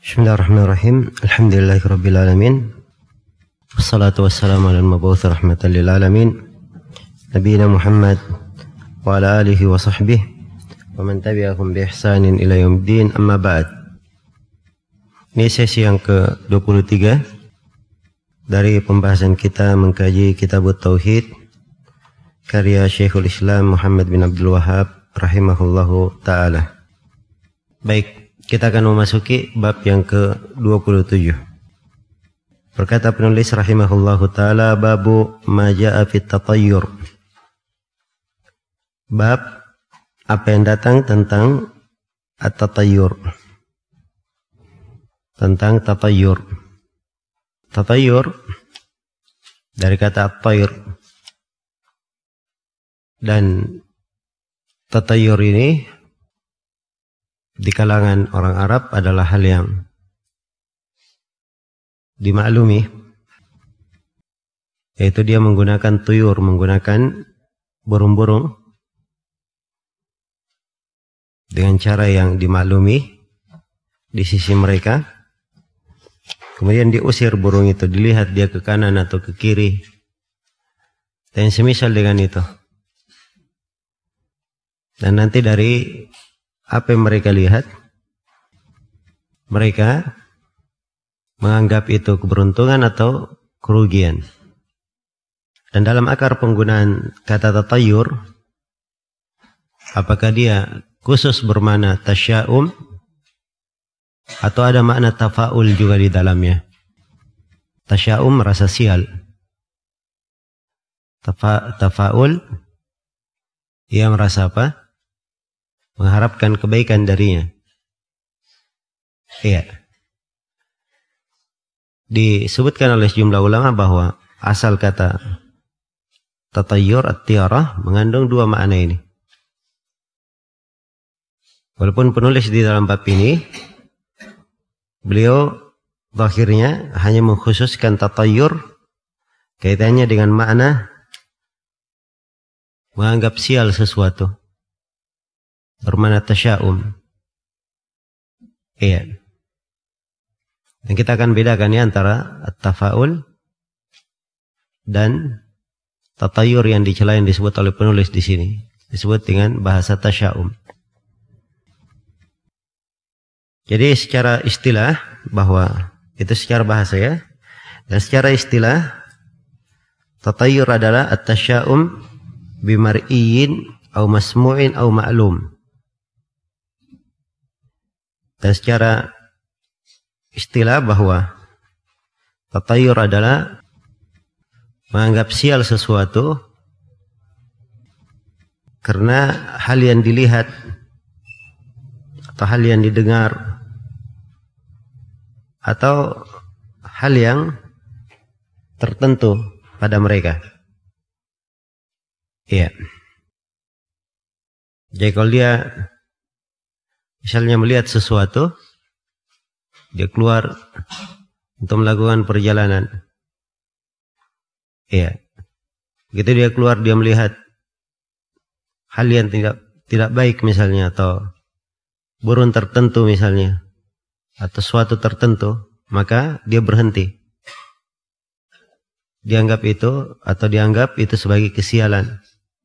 Bismillahirrahmanirrahim. Alhamdulillahirabbil alamin. Wassalatu wassalamu ala al-mab'uts rahmatan lil alamin. Nabiyina Muhammad wa ala alihi wa sahbihi wa man tabi'ahum bi ihsanin ila yaumiddin. Amma ba'd. Ini sesi yang ke-23 dari pembahasan kita mengkaji Kitabut Tauhid karya Syekhul Islam Muhammad bin Abdul Wahhab rahimahullahu taala. Baik, kita akan memasuki bab yang ke-27. Berkata penulis rahimahullahu ta'ala, babu ma ja'a fit tatayyur. Bab apa yang datang tentang at-tatayyur. Tentang tatayyur. Tatayyur dari kata at-tayr. Dan tatayyur ini di kalangan orang Arab adalah hal yang dimaklumi, yaitu dia menggunakan tuyur, menggunakan burung-burung dengan cara yang dimaklumi di sisi mereka. Kemudian diusir burung itu, dilihat dia ke kanan atau ke kiri, dan semisal dengan itu. Dan nanti dari apa yang mereka lihat, mereka menganggap itu keberuntungan atau kerugian. Dan dalam akar penggunaan kata tatayyur, apakah dia khusus bermakna tasya'um atau ada makna tafa'ul juga di dalamnya? Tasya'um rasa sial. Tafa'ul ia merasa apa? Mengharapkan kebaikan darinya. Iya. Disebutkan oleh sejumlah ulama bahwa asal kata tatayyur at-tiyarah mengandung dua makna ini. Walaupun penulis di dalam bab ini beliau akhirnya hanya mengkhususkan tatayyur kaitannya dengan makna menganggap sial sesuatu, bermakna tasya'um. Iya. Dan kita akan bedakan ya antara at-tafa'ul dan tatayyur yang dicela yang disebut oleh penulis di sini. Disebut dengan bahasa tasya'um. Jadi secara istilah bahwa itu secara bahasa ya. Dan secara istilah tatayyur adalah at-tasya'um bimar'iyyin au masmu'in au ma'lum. Dan secara istilah bahwa tatayyur adalah menganggap sial sesuatu karena hal yang dilihat atau hal yang didengar atau hal yang tertentu pada mereka. Iya. Jadi kalau dia misalnya melihat sesuatu, dia keluar untuk melakukan perjalanan. Iya. Begitu dia keluar, dia melihat hal yang tidak baik misalnya, atau burung tertentu misalnya, atau suatu tertentu, maka dia berhenti. Dianggap itu sebagai kesialan.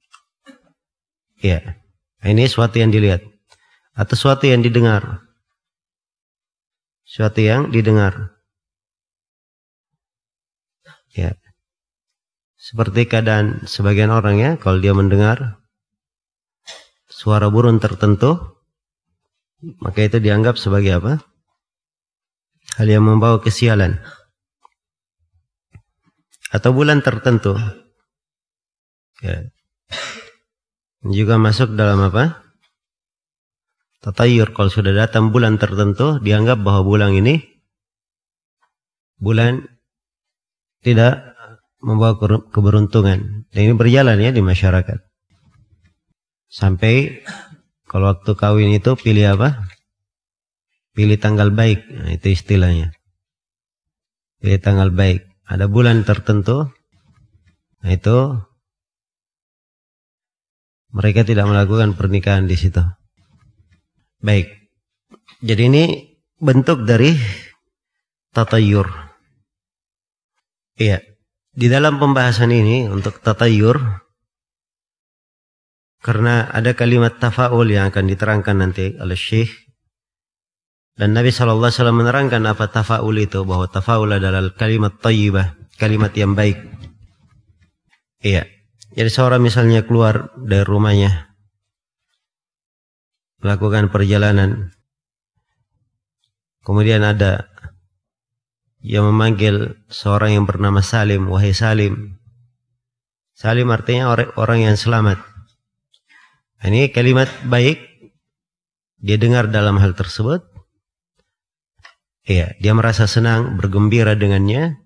Iya. Ini suatu yang dilihat. Atau suatu yang didengar. Suatu yang didengar. Ya. Seperti keadaan sebagian orang ya, kalau dia mendengar suara burung tertentu, maka itu dianggap sebagai apa? Hal yang membawa kesialan. Atau bulan tertentu. Ya. Juga masuk dalam apa? Tatayyur. Kalau sudah datang bulan tertentu, dianggap bahwa bulan tidak membawa keberuntungan. Dan ini berjalan ya di masyarakat. Sampai kalau waktu kawin itu pilih apa? Pilih tanggal baik. Nah, itu istilahnya. Pilih tanggal baik. Ada bulan tertentu. Nah, itu mereka tidak melakukan pernikahan di situ. Baik. Jadi ini bentuk dari tatayur. Iya, di dalam pembahasan ini untuk tatayur, karena ada kalimat tafa'ul yang akan diterangkan nanti oleh Syekh, dan Nabi SAW menerangkan apa tafa'ul itu, bahwa tafa'ul adalah kalimat thayyibah, kalimat yang baik. Iya, jadi seorang misalnya keluar dari rumahnya, melakukan perjalanan, kemudian ada yang memanggil seorang yang bernama Salim, wahai Salim. Salim artinya orang yang selamat. Ini kalimat baik, dia dengar dalam hal tersebut. Iya, dia merasa senang, bergembira dengannya.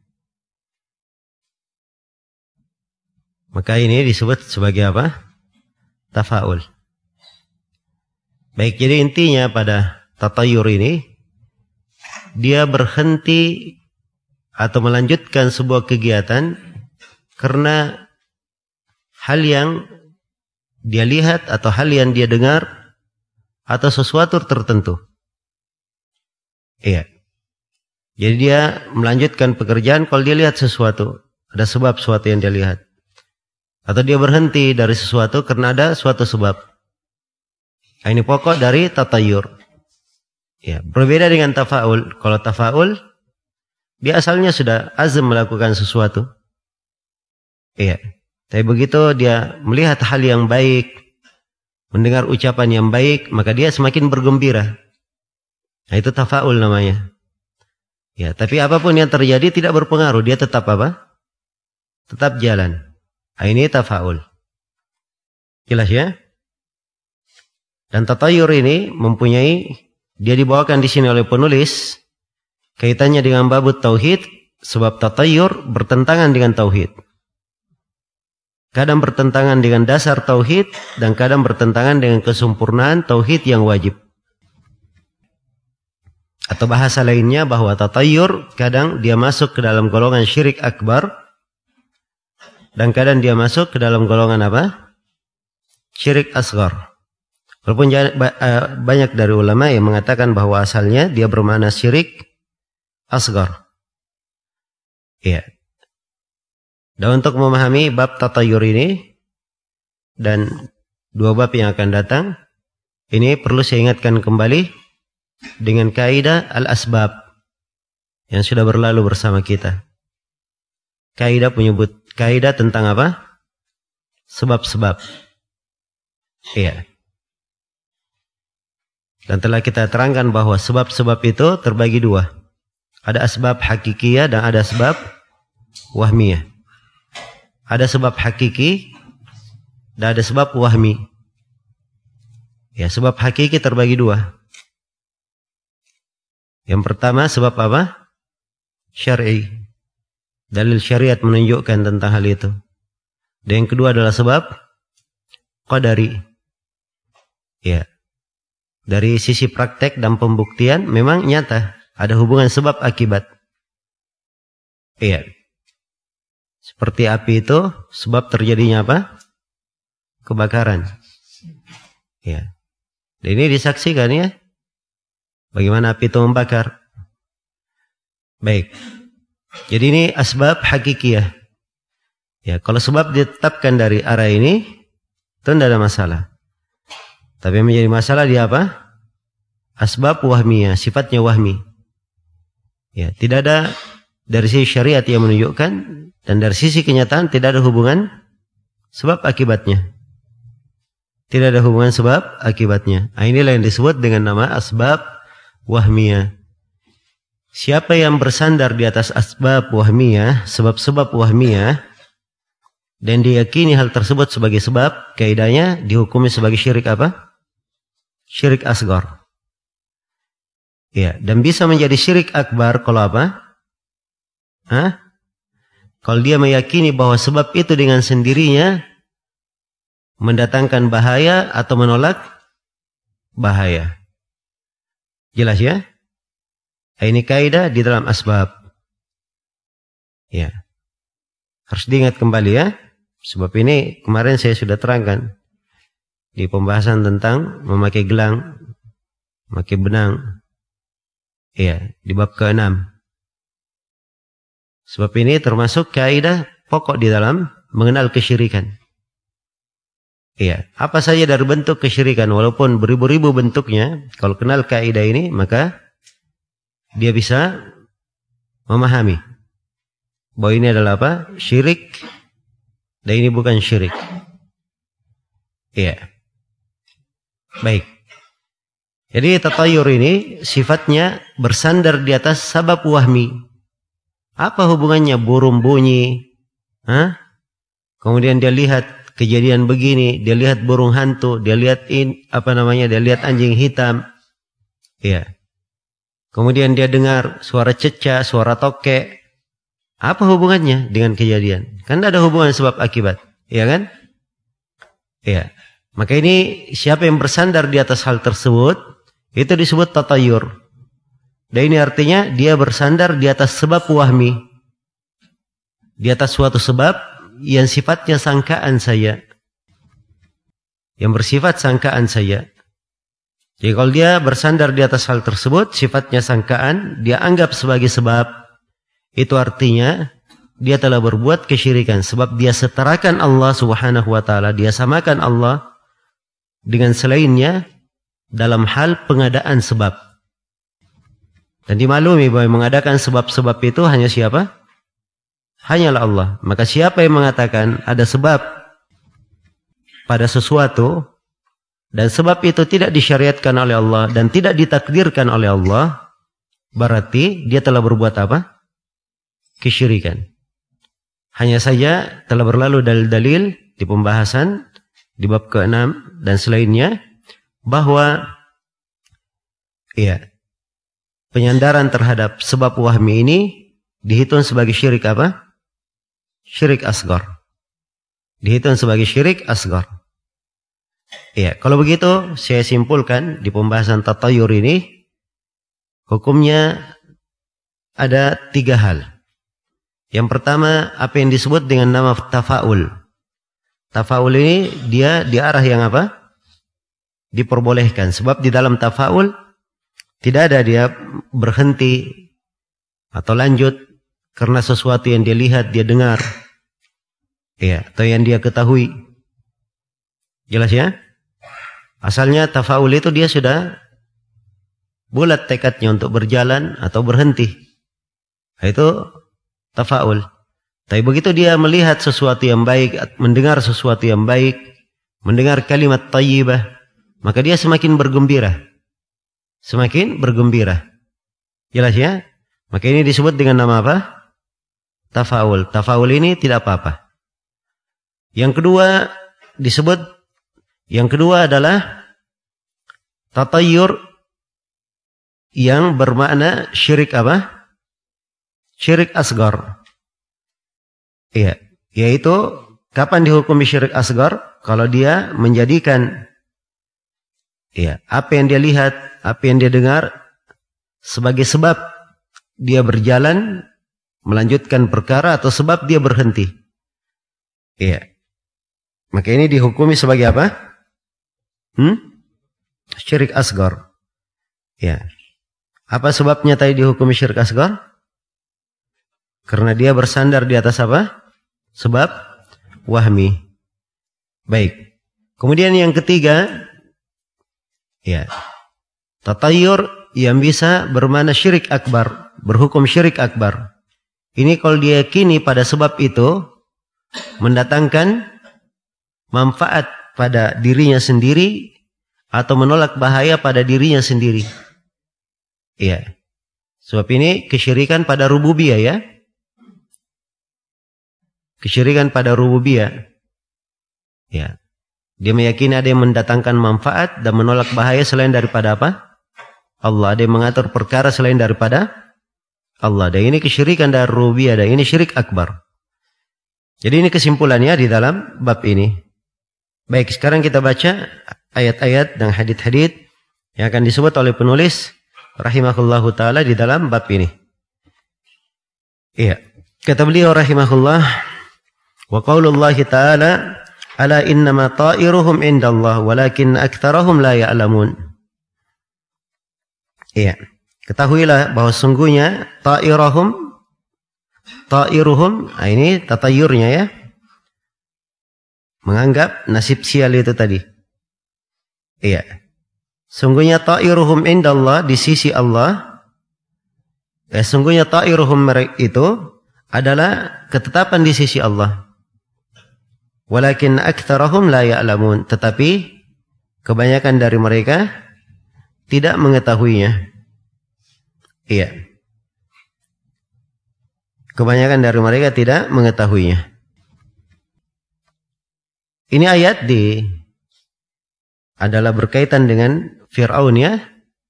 Maka ini disebut sebagai apa? Tafa'ul. Baik, jadi intinya pada tatayur ini, dia berhenti atau melanjutkan sebuah kegiatan karena hal yang dia lihat atau hal yang dia dengar atau sesuatu tertentu. Iya. Jadi dia melanjutkan pekerjaan kalau dia lihat sesuatu, ada sebab sesuatu yang dia lihat. Atau dia berhenti dari sesuatu karena ada suatu sebab. Ini pokok dari tatayur. Ya, berbeda dengan tafa'ul. Kalau tafa'ul, dia asalnya sudah azam melakukan sesuatu. Iya. Tapi begitu dia melihat hal yang baik, mendengar ucapan yang baik, maka dia semakin bergembira. Nah, itu tafa'ul namanya. Ya, tapi apapun yang terjadi tidak berpengaruh, dia tetap apa? Tetap jalan. Nah, ini tafa'ul. Jelas ya? Dan tatayur ini mempunyai, dia dibawakan di sini oleh penulis, kaitannya dengan babut tauhid, sebab tatayur bertentangan dengan tauhid. Kadang bertentangan dengan dasar tauhid, dan kadang bertentangan dengan kesempurnaan tauhid yang wajib. Atau bahasa lainnya bahwa tatayur kadang dia masuk ke dalam golongan syirik akbar, dan kadang dia masuk ke dalam golongan apa? Syirik asghar. Walaupun banyak dari ulama yang mengatakan bahwa asalnya dia bermakna syirik asghar. Iya. Dan untuk memahami bab tatayur ini dan dua bab yang akan datang, ini perlu saya ingatkan kembali dengan kaidah al-asbab yang sudah berlalu bersama kita. Kaidah penyebut kaidah tentang apa? Sebab-sebab. Iya. Dan telah kita terangkan bahwa sebab-sebab itu terbagi dua. Ada asbab hakikiyah dan ada sebab wahmiyah. Ada sebab hakiki dan ada sebab wahmi. Ya, sebab hakiki terbagi dua. Yang pertama sebab apa? Syar'i. Dalil syariat menunjukkan tentang hal itu. Dan yang kedua adalah sebab qadari. Ya. Dari sisi praktek dan pembuktian memang nyata ada hubungan sebab akibat. Iya. Seperti api itu sebab terjadinya apa? Kebakaran. Ya. Dan ini disaksikan ya. Bagaimana api itu membakar. Baik. Jadi ini asbab hakikiyah. Ya, kalau sebab ditetapkan dari arah ini, itu tidak ada masalah. Tapi yang menjadi masalah dia apa? Asbab wahmiyah, sifatnya wahmi. Ya, tidak ada dari sisi syariat yang menunjukkan, dan dari sisi kenyataan tidak ada hubungan sebab akibatnya. Tidak ada hubungan sebab akibatnya. Nah, inilah yang disebut dengan nama asbab wahmiyah. Siapa yang bersandar di atas asbab wahmiyah, sebab-sebab wahmiyah, dan diyakini hal tersebut sebagai sebab, kaidahnya dihukumi sebagai syirik apa? Syirik asghar. Ya, dan bisa menjadi syirik akbar kalau apa? Kalau dia meyakini bahwa sebab itu dengan sendirinya mendatangkan bahaya atau menolak bahaya. Jelas ya? Ini kaidah di dalam asbab. Ya. Harus diingat kembali ya. Sebab ini kemarin saya sudah terangkan di pembahasan tentang memakai gelang, memakai benang. Iya, di bab ke-6. Sebab ini termasuk kaidah pokok di dalam mengenal kesyirikan. Iya, apa saja dari bentuk kesyirikan, walaupun beribu-ribu bentuknya, kalau kenal kaidah ini, maka dia bisa memahami bahwa ini adalah apa? Syirik, dan ini bukan syirik. Iya. Baik. Jadi tatayur ini sifatnya bersandar di atas sabab wahmi. Apa hubungannya burung bunyi? Kemudian dia lihat kejadian begini, dia lihat burung hantu, dia lihat dia lihat anjing hitam. Iya. Kemudian dia dengar suara cecak, suara tokek. Apa hubungannya dengan kejadian? Kan ada hubungan sebab akibat, iya kan? Iya. Maka ini siapa yang bersandar di atas hal tersebut, itu disebut tatayur. Dan ini artinya dia bersandar di atas sebab wahmi. Di atas suatu sebab yang sifatnya sangkaan saya. Yang bersifat sangkaan saya. Jadi kalau dia bersandar di atas hal tersebut, sifatnya sangkaan, dia anggap sebagai sebab, itu artinya dia telah berbuat kesyirikan. Sebab dia setarakan Allah subhanahu wa ta'ala, dia samakan Allah dengan selainnya dalam hal pengadaan sebab. Dan dimaklumi bahwa yang mengadakan sebab-sebab itu hanya siapa? Hanyalah Allah. Maka siapa yang mengatakan ada sebab pada sesuatu, dan sebab itu tidak disyariatkan oleh Allah dan tidak ditakdirkan oleh Allah, berarti dia telah berbuat apa? Kesyirikan. Hanya saja telah berlalu dalil-dalil di pembahasan di bab ke-6 dan selainnya, bahwa penyandaran terhadap sebab wahmi ini dihitung sebagai syirik apa? Syirik asgar. Dihitung sebagai syirik asgar. Iya, kalau begitu saya simpulkan di pembahasan tatayur ini, hukumnya ada 3 hal. Yang pertama, apa yang disebut dengan nama tafaul. Tafaul ini dia di arah yang apa? Diperbolehkan. Sebab di dalam tafaul tidak ada dia berhenti atau lanjut karena sesuatu yang dia lihat, dia dengar, atau yang dia ketahui. Jelas ya? Asalnya tafaul itu dia sudah bulat tekadnya untuk berjalan atau berhenti. Itu tafaul. Tapi begitu dia melihat sesuatu yang baik, mendengar sesuatu yang baik, mendengar kalimat thayyibah, maka dia semakin bergembira. Semakin bergembira. Jelas ya? Maka ini disebut dengan nama apa? Tafaul. Tafaul ini tidak apa-apa. Yang kedua adalah tatayur yang bermakna syirik apa? Syirik asgar. Iya, yaitu kapan dihukumi syirik asgar? Kalau dia menjadikan apa yang dia lihat, apa yang dia dengar sebagai sebab dia berjalan melanjutkan perkara atau sebab dia berhenti. Iya. Maka ini dihukumi sebagai apa? Syirik asgar. Ya. Apa sebabnya tadi dihukumi syirik asgar? Karena dia bersandar di atas apa? Sebab wahmi. Baik. Kemudian yang ketiga, tatayur yang bisa bermakna syirik akbar, berhukum syirik akbar. Ini kalau diyakini pada sebab itu mendatangkan manfaat pada dirinya sendiri atau menolak bahaya pada dirinya sendiri. Iya. Sebab ini kesyirikan pada rububiyah ya. Kesyirikan pada rububiyah. Ya. Dia meyakini ada yang mendatangkan manfaat dan menolak bahaya selain daripada apa? Allah. Ada yang mengatur perkara selain daripada Allah. Dan ini kesyirikan dari rububiyah, dan ini syirik akbar. Jadi ini kesimpulannya di dalam bab ini. Baik, sekarang kita baca ayat-ayat dan hadits-hadits yang akan disebut oleh penulis rahimahullahu ta'ala di dalam bab ini. Iya. Kata beliau rahimahullah, wa qaulullahi ta'ala, ala innama ta'iruhum indallah walakin aktsarahum la ya'lamun. Iya. Ketahuilah bahwa sungguhnya ta'iruhum, ini tatayurnya ya, menganggap nasib sial itu tadi. Iya. Sungguhnya ta'iruhum indallah, di sisi Allah. Sungguhnya ta'iruhum itu adalah ketetapan di sisi Allah. Walakin aktsarahum la ya'lamun, tetapi kebanyakan dari mereka tidak mengetahuinya. Iya. Kebanyakan dari mereka tidak mengetahuinya. Ini ayat adalah berkaitan dengan Fir'aun ya,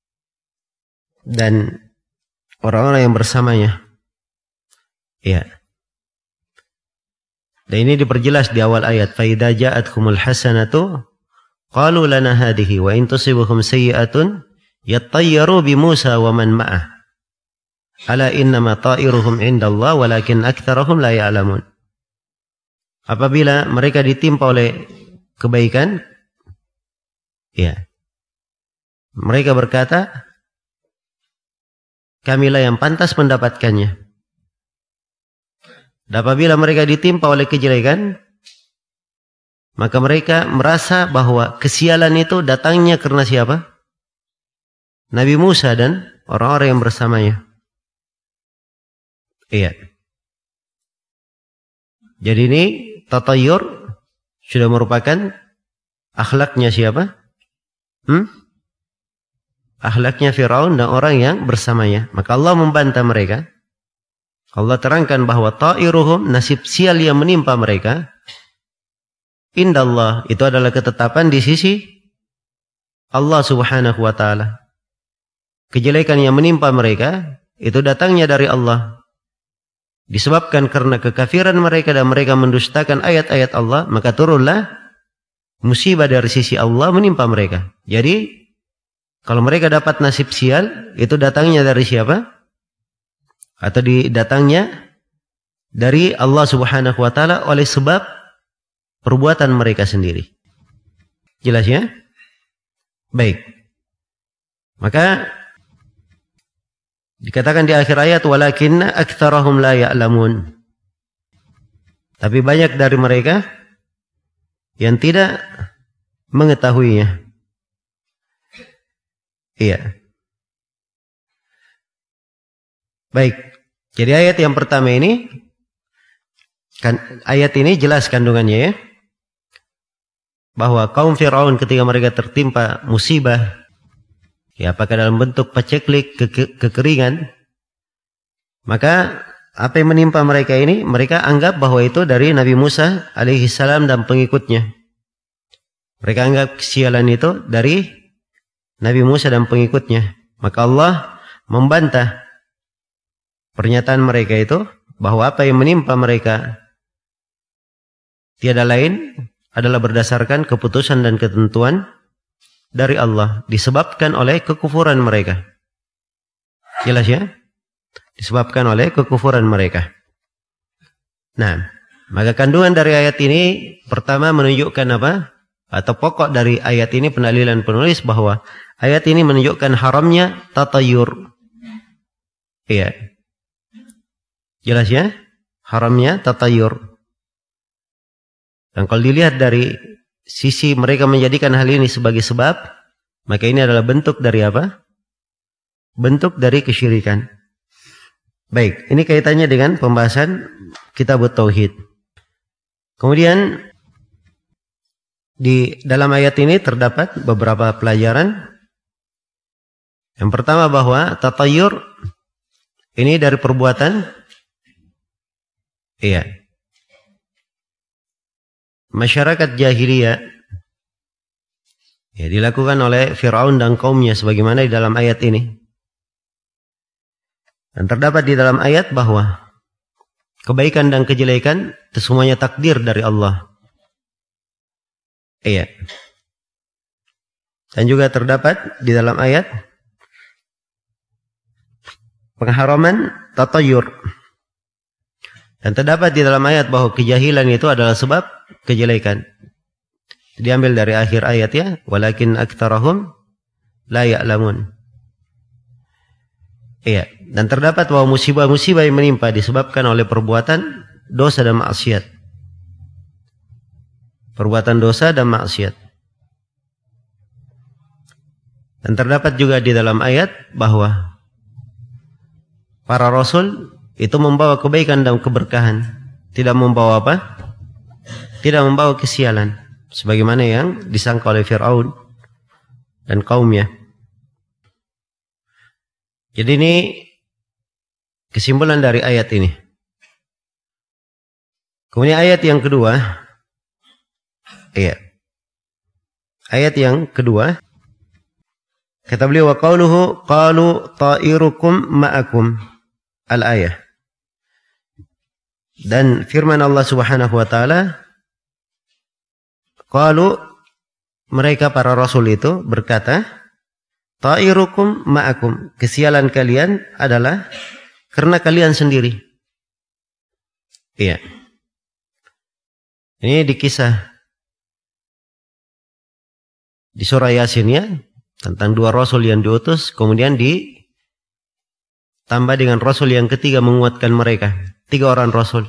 dan orang-orang yang bersamanya. Iya. Dan ini diperjelas di awal ayat. فَإِذَا جَاءَتْهُمُ الْحَسَنَةُ قَالُوا لَنَا هَذِهِ وَإِنْ تُصِبْهُمْ سَيِّئَةٌ يَطَّيَّرُوا بِمُوسَى وَمَنْ مَعَهُ أَلَا إِنَّمَا طَائِرُهُمْ عِنْدَ اللَّهِ وَلَكِنْ أَكْثَرَهُمْ لَا يَعْلَمُونَ. Apabila mereka ditimpa oleh kebaikan, ya, mereka berkata, kamilah yang pantas mendapatkannya. Dan apabila mereka ditimpa oleh kejelekan, maka mereka merasa bahwa kesialan itu datangnya karena siapa? Nabi Musa dan orang-orang yang bersamanya. Iya. Jadi ini tatayur sudah merupakan akhlaknya siapa? Akhlaknya Firaun dan orang yang bersamanya. Maka Allah membantah mereka. Allah terangkan bahwa ta'iruhum, nasib sial yang menimpa mereka, indallah, itu adalah ketetapan di sisi Allah subhanahu wa ta'ala. Kejelekan yang menimpa mereka itu datangnya dari Allah. Disebabkan karena kekafiran mereka dan mereka mendustakan ayat-ayat Allah, maka turunlah musibah dari sisi Allah menimpa mereka. Jadi kalau mereka dapat nasib sial, itu datangnya dari siapa? Atau datangnya dari Allah subhanahu wa ta'ala oleh sebab perbuatan mereka sendiri. Jelas ya? Baik. Maka dikatakan di akhir ayat, walakinna aktsarahum la ya'lamun. Tapi banyak dari mereka yang tidak mengetahuinya. Iya. Baik. Jadi ayat yang pertama ini, ayat ini jelas kandungannya ya, bahwa kaum Fir'aun ketika mereka tertimpa musibah, ya apakah dalam bentuk paceklik, kekeringan, maka apa yang menimpa mereka ini, mereka anggap bahwa itu dari Nabi Musa alaihissalam dan pengikutnya. Mereka anggap kesialan itu dari Nabi Musa dan pengikutnya. Maka Allah membantah pernyataan mereka itu, bahwa apa yang menimpa mereka tiada lain adalah berdasarkan keputusan dan ketentuan dari Allah, disebabkan oleh kekufuran mereka. Jelas ya? Disebabkan oleh kekufuran mereka. Nah, maka kandungan dari ayat ini pertama menunjukkan apa? Atau pokok dari ayat ini, pendalilan penulis bahwa ayat ini menunjukkan haramnya tatayur. Iya. Jelas ya? Haramnya tatayur. Dan kalau dilihat dari sisi mereka menjadikan hal ini sebagai sebab, maka ini adalah bentuk dari apa? Bentuk dari kesyirikan. Baik, ini kaitannya dengan pembahasan kitab Tauhid. Kemudian di dalam ayat ini terdapat beberapa pelajaran. Yang pertama bahwa tatayur ini dari perbuatan, iya, masyarakat jahiliyah, ya, dilakukan oleh Fir'aun dan kaumnya sebagaimana di dalam ayat ini. Dan terdapat di dalam ayat bahwa kebaikan dan kejelekan itu semuanya takdir dari Allah. Iya. Dan juga terdapat di dalam ayat pengharaman tatayur. Dan terdapat di dalam ayat bahwa kejahilan itu adalah sebab kejelekan. Diambil dari akhir ayat ya, walakin aktsarahum la ya'lamun. Iya, dan terdapat bahwa musibah-musibah yang menimpa disebabkan oleh perbuatan dosa dan maksiat. Perbuatan dosa dan maksiat. Dan terdapat juga di dalam ayat bahwa para rasul itu membawa kebaikan dan keberkahan, tidak membawa apa? Tidak membawa kesialan, sebagaimana yang disangka oleh Fir'aun dan kaumnya. Jadi ini kesimpulan dari ayat ini. Kemudian ayat yang kedua, ayat yang kedua, kata beliau, wa qauluhu qalu ta'irukum ma'akum, al-ayah. Dan firman Allah Subhanahu wa taala, qalu, mereka para rasul itu berkata, ta'irukum ma'akum, kesialan kalian adalah karena kalian sendiri. Iya. Ini di kisah di surah Yasin ya, tentang dua rasul yang diutus, kemudian ditambah dengan rasul yang ketiga menguatkan mereka. 3 orang rasul.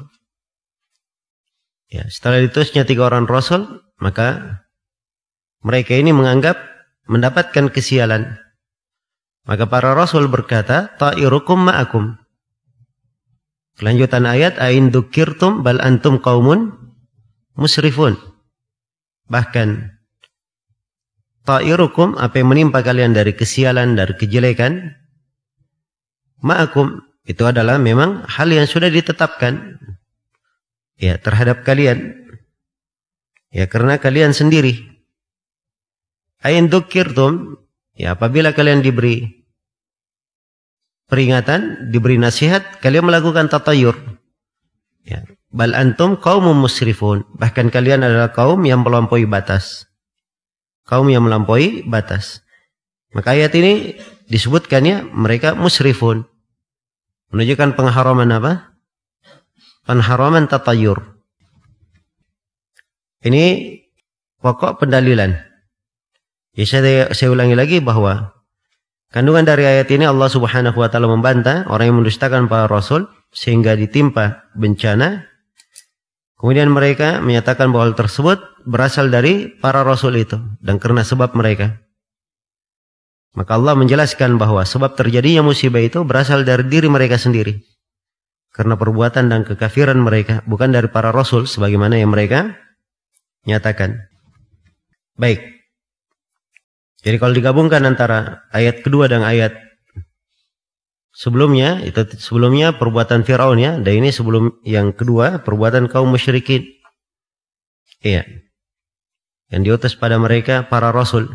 Ya, setelah diutusnya 3 orang rasul, maka mereka ini menganggap mendapatkan kesialan. Maka para rasul berkata, ta'irukum ma'akum. Kelanjutan ayat, ain dzukirtum bal antum qaumun musrifun. Bahkan ta'irukum, apa yang menimpa kalian dari kesialan, dari kejelekan, ma'akum, itu adalah memang hal yang sudah ditetapkan ya terhadap kalian. Ya, karena kalian sendiri. Ain dzukirtum, ya apabila kalian diberi peringatan, diberi nasihat, kalian melakukan tatayur. Ya, bal antum qaumun musrifun, bahkan kalian adalah kaum yang melampaui batas. Kaum yang melampaui batas. Maka ayat ini disebutkannya mereka musrifun, menunjukkan pengharaman apa? Pengharaman tatayur. Ini pokok pendalilan. Ya, saya ulangi lagi bahwa kandungan dari ayat ini Allah Subhanahu wa taala membantah orang yang mendustakan para rasul sehingga ditimpa bencana. Kemudian mereka menyatakan bahwa hal tersebut berasal dari para rasul itu dan karena sebab mereka. Maka Allah menjelaskan bahwa sebab terjadinya musibah itu berasal dari diri mereka sendiri. Karena perbuatan dan kekafiran mereka, bukan dari para rasul sebagaimana yang mereka nyatakan. Baik. Jadi kalau digabungkan antara ayat kedua dan ayat sebelumnya, itu sebelumnya perbuatan Fir'aun ya, dan ini sebelum yang kedua perbuatan kaum musyrikin. Iya. Yang diutus pada mereka para rasul.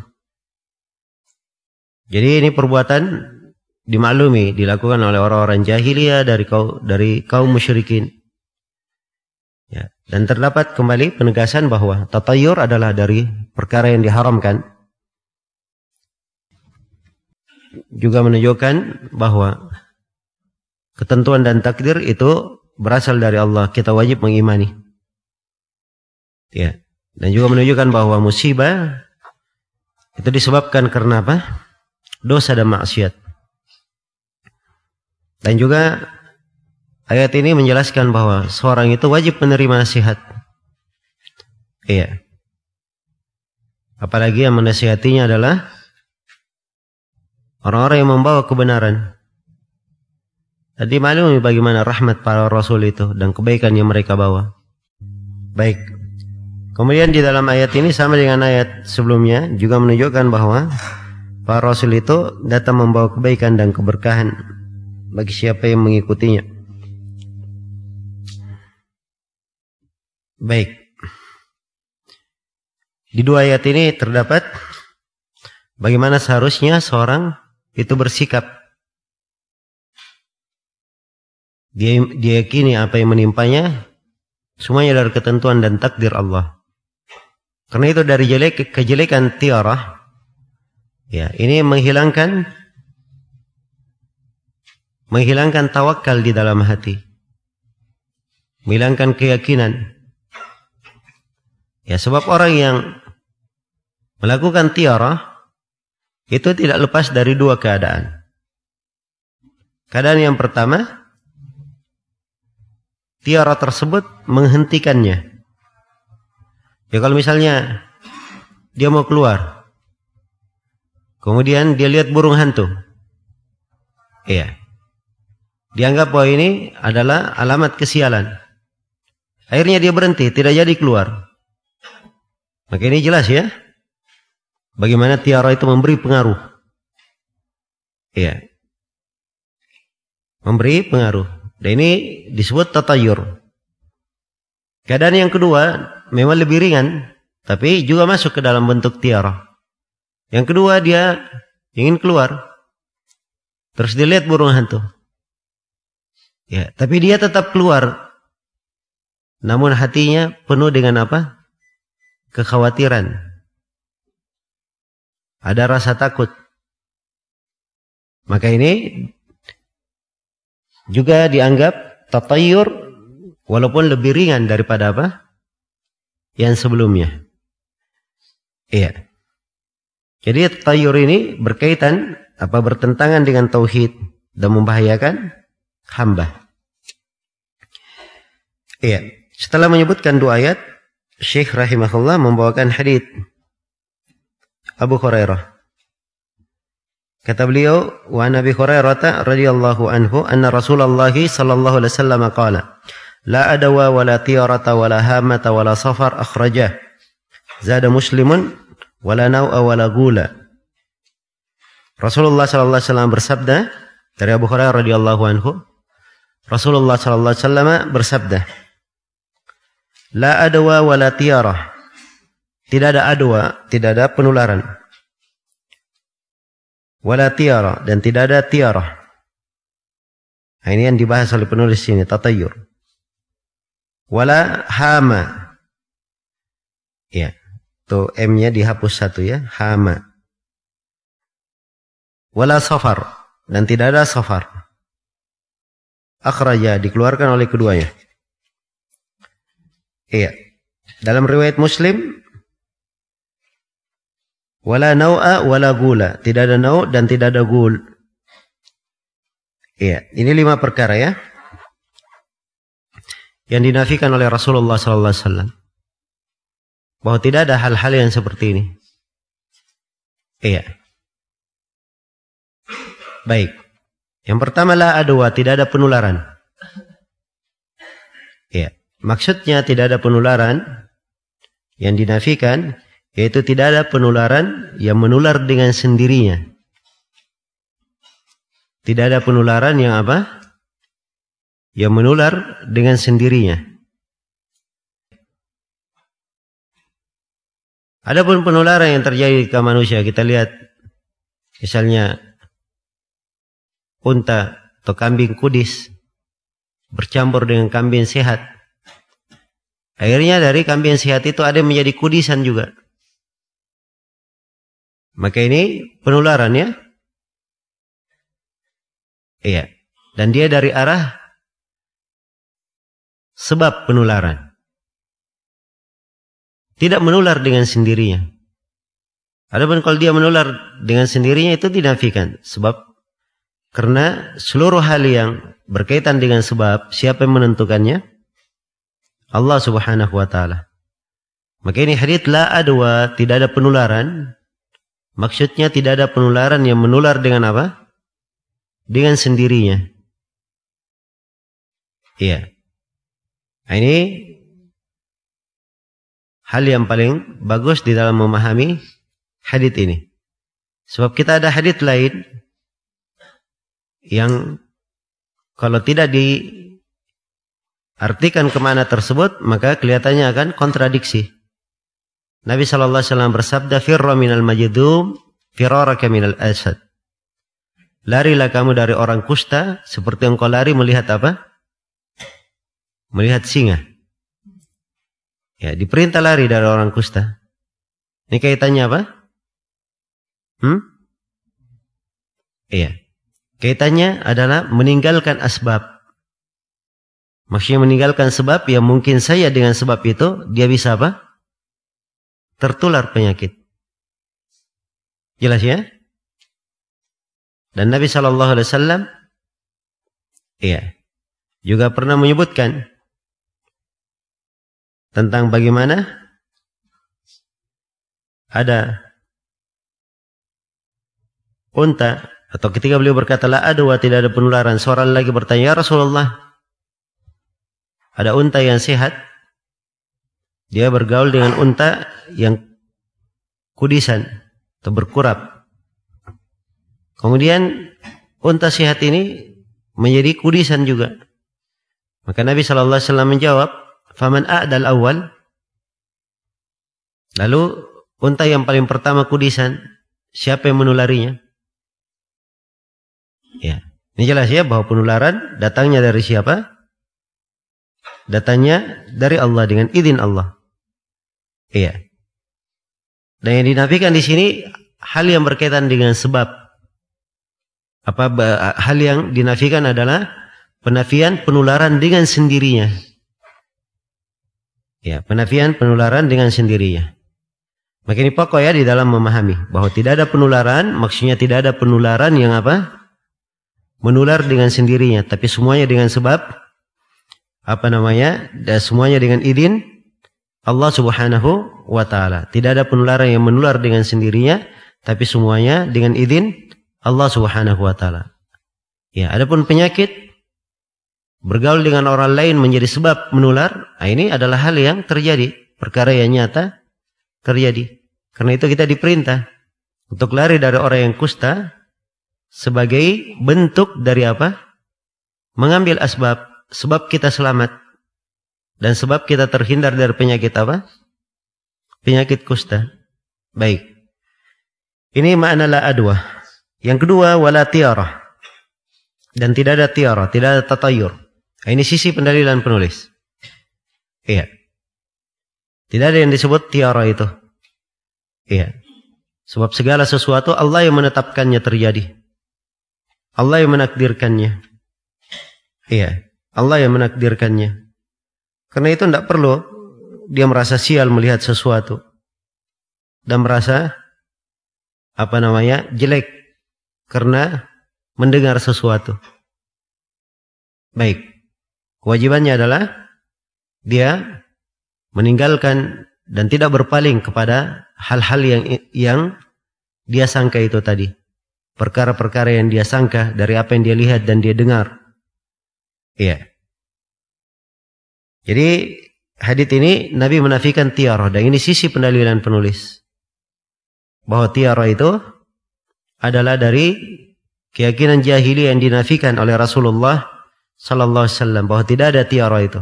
Jadi ini perbuatan dimaklumi dilakukan oleh orang-orang jahiliyah dari kaum musyrikin. Ya, dan terdapat kembali penegasan bahwa tatayur adalah dari perkara yang diharamkan. Juga menunjukkan bahwa ketentuan dan takdir itu berasal dari Allah. Kita wajib mengimani. Ya, dan juga menunjukkan bahwa musibah itu disebabkan karena apa? Dosa dan maksiat. Dan juga ayat ini menjelaskan bahwa seorang itu wajib menerima nasihat. Iya. Apalagi yang menasihatinya adalah orang-orang yang membawa kebenaran. Tadi maklum bagaimana rahmat para rasul itu dan kebaikan yang mereka bawa. Baik. Kemudian di dalam ayat ini sama dengan ayat sebelumnya juga menunjukkan bahwa para rasul itu datang membawa kebaikan dan keberkahan bagi siapa yang mengikutinya. Baik. Di 2 ayat ini terdapat bagaimana seharusnya seorang itu bersikap. Dia yakini apa yang menimpanya semuanya dari ketentuan dan takdir Allah. Karena itu dari kejelekan tiarah, ya, ini menghilangkan tawakal di dalam hati. Menghilangkan keyakinan. Ya, sebab orang yang melakukan tiarah itu tidak lepas dari 2 keadaan. Keadaan yang pertama, tiara tersebut menghentikannya. Ya kalau misalnya dia mau keluar, kemudian dia lihat burung hantu. Iya. Dianggap bahwa ini adalah alamat kesialan. Akhirnya dia berhenti, tidak jadi keluar. Maka ini jelas ya, bagaimana tiara itu memberi pengaruh. Iya. Memberi pengaruh. Dan ini disebut tatayur. Keadaan yang kedua memang lebih ringan, tapi juga masuk ke dalam bentuk tiara. Yang kedua dia ingin keluar, terus dilihat burung hantu. Ya, tapi dia tetap keluar. Namun hatinya penuh dengan apa? Kekhawatiran. Ada rasa takut. Maka ini juga dianggap tatayur walaupun lebih ringan daripada apa? Yang sebelumnya. Iya. Jadi tatayur ini berkaitan bertentangan dengan tauhid dan membahayakan hamba. Iya. Setelah menyebutkan dua ayat, Syekh rahimahullah membawakan hadits Abu Hurairah. Kata beliau, wa Nabi Hurairah radhiyallahu anhu anna Rasulullah sallallahu alaihi wasallam qala, la adawa wa la tiyarata wa la hamata wa la safar akhrajah. Zada Muslimun wa la naw'a wa la gula. Rasulullah sallallahu alaihi wasallam bersabda dari Abu Hurairah radhiyallahu anhu, Rasulullah sallallahu alaihi wasallam bersabda, la adwa wa la tiyarah. Tidak ada adwa, tidak ada penularan. Wala tiyarah, dan tidak ada tiarah. Nah, ini yang dibahas oleh penulis sini, tatayur. Wala hama. Ya, tuh M-nya dihapus satu ya, hama. Wala safar, dan tidak ada safar. Akhraja, dikeluarkan oleh keduanya. Iya. Dalam riwayat Muslim, wala nau'a wala gula. Tidak ada nau' dan tidak ada gul. Iya, ini 5 perkara ya, yang dinafikan oleh Rasulullah sallallahu alaihi wasallam. Bahwa tidak ada hal-hal yang seperti ini. Iya. Baik. Yang pertama, la adwa, tidak ada penularan. Iya. Maksudnya tidak ada penularan yang dinafikan, yaitu tidak ada penularan yang menular dengan sendirinya. Tidak ada penularan yang apa? Yang menular dengan sendirinya. Adapun penularan yang terjadi ke manusia, kita lihat misalnya unta atau kambing kudis bercampur dengan kambing sehat. Akhirnya dari kambing sehat itu ada yang menjadi kudisan juga. Maka ini penularan ya. Iya. Dan dia dari arah sebab penularan. Tidak menular dengan sendirinya. Adapun kalau dia menular dengan sendirinya itu dinafikan. Sebab karena seluruh hal yang berkaitan dengan sebab, siapa yang menentukannya? Allah subhanahu wa ta'ala. Maka ini hadits la adwa, tidak ada penularan. Maksudnya tidak ada penularan yang menular dengan apa? Dengan sendirinya. Iya. Nah, ini hal yang paling bagus di dalam memahami hadits ini. Sebab kita ada hadits lain yang kalau tidak diartikan kemana tersebut, maka kelihatannya akan kontradiksi. Nabi SAW bersabda, firra minal majdum, firaraka minal asad. Larilah kamu dari orang kusta, seperti engkau lari melihat apa? Melihat singa. Ya, diperintah lari dari orang kusta. Ini kaitannya apa? Iya. Kaitannya adalah meninggalkan asbab. Maksudnya meninggalkan sebab yang mungkin saya dengan sebab itu, dia bisa apa? Tertular penyakit. Jelas ya? Dan Nabi SAW Iya. Juga pernah menyebutkan tentang bagaimana ada unta, atau ketika beliau berkata la adwa, tidak ada penularan, seorang lagi bertanya, ya Rasulullah, ada unta yang sehat, dia bergaul dengan unta yang kudisan atau berkurap. Kemudian unta sehat ini menjadi kudisan juga. Maka Nabi SAW menjawab, faman a'dal awal. Lalu unta yang paling pertama kudisan, siapa yang menularinya? Ya, ini jelas ya bahwa penularan datangnya dari siapa? Datangnya dari Allah dengan izin Allah. Iya. Dan yang dinafikan di sini hal yang berkaitan dengan sebab. Hal yang dinafikan adalah penafian penularan dengan sendirinya. Ya, penafian penularan dengan sendirinya. Maka ini pokok ya di dalam memahami bahwa tidak ada penularan, maksudnya tidak ada penularan yang apa? Menular dengan sendirinya, tapi semuanya dengan sebab dan semuanya dengan izin Allah Subhanahu wa taala. Tidak ada penularan yang menular dengan sendirinya, tapi semuanya dengan izin Allah Subhanahu wa taala. Ya, adapun penyakit bergaul dengan orang lain menjadi sebab menular, ini adalah hal yang terjadi, perkara yang nyata terjadi. Karena itu kita diperintah untuk lari dari orang yang kusta sebagai bentuk dari apa? Mengambil sebab kita selamat dan sebab kita terhindar dari penyakit apa? Penyakit kusta. Baik. Ini makna la adwa. Yang kedua, wala tiarah. Dan tidak ada tiarah, tidak ada tatayur. Ini sisi pendalilan penulis. Iya. Tidak ada yang disebut tiarah itu. Iya. Sebab segala sesuatu Allah yang menetapkannya terjadi. Allah yang menakdirkannya. Iya, Allah yang menakdirkannya. Karena itu tidak perlu dia merasa sial melihat sesuatu dan merasa jelek karena mendengar sesuatu. Baik, kewajibannya adalah dia meninggalkan dan tidak berpaling kepada hal-hal yang dia sangka itu tadi. Perkara-perkara yang dia sangka dari apa yang dia lihat dan dia dengar. Iya. Jadi hadits ini Nabi menafikan tiarah, dan ini sisi pendalilan penulis. Bahwa tiarah itu adalah dari keyakinan jahiliyah yang dinafikan oleh Rasulullah sallallahu alaihi wasallam, bahwa tidak ada tiarah itu.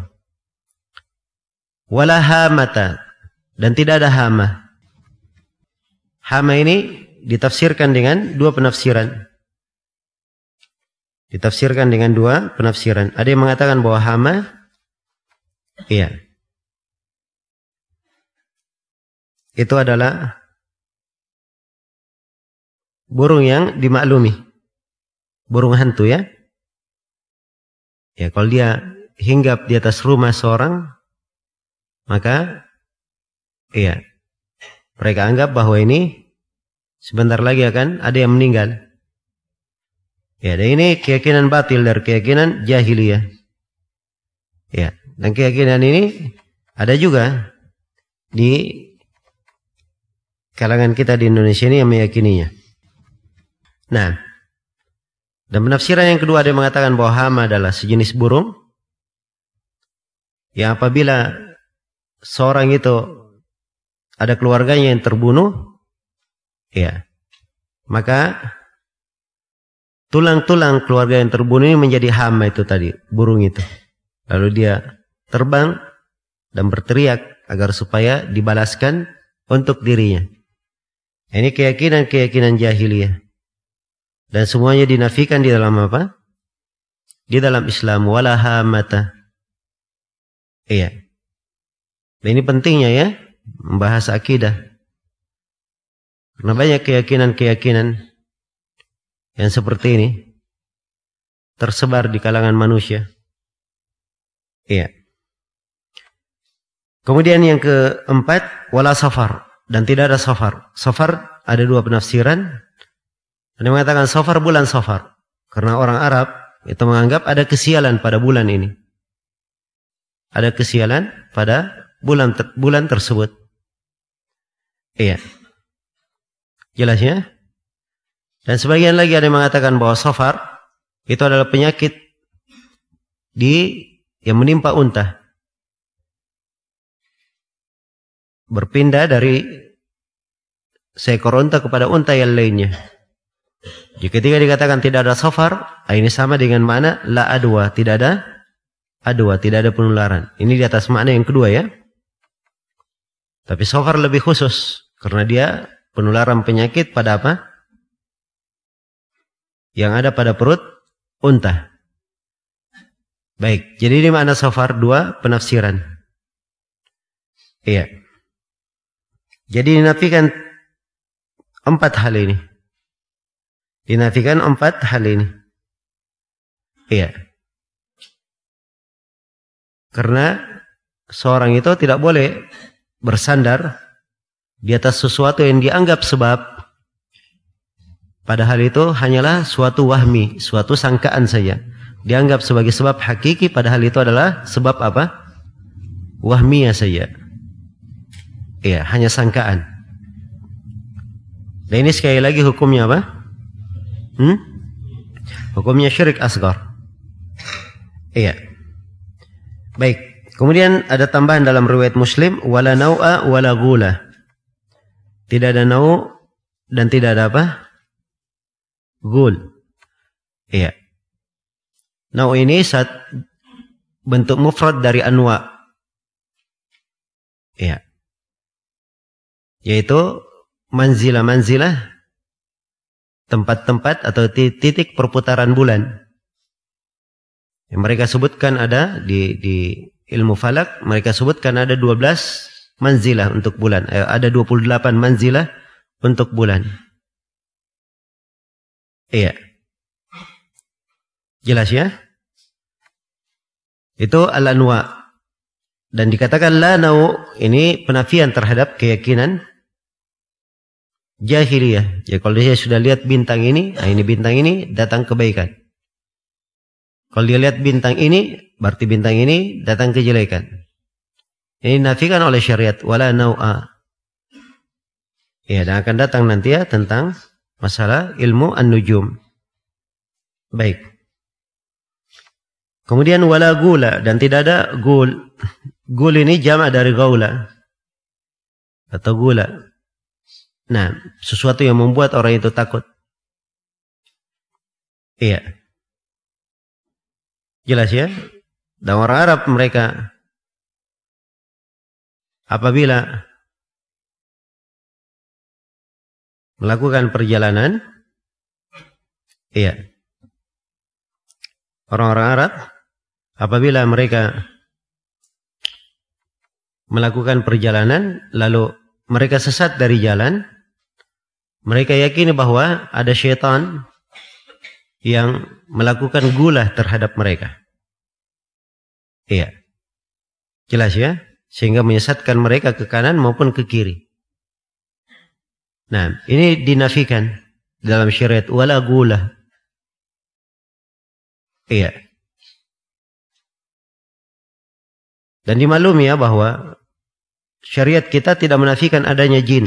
Wala hamata, dan tidak ada hama. Hama ini ditafsirkan dengan dua penafsiran. Ditafsirkan dengan dua penafsiran. Ada yang mengatakan bahwa hama, iya, itu adalah burung yang dimaklumi. Burung hantu ya. Ya, kalau dia hinggap di atas rumah seorang, maka iya, mereka anggap bahwa ini sebentar lagi akan ada yang meninggal. Ya, dan ini keyakinan batil dari keyakinan jahiliyah. Ya, dan keyakinan ini ada juga di kalangan kita di Indonesia ini yang meyakininya. Nah, dan penafsiran yang kedua ada yang mengatakan bahwa hama adalah sejenis burung yang apabila seorang itu ada keluarganya yang terbunuh, ya, maka tulang-tulang keluarga yang terbunuh ini menjadi hama itu tadi, burung itu. Lalu dia terbang dan berteriak agar supaya dibalaskan untuk dirinya. Ini keyakinan jahiliyah. Dan semuanya dinafikan di dalam apa? Di dalam Islam. Wala hamata. Iya. Dan ini pentingnya ya, membahas akidah. Karena banyak keyakinan-keyakinan yang seperti ini tersebar di kalangan manusia. Iya. Kemudian yang keempat, wala safar, dan tidak ada safar. Safar ada dua penafsiran. Ada yang mengatakan safar bulan safar, karena orang Arab itu menganggap ada kesialan pada bulan ini. Ada kesialan pada bulan tersebut. Iya. Jelas ya? Dan sebagian lagi ada yang mengatakan bahwa safar itu adalah penyakit yang menimpa unta. Berpindah dari seekor unta kepada unta yang lainnya. Jika ketika dikatakan tidak ada safar, ini sama dengan makna la adwa, tidak ada penularan. Ini di atas makna yang kedua ya. Tapi safar lebih khusus karena dia penularan penyakit pada apa? Yang ada pada perut unta. Baik, jadi ini makna safar, dua penafsiran. Iya. Jadi dinafikan 4 hal ini. Dinafikan 4 hal ini. Iya. Karena seorang itu tidak boleh bersandar di atas sesuatu yang dianggap sebab, padahal itu hanyalah suatu wahmi, suatu sangkaan saja. Dianggap sebagai sebab hakiki, padahal itu adalah sebab apa? Wahmiyah saja. Iya, hanya sangkaan. Dan ini sekali lagi hukumnya apa? Hukumnya syirik asghar. Iya. Baik. Kemudian ada tambahan dalam riwayat Muslim, wala nau'a wala ghula. Tidak ada nau' dan tidak ada apa? Ghul. Iya. Nau' ini bentuk mufrad dari anwa'. Iya. Yaitu manzilah-manzilah, tempat-tempat atau titik perputaran bulan. Yang mereka sebutkan ada di ilmu falak, mereka sebutkan ada 12 manzilah untuk bulan. Ada 28 manzilah untuk bulan. Iya. Jelas ya? Itu al-anwa. Dan dikatakan la nau', ini penafian terhadap keyakinan jahiliyah. Ya, kalau dia sudah lihat bintang ini, ini bintang ini datang kebaikan. Kalau dia lihat bintang ini, berarti bintang ini datang kejelekan. Ini dinafikan oleh syariat, wala nau'a. Ya, dan akan datang nanti ya tentang masalah ilmu an-nujum. Baik. Kemudian wala gula, dan tidak ada gul. Gul ini jamak dari gaula atau gula. Nah, sesuatu yang membuat orang itu takut. Iya. Jelas ya? Dan orang Arab mereka apabila melakukan perjalanan, iya. Orang-orang Arab apabila mereka melakukan perjalanan lalu mereka sesat dari jalan, mereka yakini bahwa ada syaitan yang melakukan gula terhadap mereka. Iya. Jelas ya? Sehingga menyesatkan mereka ke kanan maupun ke kiri. Nah, ini dinafikan dalam syariat, wala gula. Iya. Dan dimaklumi ya bahwa syariat kita tidak menafikan adanya jin.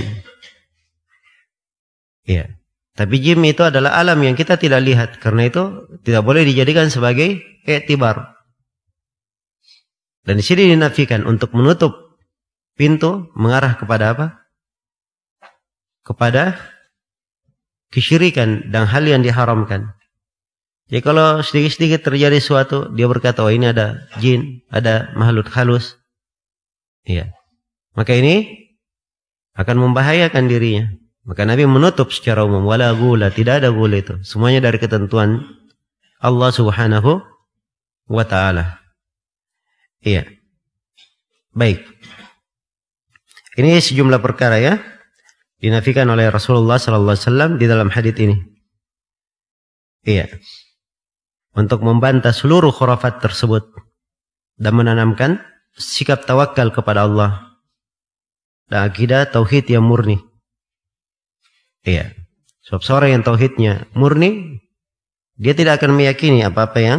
Iya. Tapi jin itu adalah alam yang kita tidak lihat. Karena itu tidak boleh dijadikan sebagai i'tibar. Dan di sini dinafikan untuk menutup pintu mengarah kepada apa? Kepada kesyirikan dan hal yang diharamkan. Jadi kalau sedikit-sedikit terjadi sesuatu, dia berkata, oh ini ada jin, ada makhluk halus. Iya. Maka ini akan membahayakan dirinya. Maka Nabi menutup secara umum, wala gula, tidak ada gula itu. Semuanya dari ketentuan Allah Subhanahu wa ta'ala. Iya. Baik. Ini sejumlah perkara ya, dinafikan oleh Rasulullah sallallahu alaihi wasallam di dalam hadits ini. Iya. Untuk membantah seluruh khurafat tersebut dan menanamkan sikap tawakal kepada Allah dan akidah tauhid yang murni. Iya. Sebab seorang yang tauhidnya murni, dia tidak akan meyakini apa-apa yang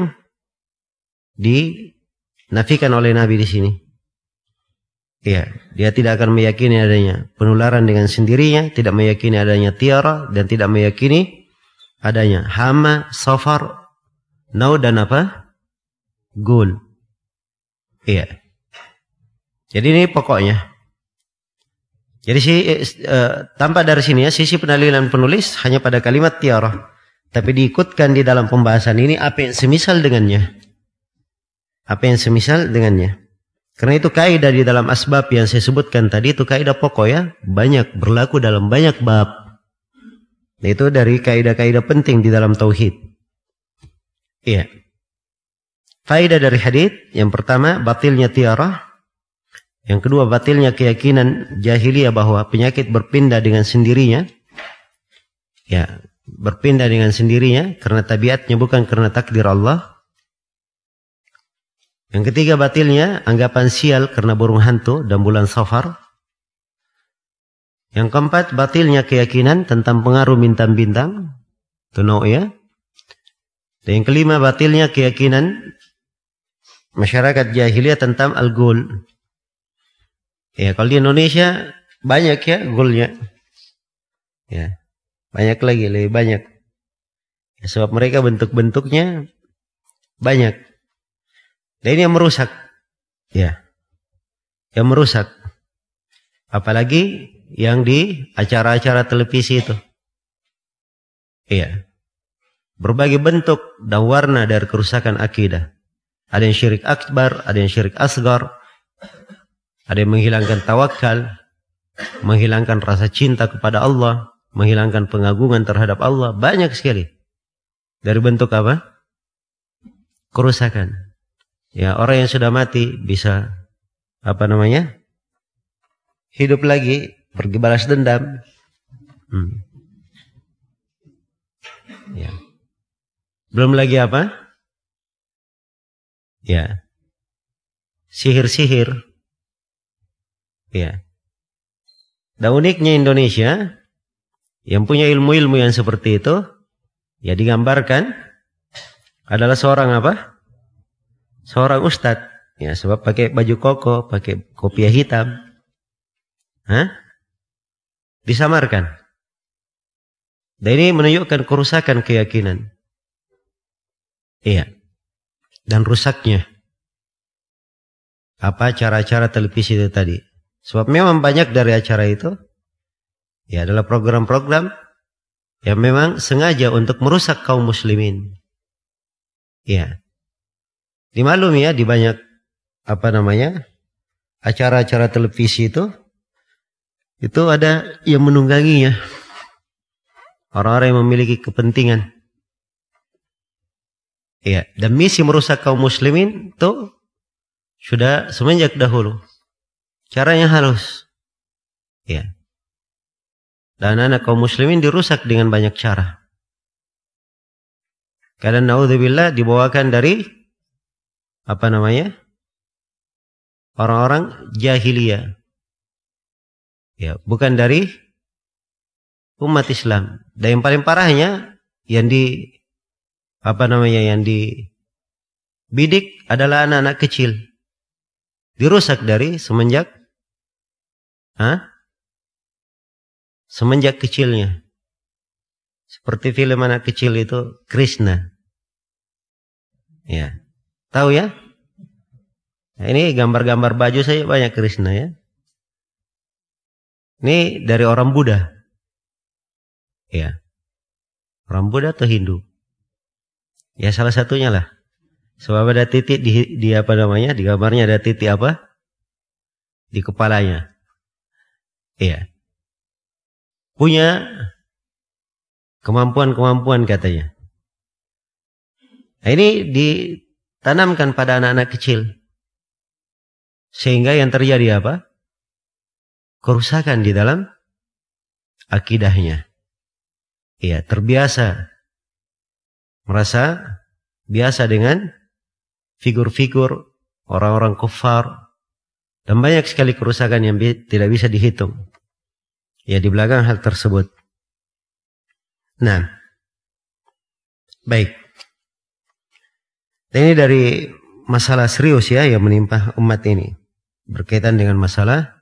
dinafikan oleh Nabi di sini. Ya, dia tidak akan meyakini adanya penularan dengan sendirinya, tidak meyakini adanya tiara, dan tidak meyakini adanya hama, safar, nau, dan apa? Gul. Iya. Jadi ini pokoknya. Jadi tampak dari sini ya, sisi penalilan penulis hanya pada kalimat tiara. Tapi diikutkan di dalam pembahasan ini apa yang semisal dengannya. Apa yang semisal dengannya. Karena itu kaidah di dalam asbab yang saya sebutkan tadi itu kaidah pokok ya. Banyak, berlaku dalam banyak bab. Itu dari kaidah-kaidah penting di dalam tauhid. Iya. Faedah dari hadits yang pertama batilnya tiarah. Yang kedua batilnya keyakinan jahiliyah bahwa penyakit berpindah dengan sendirinya. Ya, berpindah dengan sendirinya karena tabiatnya bukan karena takdir Allah. Yang ketiga batilnya anggapan sial karena burung hantu dan bulan Safar. Yang keempat batilnya keyakinan tentang pengaruh bintang-bintang. Itu ya. Dan yang kelima batilnya keyakinan masyarakat jahiliyah tentang al-ghul. Ya, kalau di Indonesia banyak ya ghulnya. Ya, banyak lagi, lebih banyak. Ya, sebab mereka bentuk-bentuknya banyak. Dan ini yang merusak. Ya. Yang merusak. Apalagi yang di acara-acara televisi itu. Iya. Berbagai bentuk dan warna dari kerusakan akidah. Ada yang syirik akbar, ada yang syirik asgar. Ada yang menghilangkan tawakal, menghilangkan rasa cinta kepada Allah, menghilangkan pengagungan terhadap Allah. Banyak sekali. Dari bentuk apa? Kerusakan. Ya, orang yang sudah mati bisa hidup lagi, pergi balas dendam. Ya. Belum lagi apa? Ya. Sihir-sihir. Ya. Dan uniknya Indonesia yang punya ilmu-ilmu yang seperti itu, ya digambarkan adalah seorang apa? Seorang ustadz, ya sebab pakai baju koko, pakai kopiah hitam, disamarkan. Dan ini menunjukkan kerusakan keyakinan. Iya. Dan rusaknya apa cara-cara televisi itu tadi. Sebab memang banyak dari acara itu, ya adalah program-program yang memang sengaja untuk merusak kaum muslimin. Iya. Dimaklumi ya di banyak acara-acara televisi itu ada yang menungganginya. Orang-orang yang memiliki kepentingan. Ya, dan misi merusak kaum muslimin itu sudah semenjak dahulu. Caranya halus. Ya. Dan anak kaum muslimin dirusak dengan banyak cara. Karena naudzubillah dibawakan dari orang-orang jahiliyah. Ya, bukan dari umat Islam. Dan yang paling parahnya yang dibidik adalah anak-anak kecil. Dirusak dari semenjak kecilnya. Seperti film anak kecil itu Krishna. Ya. Tahu ya? Nah, ini gambar-gambar baju saya banyak Krishna ya. Ini dari orang Buddha. Ya. Orang Buddha atau Hindu? Ya salah satunya lah. Sebab ada titik di gambarnya ada titik apa? Di kepalanya. Iya. Punya kemampuan-kemampuan katanya. Nah, ini ditanamkan pada anak-anak kecil. Sehingga yang terjadi apa? Kerusakan di dalam akidahnya. Iya, terbiasa. Merasa biasa dengan figur-figur orang-orang kufar. Dan banyak sekali kerusakan yang tidak bisa dihitung. Ya, di belakang hal tersebut. Nah, baik. Ini dari masalah serius ya yang menimpa umat ini berkaitan dengan masalah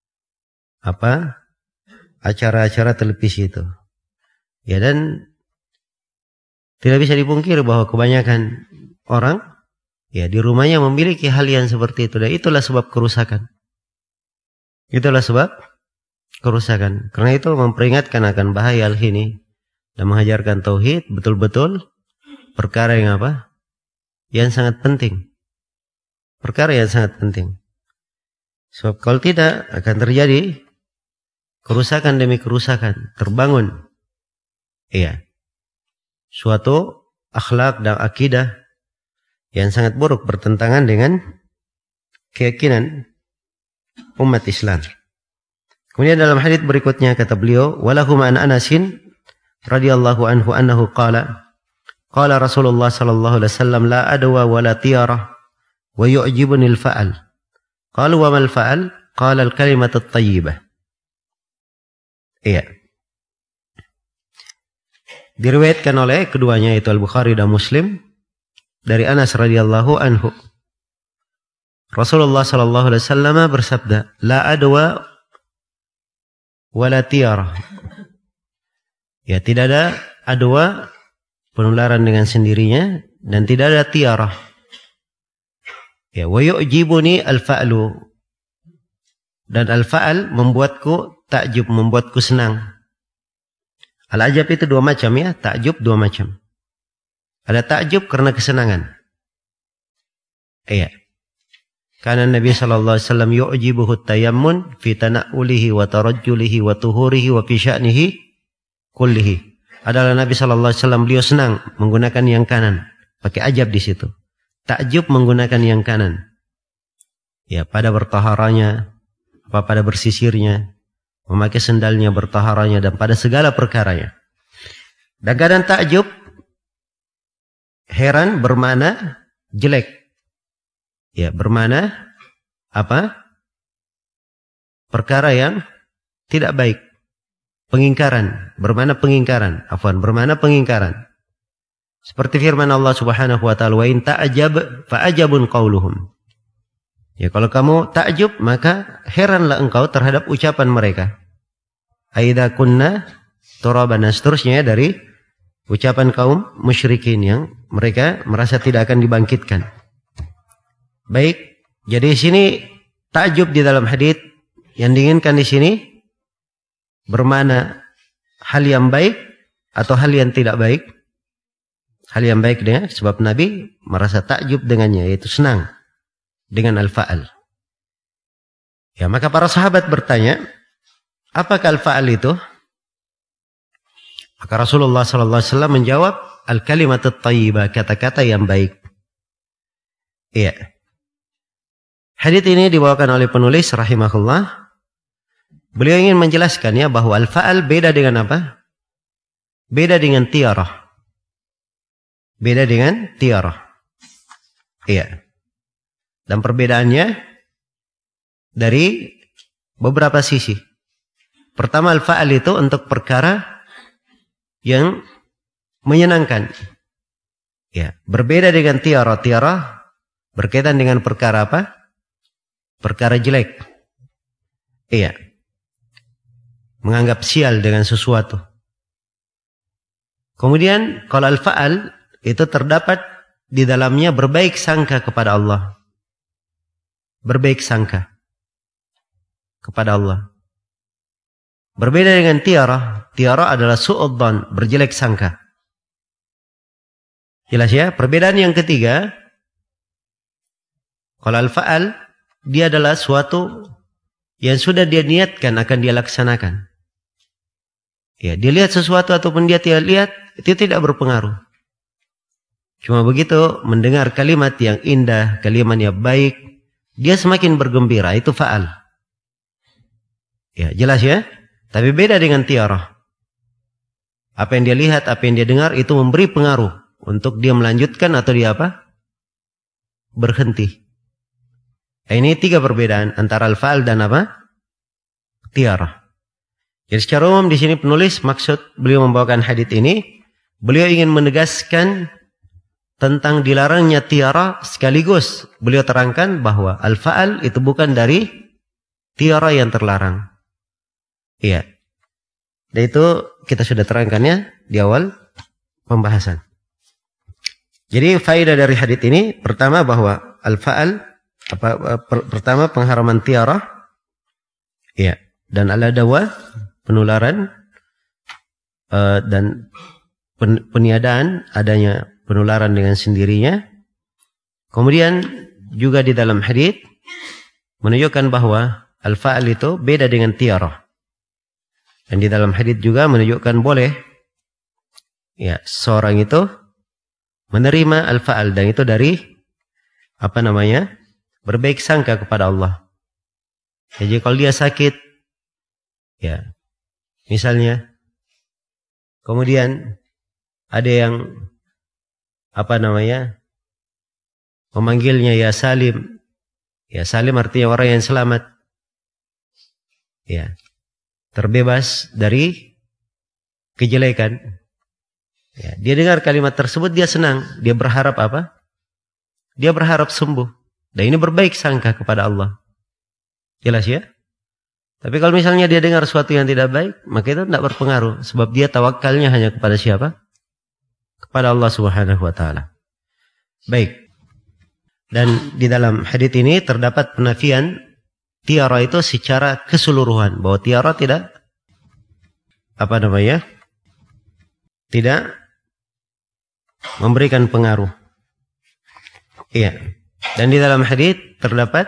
acara-acara televisi itu. Ya, dan tidak bisa dipungkiri bahwa kebanyakan orang ya di rumahnya memiliki hal yang seperti itu, dan itulah sebab kerusakan. Itulah sebab kerusakan. Karena itu memperingatkan akan bahaya hal ini dan mengajarkan tauhid betul-betul perkara yang yang sangat penting. Perkara yang sangat penting. Sebab kalau tidak akan terjadi kerusakan demi kerusakan, terbangun suatu akhlak dan akidah yang sangat buruk bertentangan dengan keyakinan umat Islam. Kemudian dalam hadits berikutnya kata beliau, walahum an Anasin radhiyallahu anhu annahu qala Rasulullah sallallahu alaihi wasallam la adwa wa la tiyarah wa yu'jibuni al-fa'al. Qalu wa mal fa'al? Qala al-kalimatu at-tayyibah. Diriwayatkan oleh keduanya, yaitu Al-Bukhari dan Muslim, dari Anas radhiyallahu anhu. Rasulullah sallallahu alaihi wasallam bersabda, la adwa wa la tiyarah. Ya, tidak ada adwa, penularan dengan sendirinya, dan tidak ada tiarah. Ya, wa yu'jibuni al-fa'lu. Dan al-fa'al membuatku takjub, membuatku senang. Al-ajab itu dua macam ya, takjub dua macam. Ada takjub karena kesenangan. Karena Nabi sallallahu alaihi wasallam yu'jibuhu tayammun fi tana'ulihi wa tarajjulihi wa tuhurihi wa fi sya'nihi kullihi. Adalah Nabi sallallahu alaihi wasallam, beliau senang menggunakan yang kanan. Pakai ajab di situ. Takjub menggunakan yang kanan. Ya, pada bertaharanya, pada bersisirnya, memakai sendalnya, bertaharanya, dan pada segala perkaranya. Dan kadang takjub, heran bermakna jelek. Ya, bermakna perkara yang tidak baik. Pengingkaran, bermakna pengingkaran. Bermakna pengingkaran. Seperti firman Allah Subhanahu wa taala, wa in ta'jab fa ajabun qauluhum. Ya, kalau kamu takjub maka heranlah engkau terhadap ucapan mereka. Aidza kunna turaban, seterusnya dari ucapan kaum musyrikin yang mereka merasa tidak akan dibangkitkan. Baik, jadi sini takjub di dalam hadits yang diinginkan di sini bermakna hal yang baik atau hal yang tidak baik. Hal yang baik dengan sebab Nabi merasa takjub dengannya, yaitu senang dengan al-fa'al. Ya, maka para sahabat bertanya, apakah al-fa'al itu? Maka Rasulullah sallallahu alaihi wasallam menjawab, al-kalimatut thayyibah, kata-kata yang baik. Iya. Hadits ini dibawakan oleh penulis rahimahullah. Beliau ingin menjelaskan ya bahwa al-fa'al beda dengan apa? Beda dengan tiarah. Beda dengan tiarah. Iya. Dan perbedaannya dari beberapa sisi. Pertama, al-fa'al itu untuk perkara yang menyenangkan. Ya, berbeda dengan tiarah. Tiarah berkaitan dengan perkara apa? Perkara jelek. Iya. Menganggap sial dengan sesuatu. Kemudian kalau al-fa'al itu terdapat di dalamnya berbaik sangka kepada Allah. Berbaik sangka kepada Allah. Berbeda dengan tiarah. Tiarah adalah su'udzan, berjelek sangka. Jelas ya? Perbedaan yang ketiga, kalau al-fa'al, dia adalah suatu yang sudah dia niatkan akan dia laksanakan. Ya, dia lihat sesuatu ataupun dia tidak lihat, itu tidak berpengaruh. Cuma begitu mendengar kalimat yang indah, kalimat yang baik, dia semakin bergembira, itu fa'al. Ya, jelas ya? Tapi beda dengan tiarah. Apa yang dia lihat, apa yang dia dengar, itu memberi pengaruh untuk dia melanjutkan atau dia berhenti. Ini tiga perbedaan antara al-fa'al dan tiarah. Jadi secara umum di sini penulis maksud beliau membawakan hadits ini, beliau ingin menegaskan tentang dilarangnya tiara sekaligus beliau terangkan bahwa al-fa'al itu bukan dari tiara yang terlarang. Iya. Dan itu kita sudah terangkannya di awal pembahasan. Jadi faedah dari hadits ini pertama bahwa al-fa'al pertama pengharaman tiara, iya, dan al-adawa penularan dan peniadaan adanya penularan dengan sendirinya. Kemudian juga di dalam hadits menunjukkan bahwa al-fa'al itu beda dengan tiara. Dan di dalam hadits juga menunjukkan boleh ya seorang itu menerima al-fa'al, dan itu dari berbaik sangka kepada Allah. Jadi kalau dia sakit ya misalnya, kemudian ada yang memanggilnya ya Salim. Ya Salim artinya orang yang selamat. Ya, terbebas dari kejelekan. Ya, dia dengar kalimat tersebut, dia senang, dia berharap apa? Dia berharap sembuh. Dan ini berbaik sangka kepada Allah. Jelas ya? Tapi kalau misalnya dia dengar sesuatu yang tidak baik, maka itu tidak berpengaruh, sebab dia tawakalnya hanya kepada siapa? Kepada Allah Subhanahu wa taala. Baik. Dan di dalam hadits ini terdapat penafian tiara itu secara keseluruhan, bahwa tiara tidak tidak memberikan pengaruh. Iya. Dan di dalam hadits terdapat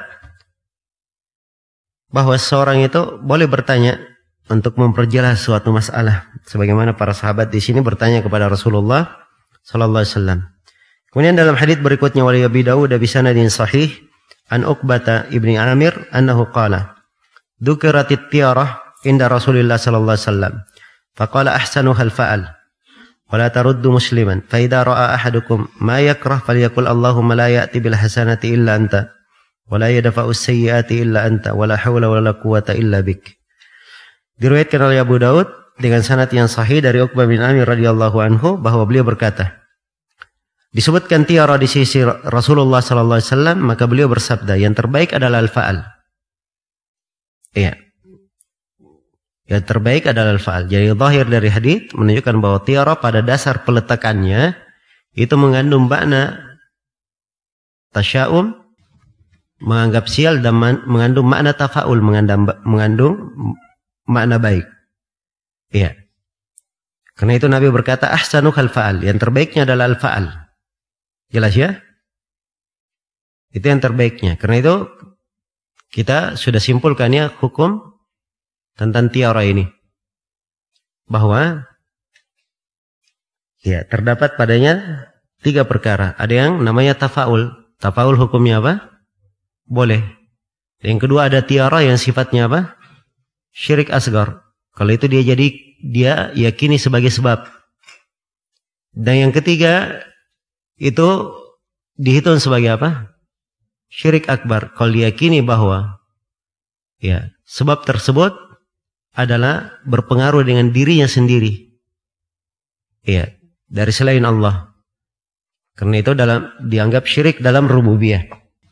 bahwa seorang itu boleh bertanya untuk memperjelas suatu masalah, sebagaimana para sahabat di sini bertanya kepada Rasulullah sallallahu alaihi wasallam. Kemudian dalam hadits berikutnya, wa Abi Dawud bi sanadin sahih an Uqbah ibni Amir annahu qala dzukiratit tiarah inda Rasulillah sallallahu alaihi wasallam faqala ahsanuha al-fa'al wa la taruddu musliman fa idza ra'a ahadukum ma yakrah falyaqul Allahumma la ya'ti bil hasanati illa anta wa la yadfa'u as-sayyi'ati illa anta wa la haula wa la quwwata illa bik. Diriwayatkan oleh Abu Daud dengan sanad yang sahih dari Uqbah bin Amir radhiyallahu anhu bahwa beliau berkata, disebutkan tiara di sisi Rasulullah sallallahu alaihi wasallam, maka beliau bersabda, yang terbaik adalah al-fa'al. Iya. Yang terbaik adalah al-fa'al. Jadi zahir dari hadits menunjukkan bahwa tiara pada dasar peletakannya itu mengandung makna tasya'um, menganggap sial, dan mengandung makna tafa'ul, mengandung makna baik. Iya. Karena itu Nabi berkata ahsanuhal fa'al, yang terbaiknya adalah al-fa'al. Jelas ya? Itu yang terbaiknya. Karena itu kita sudah simpulkan ya hukum tentang tiara ini, bahwa ya terdapat padanya 3 perkara. Ada yang namanya tafa'ul. Tafa'ul hukumnya apa? Boleh. Yang kedua ada tiara yang sifatnya apa? Syirik asgar. Kalau itu dia yakini sebagai sebab. Dan yang ketiga itu dihitung sebagai apa? Syirik akbar. Kalau diyakini bahwa ya sebab tersebut adalah berpengaruh dengan dirinya sendiri. Ya, dari selain Allah. Karena itu dianggap syirik dalam rububiyah.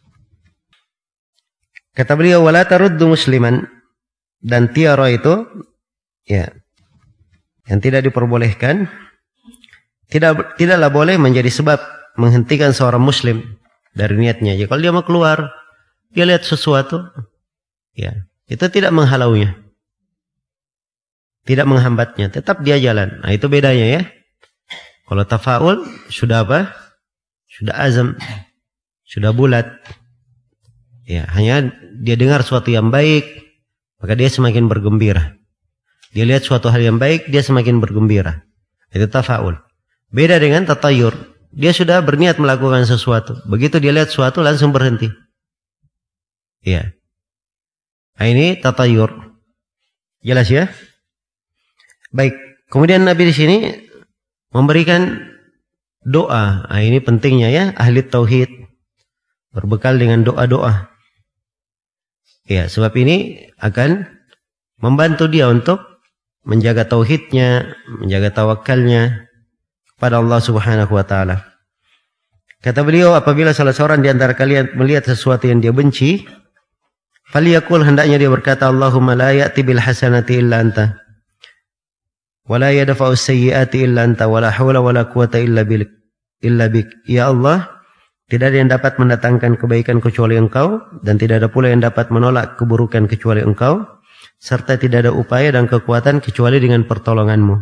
Kata beliau, wala taruddu musliman, dan tiara itu ya yang tidak diperbolehkan, tidaklah boleh menjadi sebab menghentikan seorang muslim dari niatnya. Jadi kalau dia mau keluar, dia lihat sesuatu, ya itu tidak menghalaunya, tidak menghambatnya, tetap dia jalan. Nah itu bedanya ya. Kalau tafa'ul sudah apa? Sudah azam, sudah bulat. Ya, hanya dia dengar sesuatu yang baik, maka dia semakin bergembira. Dia lihat suatu hal yang baik, dia semakin bergembira. Itu tafa'ul. Beda dengan tatayur. Dia sudah berniat melakukan sesuatu. Begitu dia lihat sesuatu langsung berhenti. Ya. Nah, ini tatayur. Jelas ya? Baik. Kemudian Nabi di sini memberikan doa. Nah, ini pentingnya ya, ahli tauhid berbekal dengan doa-doa. Ya, sebab ini akan membantu dia untuk menjaga tauhidnya, menjaga tawakalnya kepada Allah Subhanahu wa taala. Kata beliau, apabila salah seorang di antara kalian melihat sesuatu yang dia benci, faliyakul, hendaknya dia berkata, Allahumma la ya'ti bil hasanati illa anta, wa la yadfa'u sayyiati illa anta, wa la hawla wa la quwata illa bik. Ya Allah, tidak ada yang dapat mendatangkan kebaikan kecuali Engkau, dan tidak ada pula yang dapat menolak keburukan kecuali Engkau, serta tidak ada upaya dan kekuatan kecuali dengan pertolonganmu.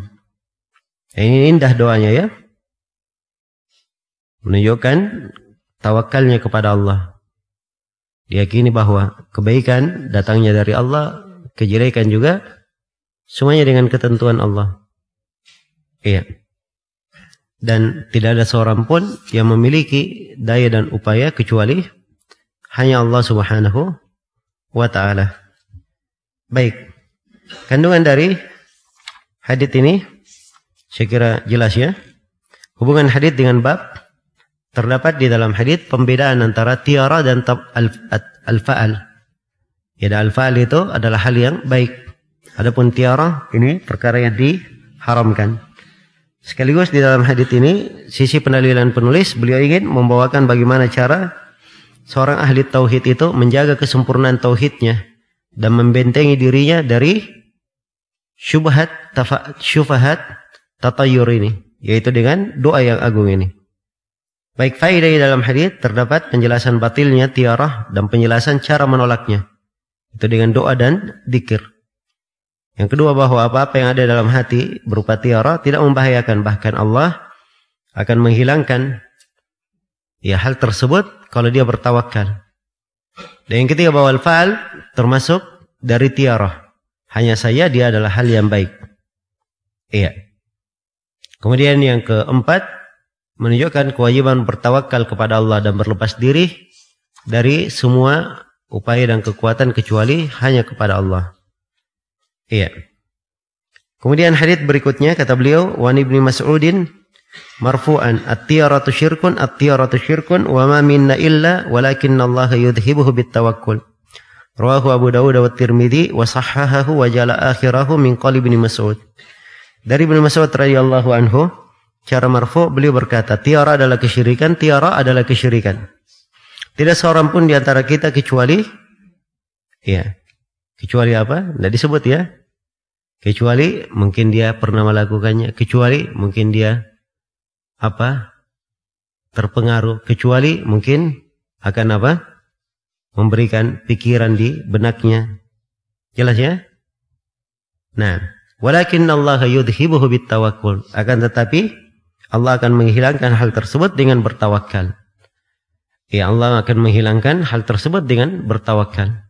Ini indah doanya ya. Menunjukkan tawakalnya kepada Allah. Diyakini bahwa kebaikan datangnya dari Allah, kejelekan juga semuanya dengan ketentuan Allah. Iya. Dan tidak ada seorang pun yang memiliki daya dan upaya kecuali hanya Allah Subhanahu wa ta'ala. Baik. Kandungan dari hadits ini saya kira jelas ya. Hubungan hadits dengan bab, terdapat di dalam hadits pembedaan antara tiara dan al-fa'al. Ya, al-fa'al itu adalah hal yang baik. Adapun tiara ini perkara yang diharamkan. Sekaligus di dalam hadits ini, sisi pendalilan penulis, beliau ingin membawakan bagaimana cara seorang ahli tauhid itu menjaga kesempurnaan tauhidnya dan membentengi dirinya dari syubhat tatayur ini, yaitu dengan doa yang agung ini. Baik, faedah di dalam hadits terdapat penjelasan batilnya tiarah dan penjelasan cara menolaknya. Itu dengan doa dan dzikir. Yang kedua, bahwa apa-apa yang ada dalam hati berupa tiarah tidak membahayakan, bahkan Allah akan menghilangkan ya hal tersebut kalau dia bertawakal. Dan yang ketiga, bahwa al-fa'al termasuk dari tiarah. Hanya saja dia adalah hal yang baik. Iya. Kemudian yang keempat, menunjukkan kewajiban bertawakal kepada Allah dan berlepas diri dari semua upaya dan kekuatan kecuali hanya kepada Allah. Iya. Kemudian hadits berikutnya kata beliau, wa Ibnu Mas'udin marfu'an, at-tiyaratu syirkun wa ma minna illa walakinallaha yudhibuhu bitawakkul. Rawahu Abu Dawud wa Tirmidzi wa sahhahahu wa jala akhirahu min qali Ibnu Mas'ud. Dari Ibnu Mas'ud radhiyallahu anhu, cara marfu, beliau berkata, tiara adalah kesyirikan, tiara adalah kesyirikan. Tidak seorang pun di antara kita kecuali, ya, kecuali apa? Tidak disebut ya. Kecuali mungkin dia pernah melakukannya, kecuali mungkin dia apa? Terpengaruh, kecuali mungkin akan apa? Memberikan pikiran di benaknya. Jelas ya? Nah, walakinallaha yudhibuhu bitawakkul. Akan tetapi Allah akan menghilangkan hal tersebut dengan bertawakal. Ya, Allah akan menghilangkan hal tersebut dengan bertawakal.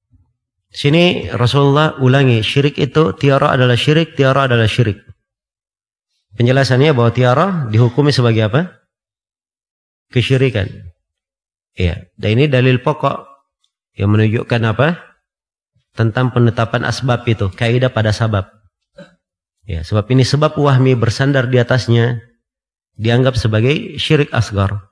Sini Rasulullah ulangi, syirik itu, tiara adalah syirik, tiara adalah syirik. Penjelasannya bahwa tiara dihukumi sebagai apa? Kesyirikan. Ya, dan ini dalil pokok yang menunjukkan apa? Tentang penetapan asbab itu, kaidah pada sabab. Ya, sebab ini sebab wahmi bersandar di atasnya dianggap sebagai syirik asgar.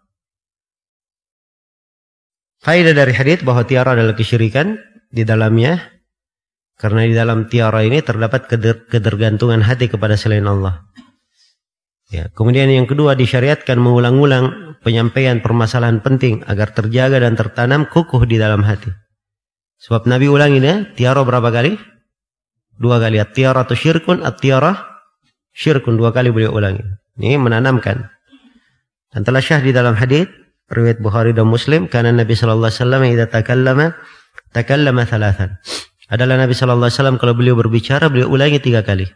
Faedah dari hadits bahwa tiara adalah kesyirikan di dalamnya, karena di dalam tiara ini terdapat ketergantungan hati kepada selain Allah. Ya, kemudian yang kedua, disyariatkan mengulang-ulang penyampaian permasalahan penting agar terjaga dan tertanam kukuh di dalam hati. Sebab Nabi ulangi tiara berapa kali? 2 kali. At-tiara tu syirkun, at-tiara syirkun, 2 kali beliau ulangi. Ini menanamkan. Dan telah syah di dalam hadits riwayat Bukhari dan Muslim, karena Nabi sallallahu alaihi wasallam idza takallama thalathan. Adalah Nabi sallallahu alaihi wasallam kalau beliau berbicara, beliau ulangi 3 kali.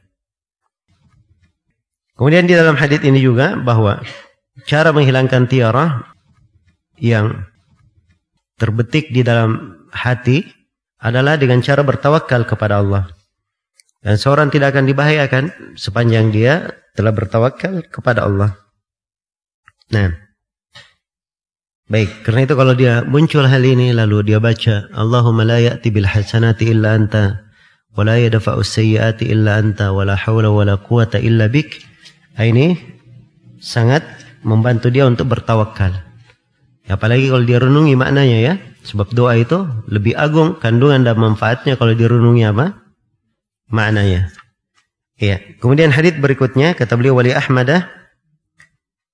Kemudian di dalam hadits ini juga bahwa cara menghilangkan tiara yang terbetik di dalam hati adalah dengan cara bertawakal kepada Allah. Dan seorang tidak akan dibahayakan sepanjang dia telah bertawakal kepada Allah. Nah, baik, karena itu kalau dia muncul hal ini lalu dia baca Allahumma la ya'ti bil hasanati illa anta wa la yadfa'u sayyiati illa anta wa la hawla wa la quwata illa bik, ini sangat membantu dia untuk bertawakal. Apalagi kalau dia renungi maknanya ya, sebab doa itu lebih agung kandungan dan manfaatnya kalau direnungi apa? Maknanya. Ya. Kemudian hadits berikutnya kata beliau, wali Ahmadah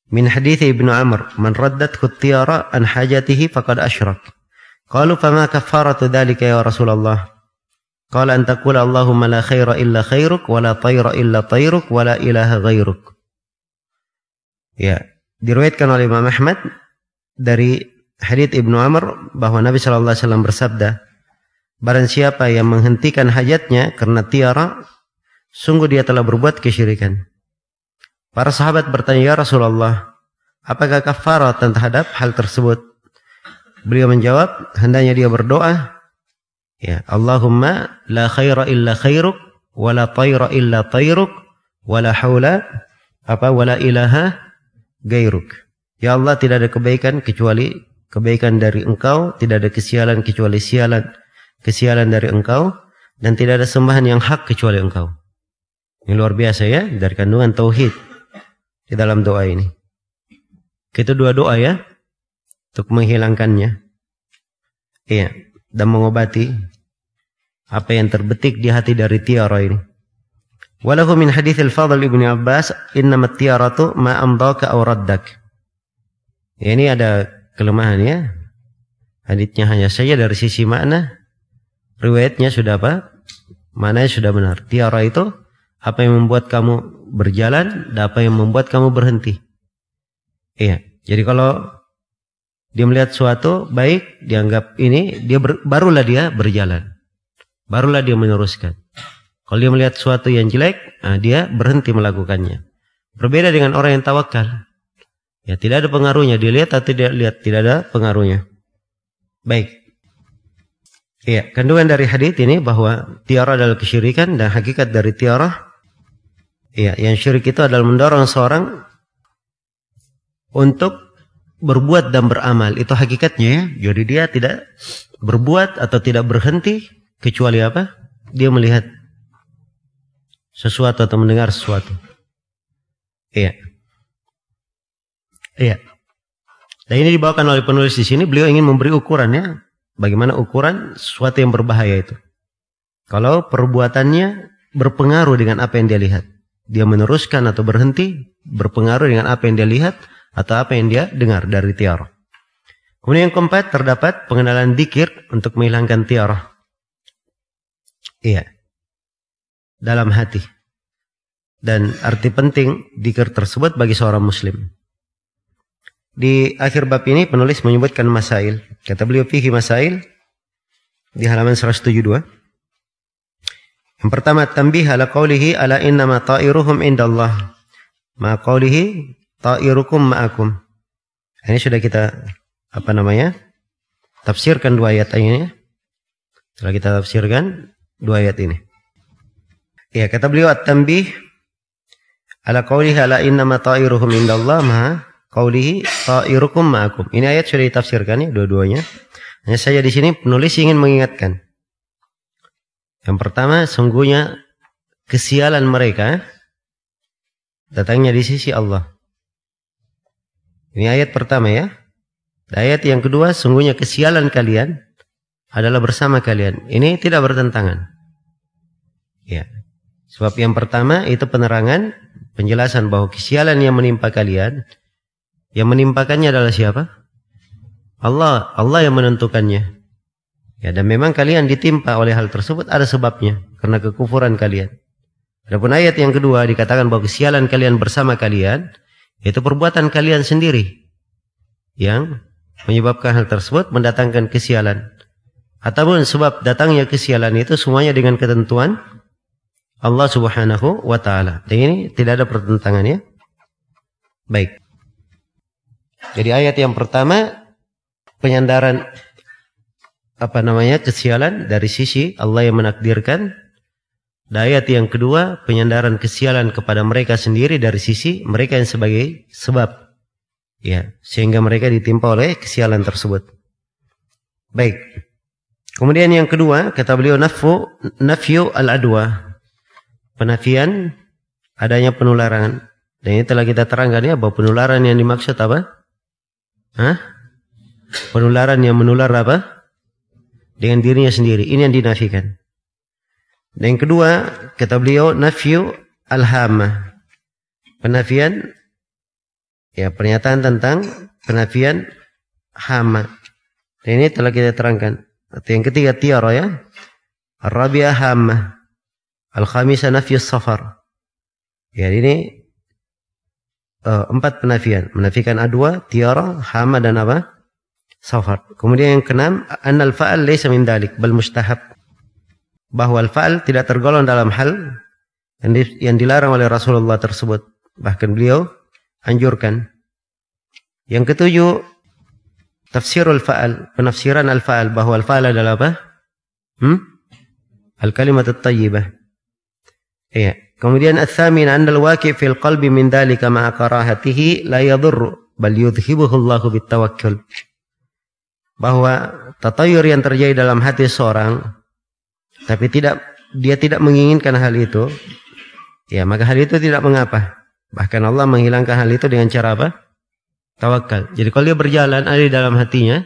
min hadits Ibnu Amr, man raddathu at-tiyara an hajatihi faqad asyrak. Qalu fama kaffaratu dzalika ya Rasulullah? Qala an taqula Allahumma la khaira illa khairuk wa la tayra illa tayruk wa la ilaha ghairuk. Ya, diriwayatkan oleh Imam Ahmad dari hadits Ibnu Amr bahwa Nabi sallallahu alaihi wasallam bersabda, barang siapa yang menghentikan hajatnya karena tiara, sungguh dia telah berbuat kesyirikan. Para sahabat bertanya, ya Rasulullah, apakah kafarat terhadap hal tersebut? Beliau menjawab, hendaknya dia berdoa, ya, Allahumma la khaira illa khairuk wa la tayra illa tayruk wa la haula wa la ilaha gairuk. Ya Allah, tidak ada kebaikan kecuali kebaikan dari Engkau, tidak ada kesialan kecuali kesialan dari Engkau, dan tidak ada sembahan yang hak kecuali Engkau. Ini luar biasa ya, dari kandungan tauhid di dalam doa ini. Itu dua doa ya, untuk menghilangkannya. Iya, dan mengobati apa yang terbetik di hati dari tiara ini. Walahu min hadits al-Fadl Ibnu Abbas, innamat tiaratu ma amdaka aw raddak. Ya, ini ada kelemahannya. Haditsnya hanya saja dari sisi makna, riwayatnya sudah apa? Maknanya sudah benar. Tiara itu apa yang membuat kamu berjalan dan apa yang membuat kamu berhenti. Iya. Jadi kalau dia melihat suatu baik, dianggap ini, barulah dia berjalan. Barulah dia meneruskan. Kalau dia melihat suatu yang jelek, dia berhenti melakukannya. Berbeda dengan orang yang tawakal. Ya, tidak ada pengaruhnya. Dia lihat atau tidak lihat, tidak ada pengaruhnya. Baik. Iya, kandungan dari hadits ini bahwa tiara adalah kesyirikan, dan hakikat dari tiara, iya, yang syirik itu adalah mendorong seorang untuk berbuat dan beramal. Itu hakikatnya ya. Jadi dia tidak berbuat atau tidak berhenti kecuali apa? Dia melihat sesuatu atau mendengar sesuatu. Iya. Iya. Dan ini dibawakan oleh penulis di sini. Beliau ingin memberi ukurannya. Bagaimana ukuran sesuatu yang berbahaya itu. Kalau perbuatannya berpengaruh dengan apa yang dia lihat. Dia meneruskan atau berhenti berpengaruh dengan apa yang dia lihat atau apa yang dia dengar dari tiara. Kemudian yang keempat, terdapat pengenalan dzikir untuk menghilangkan tiara. Iya. Dalam hati. Dan arti penting dzikir tersebut bagi seorang muslim. Di akhir bab ini penulis menyebutkan masail. Kata beliau fihi masail di halaman 172. Yang pertama, tanbih ala qawlihi ala innama ta'iruhum indallah. Ma qawlihi ta'irukum ma'akum. Ini sudah kita tafsirkan dua ayat ini. Setelah kita tafsirkan dua ayat ini. Ya, kata beliau at-tanbih ala qawlihi ala innama ta'iruhum indallah ma qawlihi ta'irukum ma'akum. Ini ayat sudah ditafsirkan ya, dua-duanya. Hanya saja di sini penulis ingin mengingatkan. Yang pertama, sungguhnya kesialan mereka datangnya di sisi Allah. Ini ayat pertama ya. Ayat yang kedua, sungguhnya kesialan kalian adalah bersama kalian. Ini tidak bertentangan. Ya. Sebab yang pertama itu penerangan, penjelasan bahwa kesialan yang menimpa kalian, yang menimpakannya adalah siapa? Allah. Allah yang menentukannya. Ya, dan memang kalian ditimpa oleh hal tersebut ada sebabnya, karena kekufuran kalian. Adapun ayat yang kedua dikatakan bahwa kesialan kalian bersama kalian, itu perbuatan kalian sendiri yang menyebabkan hal tersebut mendatangkan kesialan. Ataupun sebab datangnya kesialan itu semuanya dengan ketentuan Allah Subhanahu wa ta'ala. Dan ini tidak ada pertentangan ya. Baik. Jadi ayat yang pertama penyandaran kesialan dari sisi Allah yang menakdirkan. Dan ayat yang kedua penyandaran kesialan kepada mereka sendiri dari sisi mereka yang sebagai sebab. Ya, sehingga mereka ditimpa oleh kesialan tersebut. Baik. Kemudian yang kedua kata beliau nafyu al-adwa. Penafian adanya penularan. Dan ini telah kita terangkan ya bahwa penularan yang dimaksud apa? Penularan yang menular apa? Dengan dirinya sendiri. Ini yang dinafikan. Dan yang kedua, kata beliau, nafyu al-hamah. Penafian Ya, pernyataan tentang penafian hama. Dan ini telah kita terangkan. Yang ketiga tiara ya. Ar-rabi'ah hama. Al-khamisah nafyus safar. Ya, ini 4 penafian. Menafikan adwa, tiara, hama dan apa? Safar. Kemudian yang keenam, annal fa'al laysa min dalik bal mustahab. Bahwa al-fa'al tidak tergolong dalam hal yang dilarang oleh Rasulullah tersebut. Bahkan beliau anjurkan. Yang ketujuh, tafsirul fa'al, penafsiran al-fa'al, bahwa al-fa'al adalah apa? Al-kalimatut tayyibah. Iya. Kemudian ats-tsamin anna al-waqi' fil qalbi min dzalika ma'a karahatihi la yadhurru bal yudhibuhu Allahu bitawakkul. Bahwa tatayyur yang terjadi dalam hati seorang tapi dia tidak menginginkan hal itu, ya maka hal itu tidak mengapa. Bahkan Allah menghilangkan hal itu dengan cara apa? Tawakal. Jadi kalau dia berjalan ada di dalam hatinya,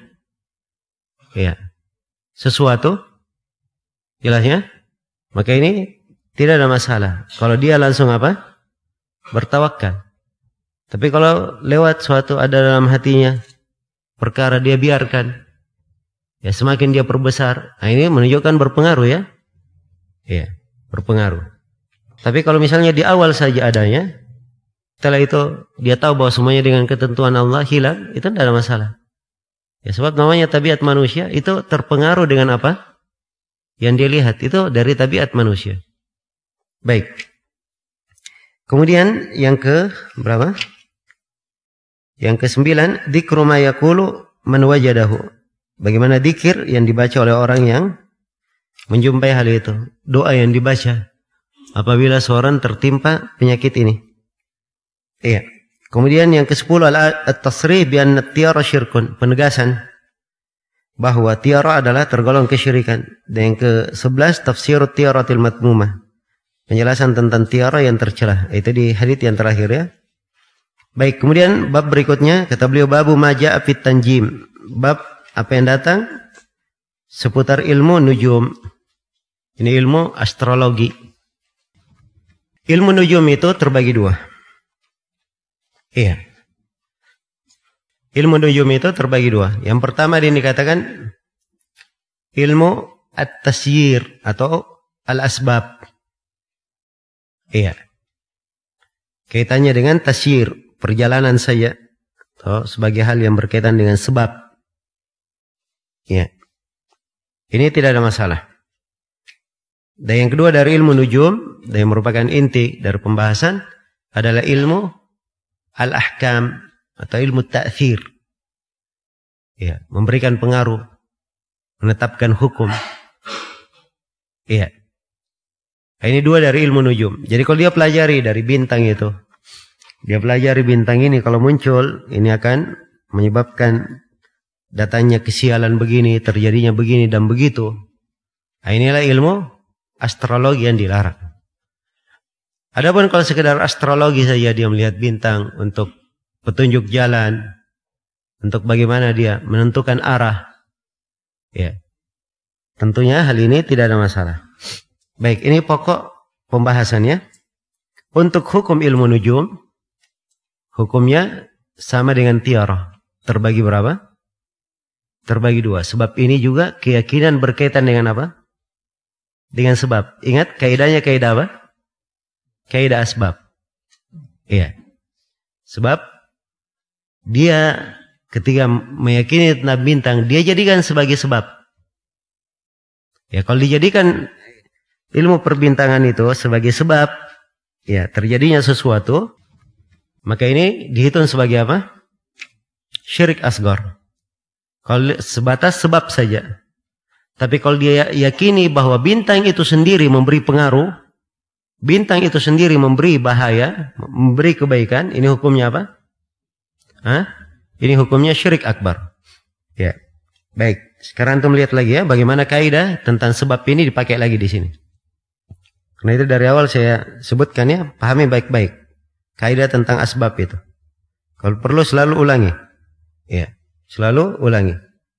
ya sesuatu, jelasnya, maka ini tidak ada masalah. Kalau dia langsung apa? Bertawakal. Tapi kalau lewat suatu ada dalam hatinya, perkara dia biarkan, ya semakin dia perbesar. Nah ini menunjukkan berpengaruh ya. Ya, berpengaruh. Tapi kalau misalnya di awal saja adanya, setelah itu dia tahu bahwa semuanya dengan ketentuan Allah hilang, itu tidak ada masalah. Ya sebab namanya tabiat manusia itu terpengaruh dengan apa? Yang dia lihat itu dari tabiat manusia. Baik. Kemudian yang ke berapa? Yang ke-9, dzikru ma yaqulu man wajadahu. Bagaimana dzikir yang dibaca oleh orang yang menjumpai hal itu. Doa yang dibaca apabila seorang tertimpa penyakit ini. Iya. Kemudian yang ke-10 at-tasrih bi anna tiara syirkun, penegasan bahwa tiara adalah tergolong kesyirikan. Dan yang ke-11 tafsirut tiaratil matmumah, penjelasan tentang tiara yang tercelah. Itu di hadits yang terakhir ya. Baik, kemudian bab berikutnya kata beliau babu maja'a fit tanjim. Bab apa yang datang seputar ilmu nujum. Ini ilmu astrologi. Ilmu nujum itu terbagi dua. Iya. Ilmu nujum itu terbagi dua. Yang pertama ini dikatakan ilmu at-tasyir atau al-asbab. Iya. Kaitannya dengan tasyir, perjalanan saja, atau sebagai hal yang berkaitan dengan sebab. Iya. Ini tidak ada masalah. Dan yang kedua dari ilmu nujum, dan yang merupakan inti dari pembahasan adalah ilmu al-ahkam atau ilmu ta'thir. Ya, memberikan pengaruh, menetapkan hukum. Iya. Ini dua dari ilmu nujum. Jadi kalau dia pelajari dari bintang itu, dia pelajari bintang ini kalau muncul, ini akan menyebabkan datangnya kesialan begini, terjadinya begini dan begitu. Nah, inilah ilmu astrologi yang dilarang. Adapun kalau sekedar astrologi saja dia melihat bintang untuk petunjuk jalan, untuk bagaimana dia menentukan arah, ya, tentunya hal ini tidak ada masalah. Baik, ini pokok pembahasannya. Untuk hukum ilmu nujum, hukumnya sama dengan tiara. Terbagi berapa? Terbagi dua. Sebab ini juga keyakinan berkaitan dengan apa? Dengan sebab. Ingat kaidahnya kaidah apa? Kaidah asbab. Iya. Sebab dia ketika meyakini tentang bintang, dia jadikan sebagai sebab. Ya, kalau dijadikan ilmu perbintangan itu sebagai sebab, ya terjadinya sesuatu, maka ini dihitung sebagai apa? Syirik asgar. Kalau sebatas sebab saja. Tapi kalau dia yakini bahwa bintang itu sendiri memberi pengaruh, bintang itu sendiri memberi bahaya, memberi kebaikan, ini hukumnya apa? Ini hukumnya syirik akbar. Ya. Baik, sekarang antum lihat lagi ya bagaimana kaidah tentang sebab ini dipakai lagi di sini. Karena itu dari awal saya sebutkan ya, pahami baik-baik kaidah tentang asbab itu. Kalau perlu selalu ulangi. Ya, selalu ulangi.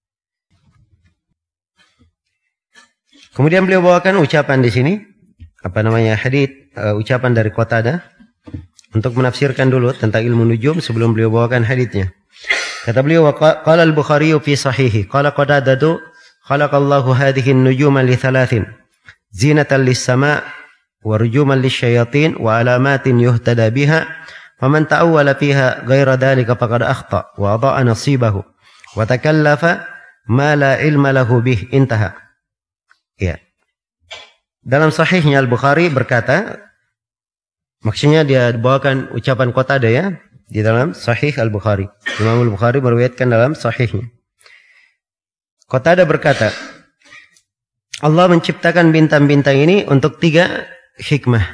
Kemudian beliau bawakan ucapan di sini, apa namanya, hadits, ucapan dari Qatadah. untuk menafsirkan dulu tentang ilmu nujum sebelum beliau bawakan haditsnya. Kata beliau, qala al-Bukhari fi sahihi, qala Qadadatu khalaqallahu hadhihi an-nujuma li thalathin, zinatan lis-sama' wa rujuman lisyayatin wa alamatin yuhtada biha, faman ta'awwala fiha ghaira dhalika faqad akhta wa adha'a nasibahu wa takallafa ma la ilma lahu bih, intaha. Ya. Dalam sahihnya Al-Bukhari berkata, maksudnya dia bawakan ucapan Qatadah ya, di dalam sahih Al-Bukhari. Imam Al-Bukhari meriwayatkan dalam sahihnya. Qatadah berkata, Allah menciptakan bintang-bintang ini untuk 3 hikmah.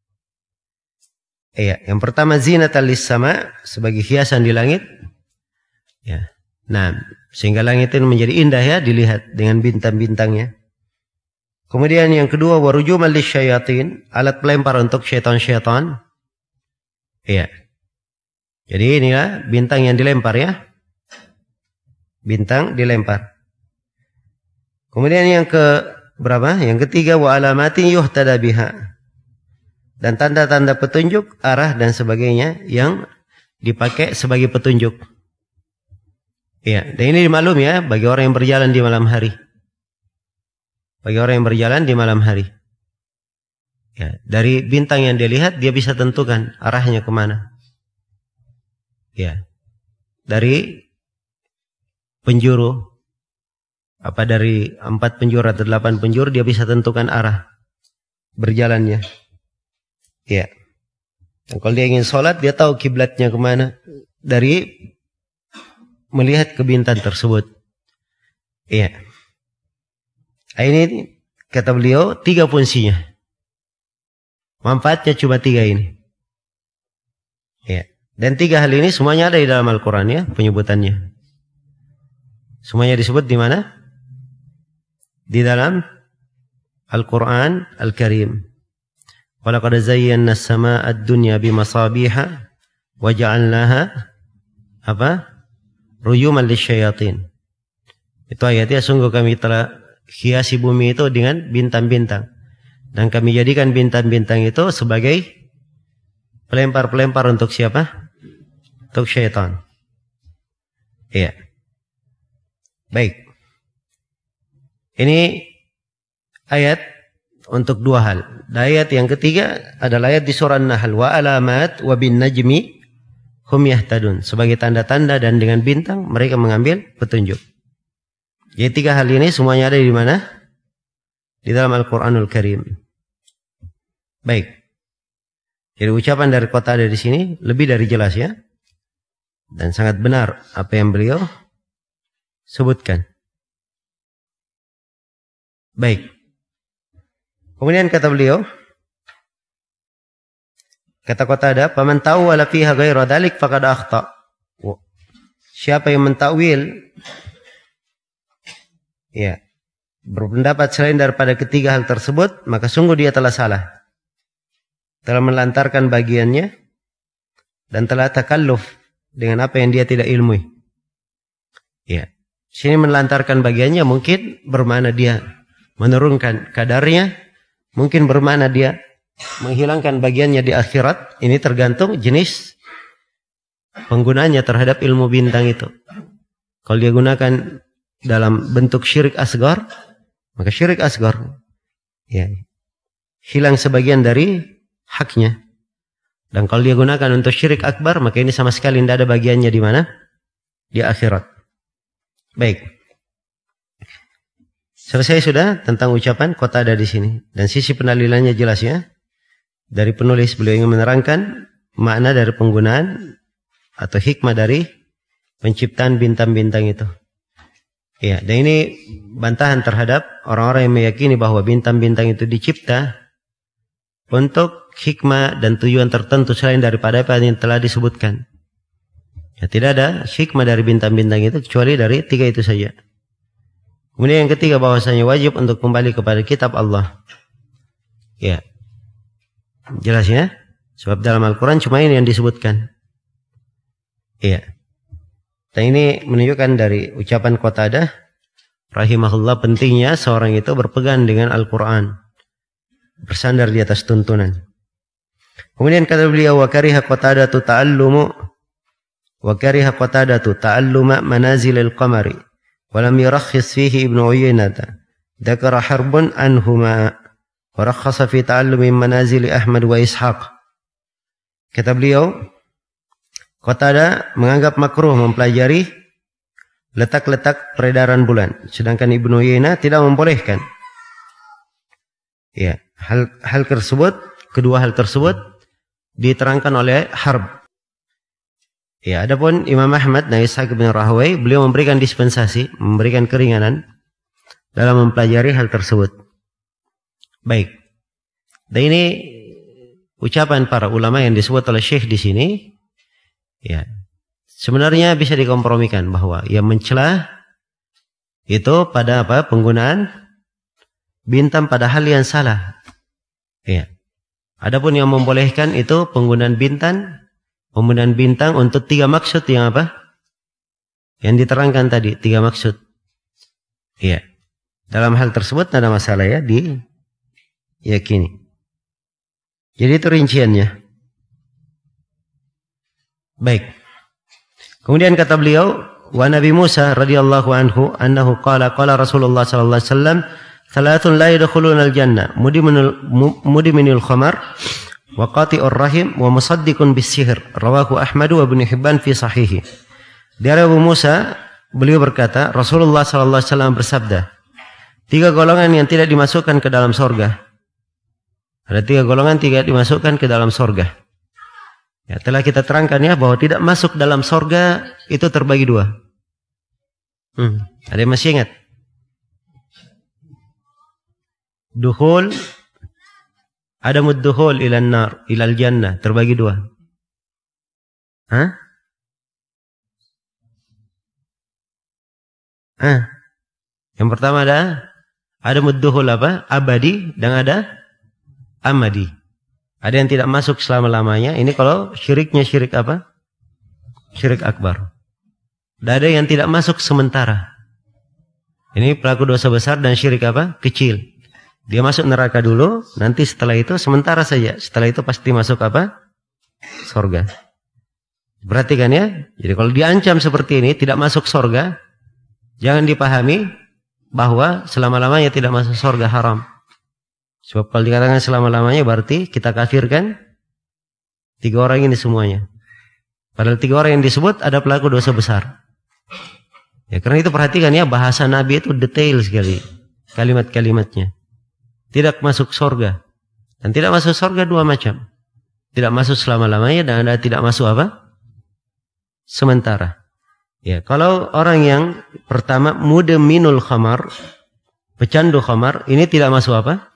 Ya, yang pertama zinatan lis-sama, sebagai hiasan di langit. Ya. Nah, sehingga langit itu menjadi indah ya dilihat dengan bintang-bintangnya. Kemudian yang kedua warujuman lisyayatin, alat pelempar untuk syaitan-syaitan. Iya. Jadi inilah bintang yang dilempar ya. Bintang dilempar. Kemudian yang ke berapa? Yang ketiga wa alamatin yuhtada biha. Dan tanda-tanda petunjuk, arah dan sebagainya yang dipakai sebagai petunjuk. Iya, dan ini dimaklum ya bagi orang yang berjalan di malam hari. Bagi orang yang berjalan di malam hari. Ya, dari bintang yang dia lihat, dia bisa tentukan arahnya kemana. Ya, dari penjuru, apa dari 4 penjuru atau 8 penjuru, dia bisa tentukan arah berjalannya. Ya, dan kalau dia ingin sholat, dia tahu kiblatnya kemana dari melihat ke bintang tersebut. Iya. Ini kata beliau 3 fungsinya. Manfaatnya cuma 3 ini. Ya. Dan 3 hal ini semuanya ada di dalam Al-Quran ya, penyebutannya. Semuanya disebut di mana? Di dalam Al-Quran Al-Karim. Walaqad zayyana as-samaa'a ad-dunya bimasabiha wa ja'alnaha apa? Ruyuman lisyayatin. Itu ayatnya, sungguh kami telah hiasi bumi itu dengan bintang-bintang. Dan kami jadikan bintang-bintang itu sebagai pelempar-pelempar untuk siapa? Untuk syaitan. Iya. Baik. Ini ayat untuk 2 hal. Ayat yang ketiga adalah ayat di surah An-Nahl. Wa alamat wa bin najmi hum yahtadun. Sebagai tanda-tanda dan dengan bintang mereka mengambil petunjuk. Jadi 3 hal ini semuanya ada di mana? Di dalam Al-Quranul Karim. Baik. Jadi ucapan dari Qatadah di sini lebih dari jelas ya. Dan sangat benar apa yang beliau sebutkan. Baik. Kemudian kata beliau, kata Qatadah, "Faman tawwala fiha ghaira dzalik faqad akhta." Siapa yang mentakwil ya, berpendapat selain daripada 3 hal tersebut, maka sungguh dia telah salah. Telah melantarkan bagiannya dan telah takalluf dengan apa yang dia tidak ilmui. Ya. Sini melantarkan bagiannya mungkin bermakna dia menurunkan kadarnya, mungkin bermakna dia menghilangkan bagiannya di akhirat. Ini tergantung jenis penggunaannya terhadap ilmu bintang itu. Kalau dia gunakan dalam bentuk syirik asgar, maka syirik asgar ya, hilang sebagian dari haknya. Dan kalau dia gunakan untuk syirik akbar, maka ini sama sekali tidak ada bagiannya di mana? Di akhirat. Baik. Selesai sudah tentang ucapan Qatadah di sini, dan sisi pendalilannya jelas ya. Dari penulis beliau ingin menerangkan makna dari penggunaan atau hikmah dari penciptaan bintang-bintang itu. Ya, dan ini bantahan terhadap orang-orang yang meyakini bahwa bintang-bintang itu dicipta untuk hikmah dan tujuan tertentu selain daripada apa yang telah disebutkan. Ya, tidak ada hikmah dari bintang-bintang itu kecuali dari 3 itu saja. Kemudian yang ketiga, bahwasanya wajib untuk kembali kepada kitab Allah. Ya, jelas ya. Sebab dalam Al-Quran cuma ini yang disebutkan. Iya. Dan ini menunjukkan dari ucapan Qatadah rahimahullah pentingnya seorang itu berpegang dengan Al-Quran, bersandar di atas tuntunan. Kemudian kata beliau, wa kariha Qatadatu ta'alluma manazilil qamari wa lam yurakhis fihi Ibnu Uyainah. Dzakara Harbun anhuma wa rakhasa fi ta'allumi manazili Ahmad wa Ishaq. Kata beliau, Qatadah menganggap makruh mempelajari letak-letak peredaran bulan, sedangkan Ibnu Uyainah tidak membolehkan. Ya, hal tersebut, kedua hal tersebut diterangkan oleh Harb. Ya, adapun Imam Ahmad dan Ishaq bin Rahawai, beliau memberikan dispensasi, memberikan keringanan dalam mempelajari hal tersebut. Baik. Dan ini ucapan para ulama yang disebut oleh Syekh di sini, ya, sebenarnya bisa dikompromikan bahwa yang mencela itu pada apa? Penggunaan bintang pada hal yang salah. Ya. Adapun yang membolehkan itu penggunaan bintang untuk 3 maksud yang apa? Yang diterangkan tadi, 3 maksud. Ya. Dalam hal tersebut tidak ada masalah ya, diyakini. Jadi itu rinciannya. Baik. Kemudian kata beliau, wa Nabi Musa radhiyallahu anhu annahu qala Rasulullah sallallahu alaihi wasallam, "Thalathun la yadkhuluna al-jannah, mudminul khamar wa qati'ur rahim wa musaddiqun bis-sihr." Rawahu Ahmad wa Ibnu Hibban fi sahihi. Dari Abu Musa, beliau berkata, Rasulullah sallallahu alaihi wasallam bersabda, 3 golongan yang tidak dimasukkan ke dalam surga. Ada 3 golongan tidak dimasukkan ke dalam surga. Ya, telah kita terangkan ya bahwa tidak masuk dalam surga itu terbagi 2. Ada yang masih ingat? Dukhul, adamud dukhul ilan nar, ilal jannah, terbagi 2. Yang pertama adamud dukhul apa? Abadi, dan ada amadi. Ada yang tidak masuk selama-lamanya. Ini kalau syiriknya syirik apa? Syirik akbar. Dan ada yang tidak masuk sementara. Ini pelaku dosa besar dan syirik apa? Kecil. Dia masuk neraka dulu, nanti setelah itu sementara saja. Setelah itu pasti masuk apa? Surga. Perhatikan ya. Jadi kalau diancam seperti ini, tidak masuk surga, jangan dipahami bahwa selama-lamanya tidak masuk surga, haram. Sebab kalau dikatakan selama-lamanya berarti kita kafirkan 3 orang ini semuanya. Padahal 3 orang yang disebut ada pelaku dosa besar. Ya, karena itu perhatikan ya, bahasa Nabi itu detail sekali kalimat-kalimatnya. Tidak masuk surga. Dan tidak masuk surga 2 macam. Tidak masuk selama-lamanya dan ada tidak masuk apa? Sementara. Ya, kalau orang yang pertama mudminul khamar, pecandu khamar, ini tidak masuk apa?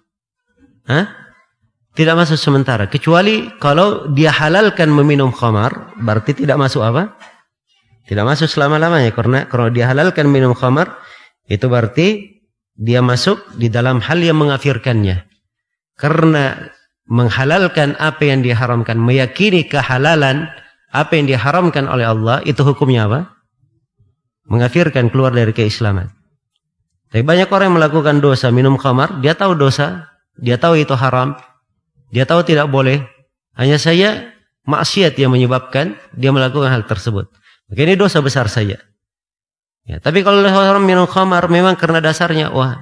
Tidak masuk sementara. Kecuali kalau dia halalkan meminum khamar, berarti tidak masuk apa? Tidak masuk selama-lamanya. Karena kalau dia halalkan minum khamar, itu berarti dia masuk di dalam hal yang mengafirkannya. Karena menghalalkan apa yang diharamkan, meyakini kehalalan apa yang diharamkan oleh Allah, itu hukumnya apa? Mengafirkan, keluar dari keislaman. Tapi banyak orang yang melakukan dosa, minum khamar, dia tahu dosa, dia tahu itu haram, dia tahu tidak boleh. Hanya saja maksiat yang menyebabkan dia melakukan hal tersebut. Maka ini dosa besar saja. Ya, tapi kalau orang minum khamar memang karena dasarnya, wah,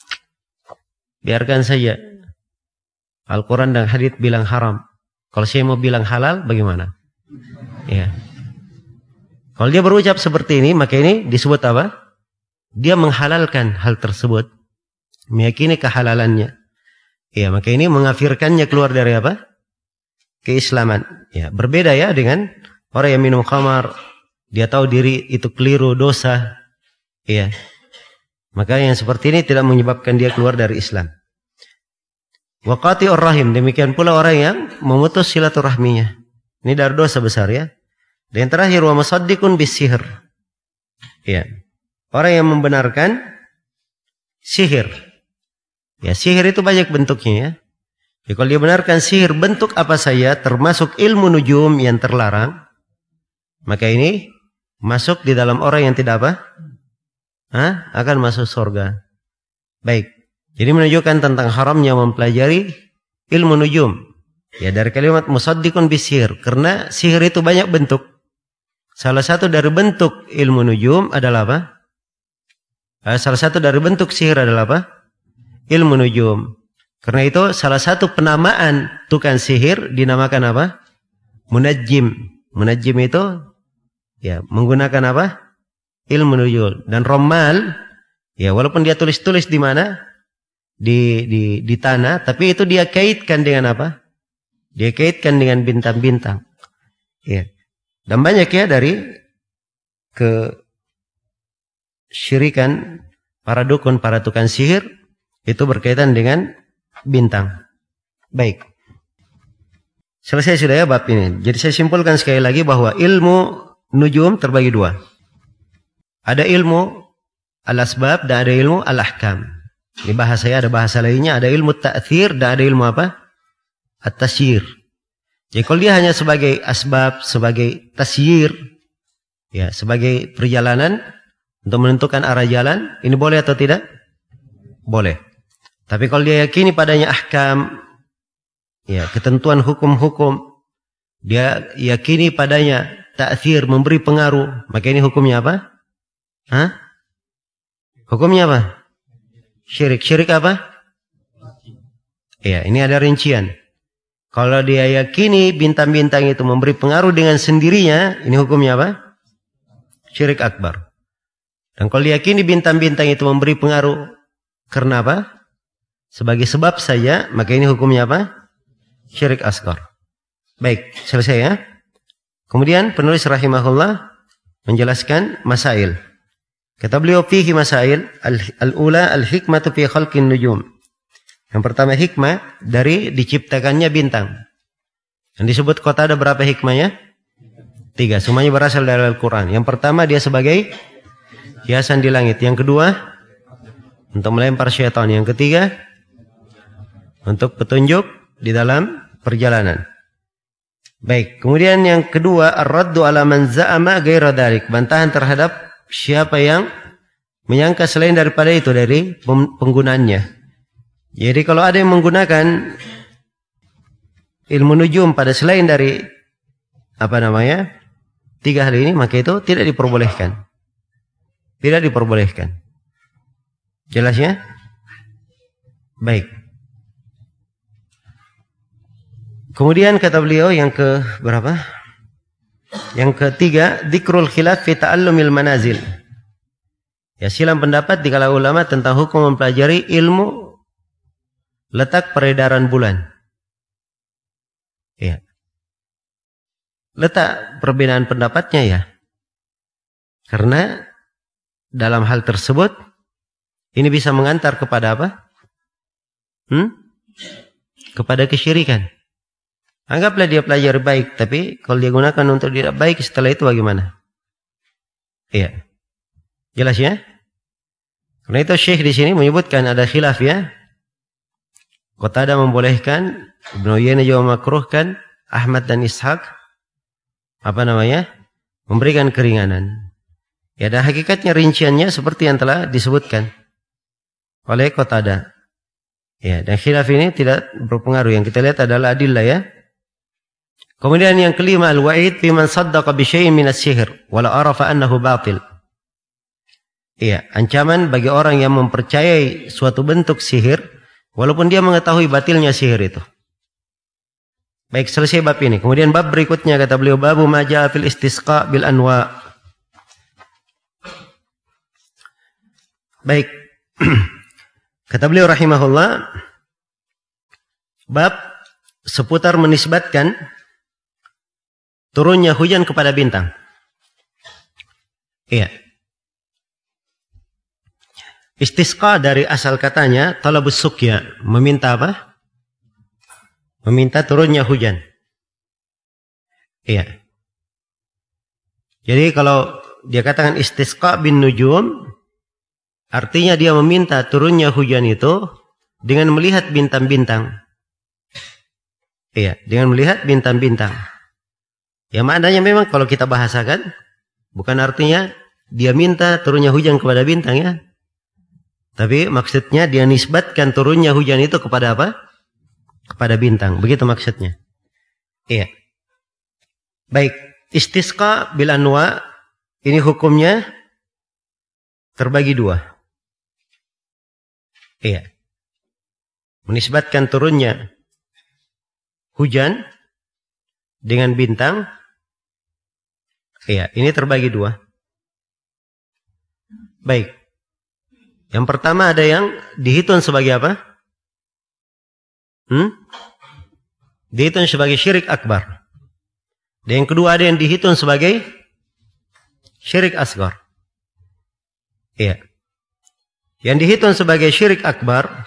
biarkan saja. Al-Quran dan hadits bilang haram. Kalau saya mau bilang halal, bagaimana? Ya. Kalau dia berucap seperti ini, maka ini disebut apa? Dia menghalalkan hal tersebut, meyakini kehalalannya. Ya, maka ini mengafirkannya keluar dari apa? Keislaman. Ya, berbeda ya dengan orang yang minum khamar, dia tahu diri itu keliru, dosa. Ya. Maka yang seperti ini tidak menyebabkan dia keluar dari Islam. Wa qati'ur rahim, demikian pula orang yang memutus silaturahminya. Ini dari dosa besar ya. Dan yang terakhir, wa musaddiqun bis-sihr. Ya. Orang yang membenarkan sihir. Ya, sihir itu banyak bentuknya ya. Ya, kalau dia benarkan sihir bentuk apa saja, termasuk ilmu nujum yang terlarang, maka ini masuk di dalam orang yang tidak apa? Akan masuk surga. Baik. Jadi menunjukkan tentang haramnya mempelajari ilmu nujum. Ya, dari kalimat musaddiqun bisihir, karena sihir itu banyak bentuk. Salah satu dari bentuk ilmu nujum adalah apa? Salah satu dari bentuk sihir adalah apa? Ilmu nujum. Karena itu salah satu penamaan tukang sihir dinamakan apa? Munajjim. Munajjim itu ya menggunakan apa? Ilmu nujum. Dan Romal, ya walaupun dia tulis-tulis di mana? Di tanah, tapi itu dia kaitkan dengan apa? Dia kaitkan dengan bintang-bintang. Ya. Dan banyak ya dari kesyirikan para dukun, para tukang sihir itu berkaitan dengan bintang. Baik. Selesai sudah ya bab ini. Jadi saya simpulkan sekali lagi bahwa ilmu nujum terbagi dua. Ada ilmu al-asbab dan ada ilmu al-ahkam. Di bahasa saya ada bahasa lainnya, ada ilmu ta'thir dan ada ilmu apa? At-tasyir. Jadi kalau dia hanya sebagai asbab, sebagai tasyir, ya sebagai perjalanan untuk menentukan arah jalan, ini boleh atau tidak? Boleh. Tapi kalau dia yakini padanya ahkam, ya ketentuan hukum-hukum, dia yakini padanya ta'thir, memberi pengaruh, maka ini hukumnya apa? Hukumnya apa? Syirik. Syirik apa? Ya, ini ada rincian. Kalau dia yakini bintang-bintang itu memberi pengaruh dengan sendirinya, ini hukumnya apa? Syirik akbar. Dan kalau dia yakini bintang-bintang itu memberi pengaruh karena apa? Sebagai sebab saja, maka ini hukumnya apa? Syirik asghar. Baik, selesai ya. Kemudian penulis rahimahullah menjelaskan masail. Kata beliau fihi masail al-ula al-hikmatu fi khalqin nujum. Yang pertama hikmah dari diciptakannya bintang. Yang disebut kota ada berapa hikmahnya? 3. Semuanya berasal dari Al-Quran. Yang pertama dia sebagai hiasan di langit. Yang kedua untuk melempar syaitan. Yang ketiga untuk petunjuk di dalam perjalanan. Baik. Kemudian yang kedua ar-raddu ala man za'ama ghaira dzalik. Bantahan terhadap siapa yang menyangka selain daripada itu dari penggunaannya. Jadi kalau ada yang menggunakan ilmu nujum pada selain dari 3 hal ini, maka itu tidak diperbolehkan. Tidak diperbolehkan. Jelas ya? Baik. Kemudian kata beliau yang ke berapa? Yang ketiga, dzikrul khilaf fi ta'allumil manazil. Ya, silang pendapat di kalangan ulama tentang hukum mempelajari ilmu letak peredaran bulan. Ya. Letak perbedaan pendapatnya ya. Karena dalam hal tersebut ini bisa mengantar kepada apa? Kepada kesyirikan. Anggaplah dia pelajari baik, tapi kalau dia gunakan untuk tidak baik setelah itu bagaimana? Iya. Jelas ya? Karena itu Syekh di sini menyebutkan ada khilaf ya. Qatadah membolehkan, Ibnu Uyainah juga makruhkan, Ahmad dan Ishaq memberikan keringanan. Ya, dan hakikatnya rinciannya seperti yang telah disebutkan oleh Qatadah. Ya, dan khilaf ini tidak berpengaruh. Yang kita lihat adalah adillah ya. Kemudian yang kelima al-wa'id fi man saddaqa bi syai'in min as-sihr wa la arafa annahu batil. Iya, ancaman bagi orang yang mempercayai suatu bentuk sihir walaupun dia mengetahui batilnya sihir itu. Baik, selesai bab ini. Kemudian bab berikutnya kata beliau babu ma jaa fil istisqa bil anwa. Baik. Kata beliau rahimahullah bab seputar menisbatkan turunnya hujan kepada bintang. Iya. Istisqa dari asal katanya talabus suqya, meminta apa? Meminta turunnya hujan. Iya. Jadi kalau dia katakan istisqa bin nujum, artinya dia meminta turunnya hujan itu dengan melihat bintang-bintang. Iya, dengan melihat bintang-bintang. Ya maknanya memang kalau kita bahasakan bukan artinya dia minta turunnya hujan kepada bintang ya. Tapi maksudnya dia nisbatkan turunnya hujan itu kepada apa? kepada bintang. Begitu maksudnya. Iya. Baik, istisqa bil anwa ini hukumnya terbagi dua. Iya. Menisbatkan turunnya hujan dengan bintang. Iya, ini terbagi dua. Baik. Yang pertama ada yang dihitung sebagai apa? Dihitung sebagai syirik akbar. Dan yang kedua ada yang dihitung sebagai syirik asgar. Iya. Yang dihitung sebagai syirik akbar.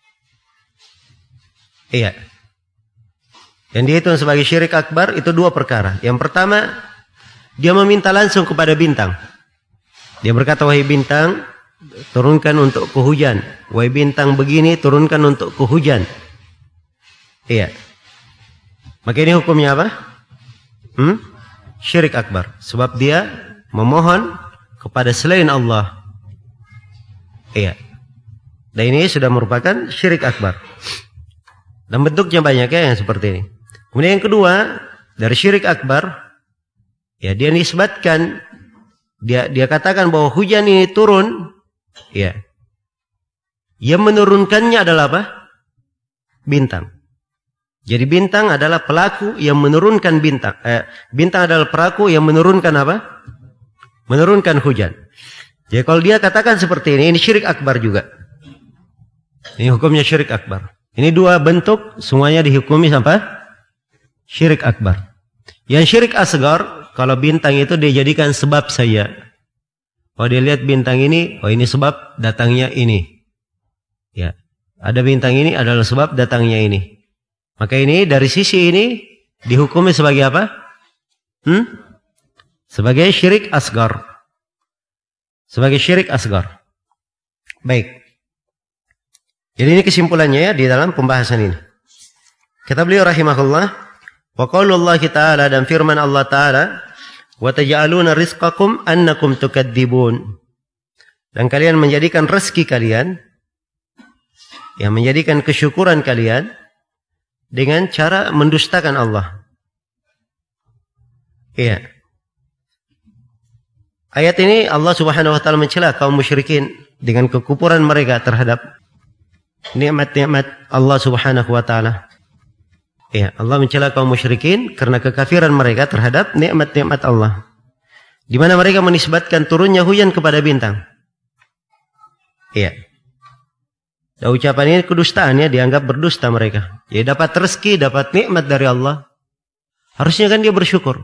Iya. Yang dihitung sebagai syirik akbar itu dua perkara. Yang pertama, dia meminta langsung kepada bintang. Dia berkata, wahai bintang, turunkan untukku hujan. Wahai bintang begini, turunkan untukku hujan. Iya. Maka ini hukumnya apa? Syirik akbar. Sebab dia memohon kepada selain Allah. Iya. Dan ini sudah merupakan syirik akbar. Dan bentuknya banyak ya yang seperti ini. Kemudian yang kedua, dari syirik akbar, ya dia nisbatkan, dia katakan bahwa hujan ini turun, ya. Yang menurunkannya adalah apa? Bintang. Jadi bintang adalah pelaku yang menurunkan bintang. Bintang adalah pelaku yang menurunkan apa? Menurunkan hujan. Jadi kalau dia katakan seperti ini syirik akbar juga. Ini hukumnya syirik akbar. Ini dua bentuk semuanya dihukumi sampai syirik akbar. Yang syirik asgar, kalau bintang itu dia jadikan sebab saja. Kalau dia lihat bintang ini, oh ini sebab datangnya ini. Ya, ada bintang ini adalah sebab datangnya ini. Maka ini dari sisi ini dihukumi sebagai apa? Sebagai syirik asgar. Sebagai syirik asgar. Baik. Jadi ini kesimpulannya ya di dalam pembahasan ini. Kata beliau rahimahullah, wa qaulullah ta'ala, dan firman Allah Ta'ala, wa taj'aluna rizqakum annakum tukadzibun. Dan kalian menjadikan rezeki kalian, yang menjadikan kesyukuran kalian dengan cara mendustakan Allah. Iya. Ayat ini Allah Subhanahu wa taala mencela kaum musyrikin dengan kekufuran mereka terhadap nikmat-nikmat Allah Subhanahu wa taala. Ya, Allah mencela kaum musyrikin karena kekafiran mereka terhadap nikmat-nikmat Allah. Di mana mereka menisbatkan turunnya hujan kepada bintang. Iya. Dan ucapan ini kedustaan ya, dianggap berdusta mereka. Ya, dapat rezeki, dapat nikmat dari Allah. Harusnya kan dia bersyukur.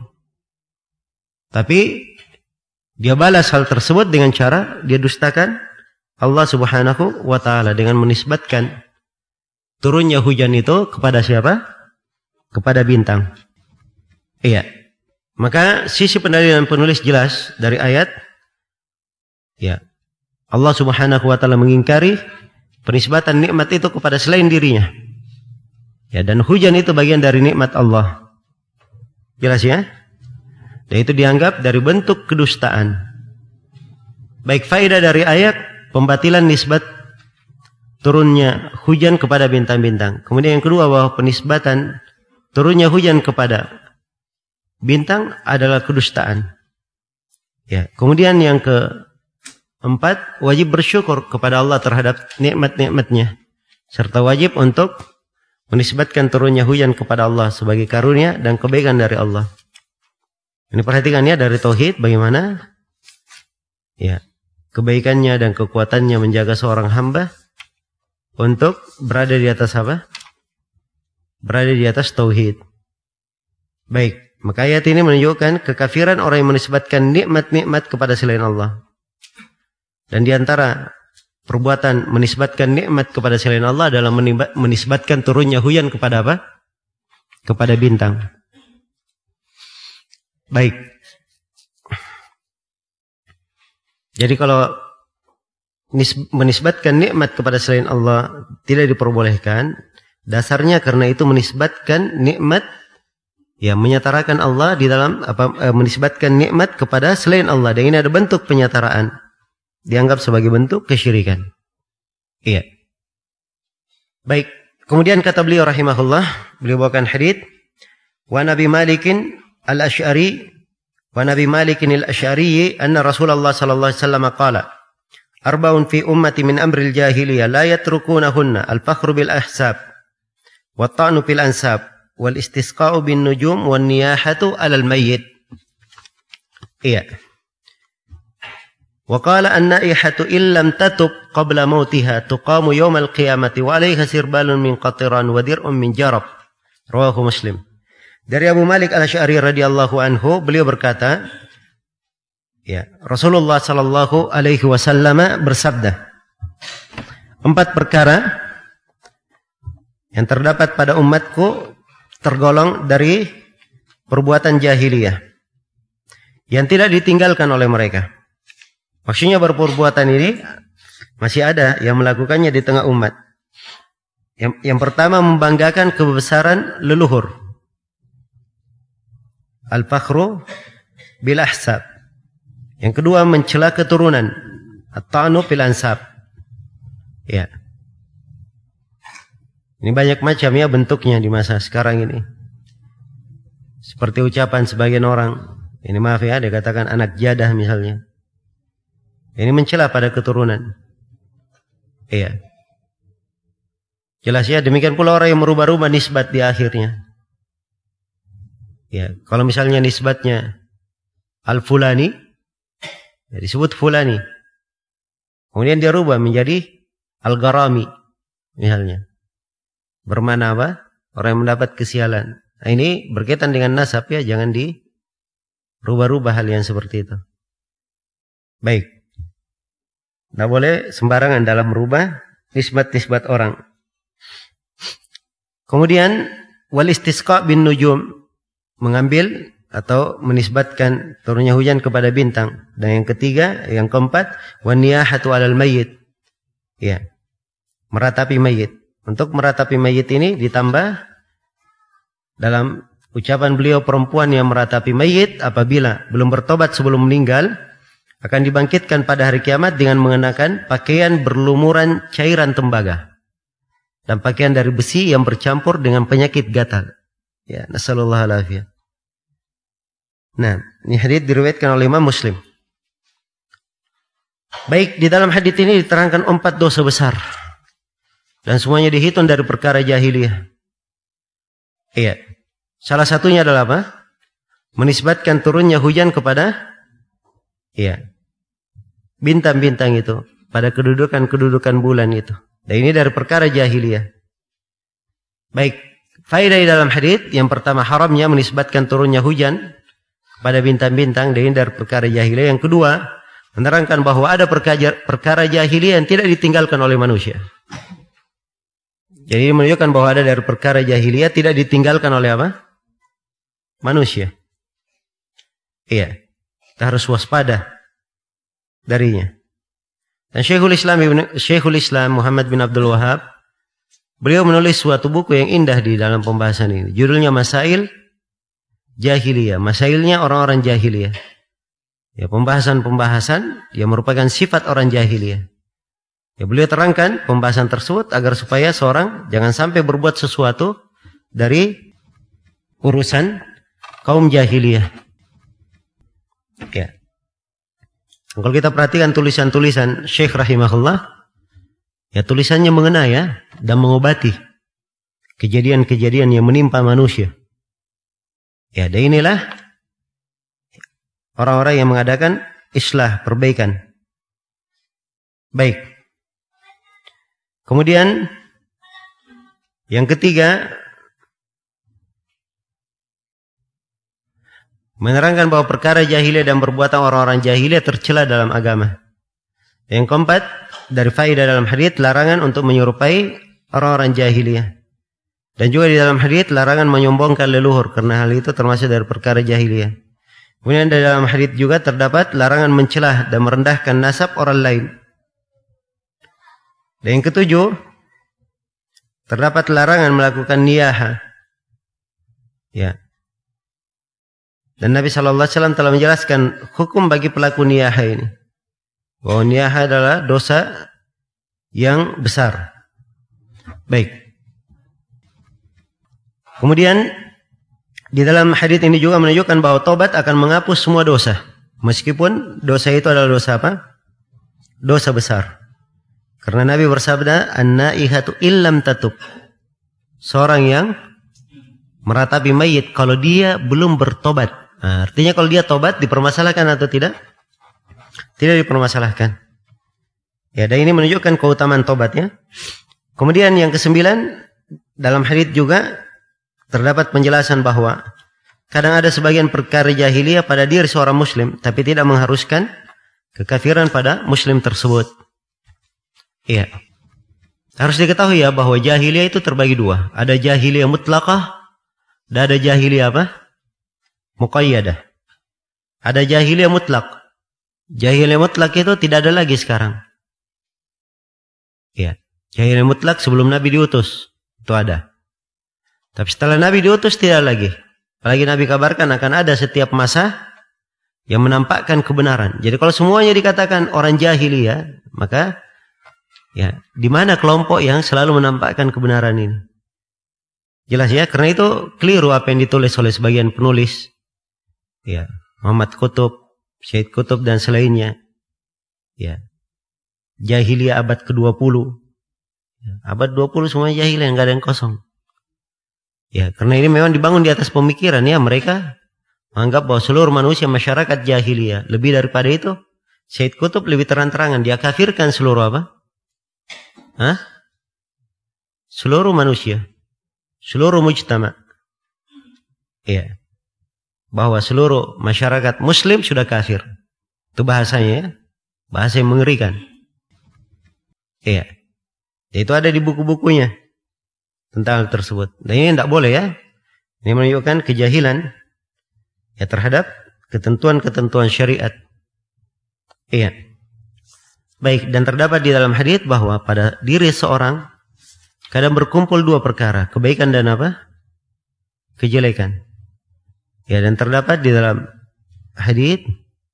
Tapi dia balas hal tersebut dengan cara dia dustakan Allah Subhanahu wa taala dengan menisbatkan turunnya hujan itu kepada siapa? Kepada bintang. Iya. Maka sisi pendalilan penulis jelas dari ayat, ya, Allah Subhanahu wa taala mengingkari penisbatan nikmat itu kepada selain dirinya. Ya, dan hujan itu bagian dari nikmat Allah. Jelas ya? Dan itu dianggap dari bentuk kedustaan. Baik, faedah dari ayat pembatilan nisbat turunnya hujan kepada bintang-bintang. Kemudian yang kedua, bahwa penisbatan turunnya hujan kepada bintang adalah kedustaan. Ya, kemudian yang keempat, wajib bersyukur kepada Allah terhadap nikmat-nikmatnya, serta wajib untuk menisbatkan turunnya hujan kepada Allah sebagai karunia dan kebaikan dari Allah. Ini perhatikan ya, dari tauhid bagaimana ya kebaikannya dan kekuatannya menjaga seorang hamba untuk berada di atas apa? Berada di atas tauhid. Baik, maka ayat ini menunjukkan kekafiran orang yang menisbatkan nikmat-nikmat kepada selain Allah. Dan di antara perbuatan menisbatkan nikmat kepada selain Allah adalah menisbatkan turunnya hujan kepada apa? Kepada bintang. Baik. Jadi kalau menisbatkan nikmat kepada selain Allah tidak diperbolehkan, dasarnya karena itu menisbatkan nikmat, ya, menyatarakan Allah di dalam menisbatkan nikmat kepada selain Allah. Dan ini ada bentuk penyataraan, dianggap sebagai bentuk kesyirikan. Iya. Baik, Kemudian kata beliau rahimahullah, beliau bawakan hadits wa Nabi Malikin al-Asy'ari anna Rasulullah sallallahu alaihi wasallam qala arba'un fi ummati min amril jahiliyah la yatrukunahunna al-fakhru bil ahsab wa ta'nu fil ansab wal istisqa'u bin nujum wan niyahatu 'alal mayyit. Iya. Wa qala an-naihatu illam tatub qabla mautiha tuqamu yaumal qiyamati wa 'alaiha sirbalun min qatiran wa dir'un min jarab. Rawahu Muslim. Dari Abu Malik Al-Asy'ari radhiyallahu anhu, beliau berkata, ya, Rasulullah sallallahu alaihi wasallam bersabda, 4 perkara yang terdapat pada umatku tergolong dari perbuatan jahiliyah yang tidak ditinggalkan oleh mereka. Maksudnya perbuatan ini masih ada yang melakukannya di tengah umat. Yang pertama, membanggakan kebesaran leluhur. Al-fakhru bil ahsab. Yang kedua, mencela keturunan. At-ta'nu fil ansab. Ya. Ini banyak macam ya bentuknya di masa sekarang ini. Seperti ucapan sebagian orang. Ini maaf ya, dia katakan anak jadah misalnya. Ini mencela pada keturunan. Iya. Jelas ya, demikian pula orang yang merubah-rubah nisbat di akhirnya. Ya, kalau misalnya nisbatnya al-fulani, ya disebut fulani. Kemudian dia rubah menjadi al-gharami misalnya. Bermana apa? Orang yang mendapat kesialan. Nah, ini berkaitan dengan nasab ya, jangan dirubah-rubah hal yang seperti itu. Baik. Tidak boleh sembarangan dalam merubah nisbat-nisbat orang. Kemudian wal istisqa bin nujum, mengambil atau menisbatkan turunnya hujan kepada bintang. Dan yang ketiga, yang keempat, wan niyahatu 'alal mayyit. Ya. Meratapi mayit. Untuk meratapi mayit ini ditambah dalam ucapan beliau, perempuan yang meratapi mayit apabila belum bertobat sebelum meninggal akan dibangkitkan pada hari kiamat dengan mengenakan pakaian berlumuran cairan tembaga dan pakaian dari besi yang bercampur dengan penyakit gatal. Ya, nasallallahu alaihi. Nah, ini hadits diriwayatkan oleh Imam Muslim. Baik, di dalam hadits ini diterangkan 4 dosa besar dan semuanya dihitung dari perkara jahiliyah. Iya. Salah satunya adalah apa? Menisbatkan turunnya hujan kepada bintang-bintang itu, pada kedudukan bulan itu. Dan ini dari perkara jahiliyah. Baik, faedah di dalam hadits yang pertama, haramnya menisbatkan turunnya hujan pada bintang-bintang, dan ini dari perkara jahiliyah. Yang kedua, menerangkan bahwa ada perkara jahiliyah yang tidak ditinggalkan oleh manusia. Jadi menunjukkan bahwa ada dari perkara jahiliyah tidak ditinggalkan oleh apa? Manusia. Iya. Kita harus waspada darinya. Dan Syekhul Islam Muhammad bin Abdul Wahab, beliau menulis suatu buku yang indah di dalam pembahasan ini. Judulnya Masail Jahiliyah. Masailnya orang-orang jahiliyah. Ya, pembahasan-pembahasan yang merupakan sifat orang jahiliyah. Ya, beliau terangkan pembahasan tersebut agar supaya seorang jangan sampai berbuat sesuatu dari urusan kaum jahiliyah. Ya. Kalau kita perhatikan tulisan-tulisan Syekh rahimahullah, ya tulisannya mengena ya, dan mengobati kejadian-kejadian yang menimpa manusia. Ya, dan inilah orang-orang yang mengadakan islah, perbaikan. Baik. Kemudian yang ketiga, menerangkan bahwa perkara jahiliyah dan perbuatan orang-orang jahiliyah tercela dalam agama. Yang keempat, dari faedah dalam hadits, larangan untuk menyerupai orang-orang jahiliyah. Dan juga di dalam hadits larangan menyombongkan leluhur, karena hal itu termasuk dari perkara jahiliyah. Kemudian di dalam hadits juga terdapat larangan mencelah dan merendahkan nasab orang lain. Dan yang ketujuh, terdapat larangan melakukan niyaha. Ya. Dan Nabi SAW telah menjelaskan hukum bagi pelaku niyaha ini. Bahwa niyaha adalah dosa yang besar. Baik. Kemudian di dalam hadits ini juga menunjukkan bahwa taubat akan menghapus semua dosa. Meskipun dosa itu adalah dosa apa? Dosa besar. Karena Nabi bersabda, "An-naihatu illam tatub." Seorang yang meratapi mayit kalau dia belum bertobat. Nah, artinya kalau dia tobat dipermasalahkan atau tidak? Tidak dipermasalahkan. Ya, dan ini menunjukkan keutamaan tobatnya. Kemudian yang kesembilan, dalam hadits juga terdapat penjelasan bahwa kadang ada sebagian perkara jahiliyah pada diri seorang muslim, tapi tidak mengharuskan kekafiran pada muslim tersebut. Iya. Harus diketahui ya bahwa jahiliyah itu terbagi dua. Ada jahiliyah mutlaqah dan ada jahiliyah apa? Muqayyadah. Ada jahiliyah mutlak. Jahiliyah mutlak itu tidak ada lagi sekarang. Iya. Jahiliyah mutlak sebelum Nabi diutus itu ada. Tapi setelah Nabi diutus tidak lagi. Apalagi Nabi kabarkan akan ada setiap masa yang menampakkan kebenaran. Jadi kalau semuanya dikatakan orang jahiliyah, maka ya di mana kelompok yang selalu menampakkan kebenaran ini? Jelas ya, karena itu keliru apa yang ditulis oleh sebagian penulis. Ya, Muhammad Qutb, Syed Qutb dan selainnya. Ya. Jahiliyah abad ke-20. Ya, abad 20 semua jahiliyah, enggak ada yang kosong. Ya, karena ini memang dibangun di atas pemikiran ya, mereka menganggap bahwa seluruh manusia masyarakat jahiliyah. Lebih daripada itu, Syed Qutb lebih terang-terangan dia kafirkan seluruh apa? Seluruh manusia. Seluruh mujtama. Ya. Bahwa seluruh masyarakat muslim sudah kafir. Itu bahasanya ya. Bahasa yang mengerikan. Iya. Itu ada di buku-bukunya tentang hal tersebut. Dan ini tidak boleh ya. Ini menunjukkan kejahilan ya terhadap ketentuan-ketentuan syariat. Iya. Baik, dan terdapat di dalam hadits bahwa pada diri seorang kadang berkumpul dua perkara, kebaikan dan apa? Kejelekan. Ya, dan terdapat di dalam hadits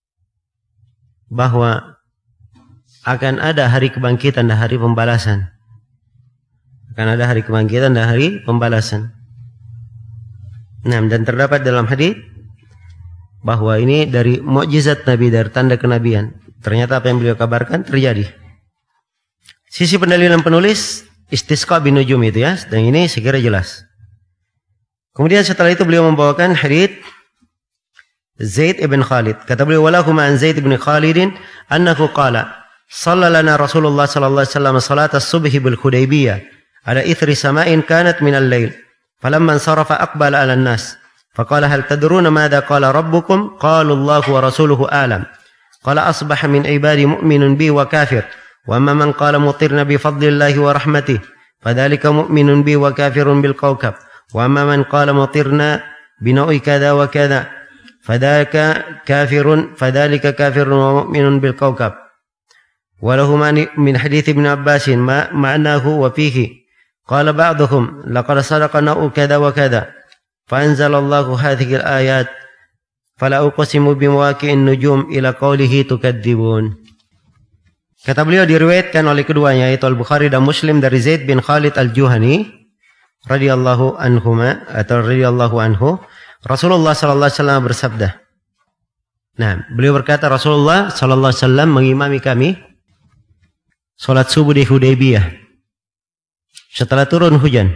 bahwa akan ada hari kebangkitan dan hari pembalasan. Akan ada hari kebangkitan dan hari pembalasan. Nah, dan terdapat dalam hadits bahwa ini dari mukjizat Nabi, dari tanda kenabian. Ternyata apa yang beliau kabarkan terjadi. Sisi pendalilan penulis istisqa bin nujum itu ya, dan ini segera jelas. Kemudian setelah itu beliau membawakan hadits Zaid ibn Khalid. Kata beliau, walahuma an Zaid ibn Khalidin annahu qala shalla lana Rasulullah sallallahu alaihi wasallam salat as-subhi bil Hudaybiyah ala ithri sama'in kanat min al-lail. Falamma sarafa aqbala 'ala an-nas. Faqala hal tadruna madha qala rabbukum? Qalu Allahu wa rasuluhu a'lam. Qala asbaha min ibadi mu'minun bi wa kafir. Wa amma man qala mutirna bi fadlillahi wa rahmatih. Fadhalika mu'minun bi wa kafirun bil kawkab. Wa amma man qala mutirna bi nawi kadha wa kadha. Fadhalika kafirun wa mu'minun bil kawkab. Walahuma min hadits Ibn Abbas ma'nahu wa fihi. Qala ba'duhum laqad sadaqa nawu kadha wa kadha. Fa anzalallahu hadhihi al-ayat. Fala uqsimu bimawaqi'in nujum ila qawlihi tukadzibun. Kata beliau diriwayatkan oleh keduanya yaitu Al-Bukhari dan Muslim dari Zaid bin Khalid Al-Juhani radhiyallahu anhuma atau radhiyallahu anhu, Rasulullah sallallahu alaihi wasallam bersabda. Nah, beliau berkata Rasulullah sallallahu alaihi wasallam mengimami kami salat subuh di Hudaybiyah setelah turun hujan.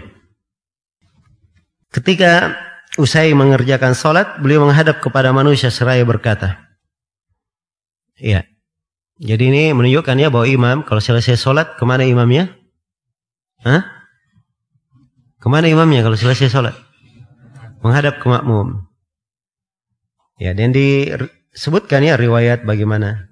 Ketika usai mengerjakan salat, beliau menghadap kepada manusia seraya berkata, iya. Jadi ini menunjukkan ya bahwa imam kalau selesai salat kemana imamnya? Kemana imamnya kalau selesai salat? Menghadap ke makmum. Ya, dan disebutkan ya riwayat bagaimana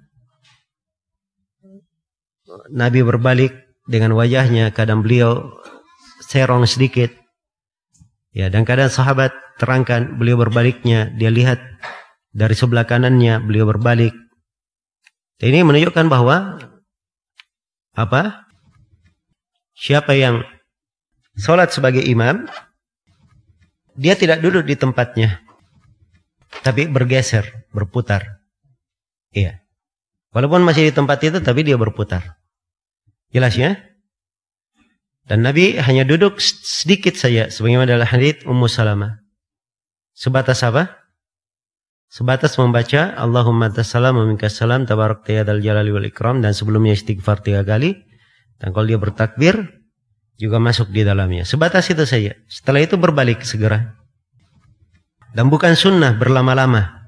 Nabi berbalik dengan wajahnya, kadang beliau serong sedikit. Ya, dan kadang sahabat terangkan beliau berbaliknya, dia lihat dari sebelah kanannya beliau berbalik. Ini menunjukkan bahwa apa? Siapa yang sholat sebagai imam, dia tidak duduk di tempatnya, tapi bergeser, berputar. Iya. Walaupun masih di tempat itu, tapi dia berputar. Jelas ya? Dan Nabi hanya duduk sedikit saja, sebagaimana dalam hadits Ummu Salamah. Sebatas apa? Sebatas membaca Allahumma tassalam wa minkas salam tabarakta ya dzal jalali wal ikram, dan sebelumnya istighfar 3 kali. Dan kalau dia bertakbir juga masuk di dalamnya. Sebatas itu saja. Setelah itu berbalik segera. Dan bukan sunnah berlama-lama.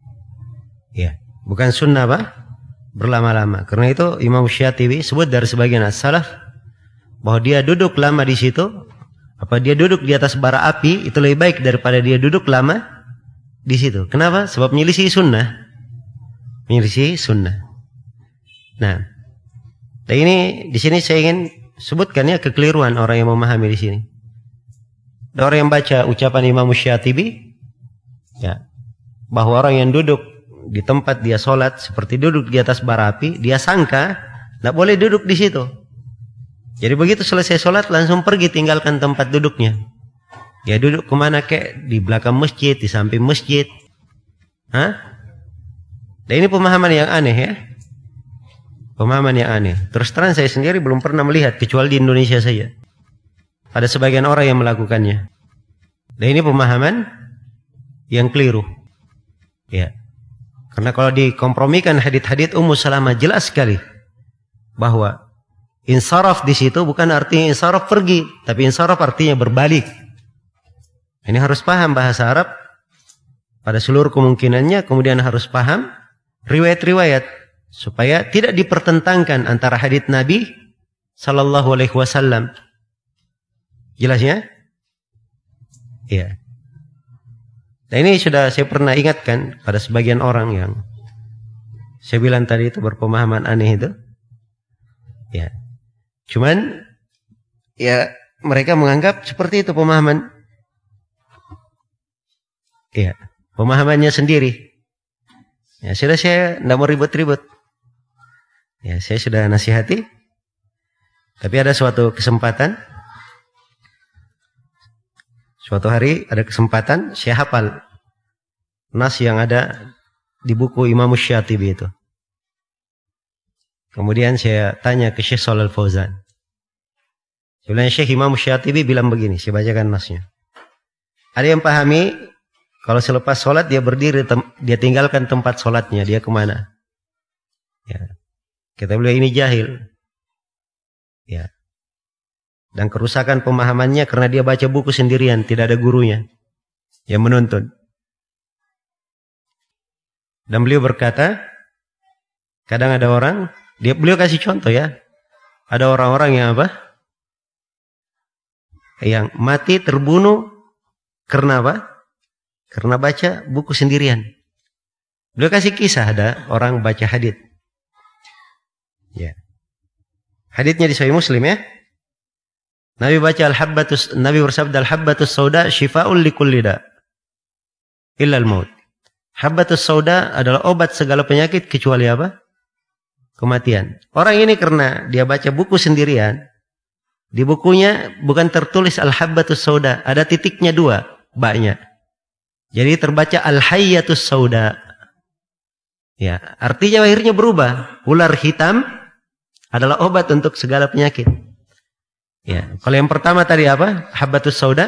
Ya, bukan sunnah apa? Berlama-lama. Karena itu Imam Syatibi sebut dari sebagian as-salaf bahwa dia duduk lama di situ, apa dia duduk di atas bara api itu lebih baik daripada dia duduk lama di situ. Kenapa? Sebab menyelisih sunnah. Menyelisih sunnah. Nah, dan ini di sini saya ingin sebutkan ya kekeliruan orang yang memahami di sini. Ada orang yang baca ucapan Imam Syatibi, ya, bahwa orang yang duduk di tempat dia sholat seperti duduk di atas bara api, dia sangka tidak boleh duduk di situ. Jadi begitu selesai sholat langsung pergi tinggalkan tempat duduknya. Ya duduk kemana kek? Di belakang masjid, di samping masjid. Hah? Dan ini pemahaman yang aneh ya. Pemahaman yang aneh. Terus terang saya sendiri belum pernah melihat kecuali di Indonesia saja. Ada sebagian orang yang melakukannya. Dan ini pemahaman yang keliru. Ya. Karena kalau dikompromikan hadits-hadits Ummu Salamah jelas sekali bahwa insaraf di situ bukan artinya insaraf pergi, tapi insaraf artinya berbalik. Ini harus paham bahasa Arab pada seluruh kemungkinannya, kemudian harus paham riwayat-riwayat supaya tidak dipertentangkan antara hadits Nabi sallallahu alaihi wasallam. Jelasnya? Iya. Dan ini sudah saya pernah ingatkan pada sebagian orang yang saya bilang tadi itu berpemahaman aneh itu. Ya. Cuman ya mereka menganggap seperti itu pemahaman. Ya, pemahamannya sendiri. Ya, sudah saya tidak mau ribut-ribut. Ya, saya sudah nasihati. Tapi ada suatu kesempatan, suatu hari ada kesempatan saya hafal nas yang ada di buku Imam Syatibi itu. Kemudian saya tanya ke Syekh Shalal Fauzan. Sebenarnya Syekh Imam Syatibi bilang begini, saya bacakan nasnya. Ada yang pahami kalau selepas sholat dia berdiri, dia tinggalkan tempat sholatnya, dia kemana? Ya. Kita bilang ini jahil. Ya. Dan kerusakan pemahamannya karena dia baca buku sendirian, tidak ada gurunya yang menuntun. Dan beliau berkata, kadang ada orang, beliau kasih contoh ya, ada orang-orang yang apa? Yang mati terbunuh karena apa? Karena baca buku sendirian. Beliau kasih kisah ada orang baca hadits. Ya. Haditsnya di Sahih Muslim ya. Nabi bersabda al-habbatus sauda syifa'ul likulli da' illa al-maut. Habbatus sauda adalah obat segala penyakit kecuali apa? Kematian. Orang ini karena dia baca buku sendirian, di bukunya bukan tertulis al-habbatus sauda, ada titiknya 2, ba-nya. Jadi terbaca al-hayyatus sauda. Ya, artinya akhirnya berubah. Ular hitam adalah obat untuk segala penyakit. Ya, kalau yang pertama tadi apa? Habbatus sauda?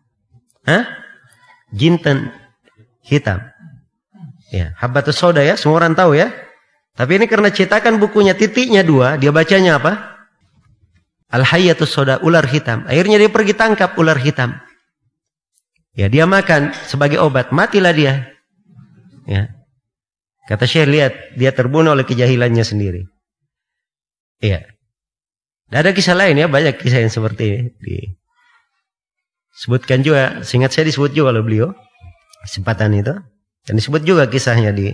Jintan hitam. Ya, habbatus sauda ya, semua orang tahu ya. Tapi ini karena cetakan bukunya titiknya 2, dia bacanya apa? Al-hayyatus sauda, ular hitam. Akhirnya dia pergi tangkap ular hitam. Ya, dia makan sebagai obat, matilah dia. Ya. Kata Syekh, lihat, dia terbunuh oleh kejahilannya sendiri. Iya. Dan ada kisah lain ya, banyak kisah yang seperti ini. Disebutkan juga, seingat saya disebut juga oleh beliau kesempatan itu. Dan disebut juga kisahnya di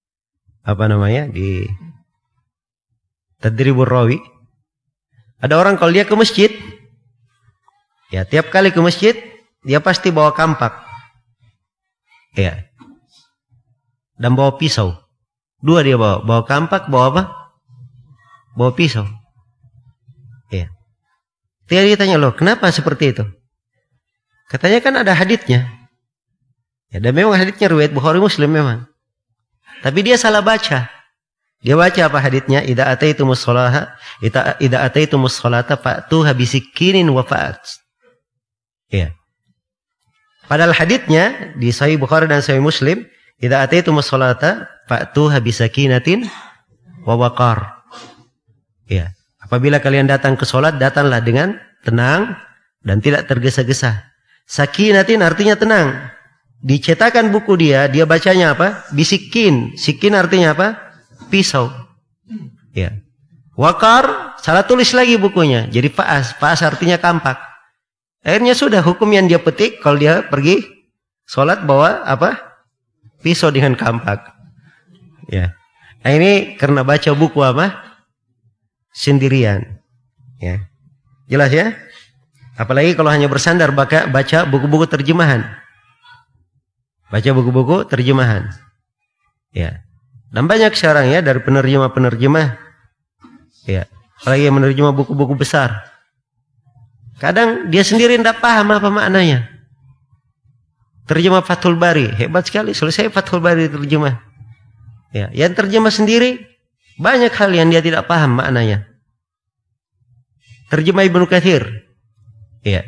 di Tadribur Rawi. Ada orang kalau dia ke masjid, ya tiap kali ke masjid dia pasti bawa kampak. Ya. Dan bawa pisau. 2 dia bawa kampak, bawa apa? Bawa pisau. Ya. Dia tanya, loh, kenapa seperti itu? Katanya kan ada haditsnya. Ya, dan memang haditsnya riwayat Bukhari Muslim memang. Tapi dia salah baca. Dia baca apa haditsnya? Idza ataitumus sholata fa'tuha bisikinin wa fa'at. Ya. Padahal haditsnya di Sahih Bukhari dan Sahih Muslim, idza ataitumus sholata fa'tuha bisakinatin wa waqar. Ya. Apabila kalian datang ke salat, datanglah dengan tenang dan tidak tergesa-gesa. Sakinatin artinya tenang. Dicetakan buku dia bacanya apa? Bisikin. Sikin artinya apa? Pisau. Ya. Waqar, salah tulis lagi bukunya. Jadi faas. Faas artinya kampak. Akhirnya sudah hukum yang dia petik kalau dia pergi sholat bawa apa? Pisau dengan kampak. Ya. Nah, ini karena baca buku apa? Sendirian. Ya. Jelas ya? Apalagi kalau hanya bersandar baca buku-buku terjemahan. Baca buku-buku terjemahan. Ya. Dan banyak sekarang ya dari penerjemah-penerjemah. Ya. Apalagi yang menerjemah buku-buku besar. Kadang dia sendiri tidak paham apa maknanya. Terjemah Fathul Bari. Hebat sekali. Selesai Fathul Bari terjemah. Ya. Yang terjemah sendiri. Banyak hal yang dia tidak paham maknanya. Terjemah Ibnu Katsir. Ya.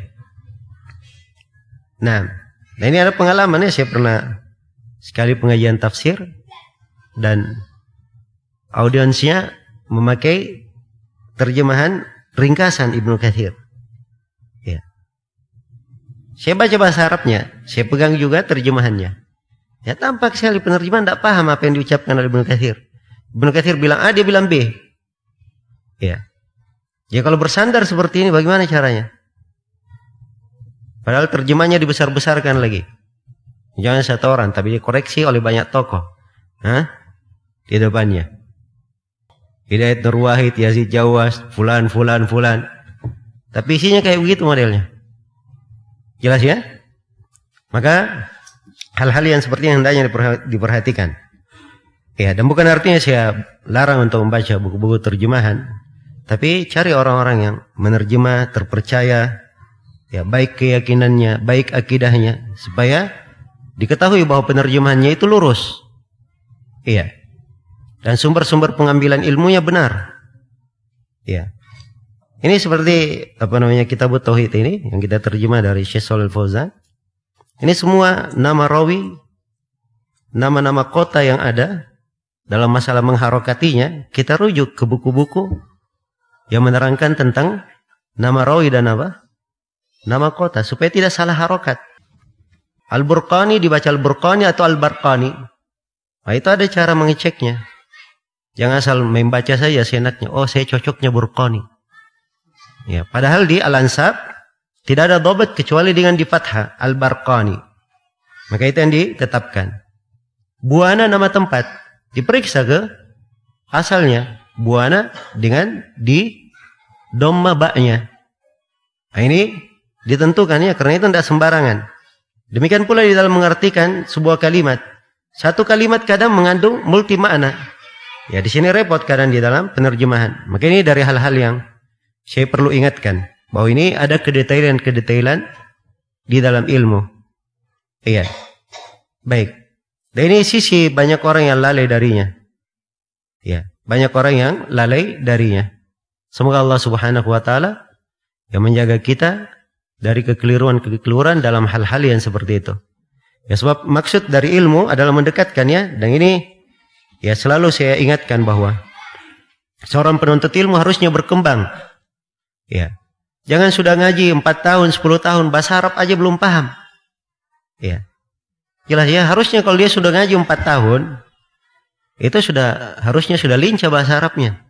Nah ini ada pengalaman ya. Saya pernah sekali pengajian tafsir. Dan audiensnya memakai terjemahan ringkasan Ibnu Katsir. Ya. Saya baca bahasa Arabnya, saya pegang juga terjemahannya. Ya tampak sekali penerjemahan tidak paham apa yang diucapkan oleh Ibnu Katsir. Ibnu Katsir bilang A, dia bilang B. Ya. Ya kalau bersandar seperti ini bagaimana caranya? Padahal terjemahnya dibesar-besarkan lagi. Jangan satu orang, tapi dikoreksi oleh banyak tokoh. Di depannya. Hidayat Nur Wahid, Yazid Jawas, fulan. Tapi isinya kayak begitu modelnya. Jelas ya? Maka hal-hal yang seperti yang hendaknya diperhatikan. Ya, dan bukan artinya saya larang untuk membaca buku-buku terjemahan. Tapi cari orang-orang yang menerjemah, terpercaya, ya baik keyakinannya, baik akidahnya, supaya diketahui bahwa penerjemahannya itu lurus. Iya. Dan sumber-sumber pengambilan ilmunya benar. Ya. Ini seperti Kitab Tauhid ini yang kita terjemah dari Syekh Shalih Fauzan. Ini semua nama rawi, nama-nama kota yang ada dalam masalah mengharokatinya, kita rujuk ke buku-buku yang menerangkan tentang nama rawi dan apa? Nama kota supaya tidak salah harokat. Al-Burqani dibaca Al-Burqani atau Al-Barqani. Nah, itu ada cara mengeceknya. Jangan asal membaca saja seenaknya. Oh, saya cocoknya Burqani. Ya, padahal di Al-Ansab tidak ada dhabat kecuali dengan di fathah Al-Barqani. Maka itu yang ditetapkan. Buana nama tempat diperiksa ke asalnya. Buana dengan di dhamma ba-nya. Nah, ini ditentukan ya, karena itu tidak sembarangan. Demikian pula di dalam mengartikan sebuah kalimat. Satu kalimat kadang mengandung multi makna. Ya di sini repot kadang di dalam penerjemahan. Maka ini dari hal-hal yang saya perlu ingatkan. Bahwa ini ada kedetailan di dalam ilmu. Iya. Baik. Dan ini sisi banyak orang yang lalai darinya. Ya, banyak orang yang lalai darinya. Semoga Allah Subhanahu wa taala yang menjaga kita dari kekeliruan dalam hal-hal yang seperti itu. Ya, sebab maksud dari ilmu adalah mendekatkan ya. Dan ini ya selalu saya ingatkan bahwa seorang penuntut ilmu harusnya berkembang. Ya. Jangan sudah ngaji 4 tahun, 10 tahun, bahasa Arab aja belum paham. Ya. Jelas ya, harusnya kalau dia sudah ngaji 4 tahun, itu harusnya sudah lincah bahasa Arabnya.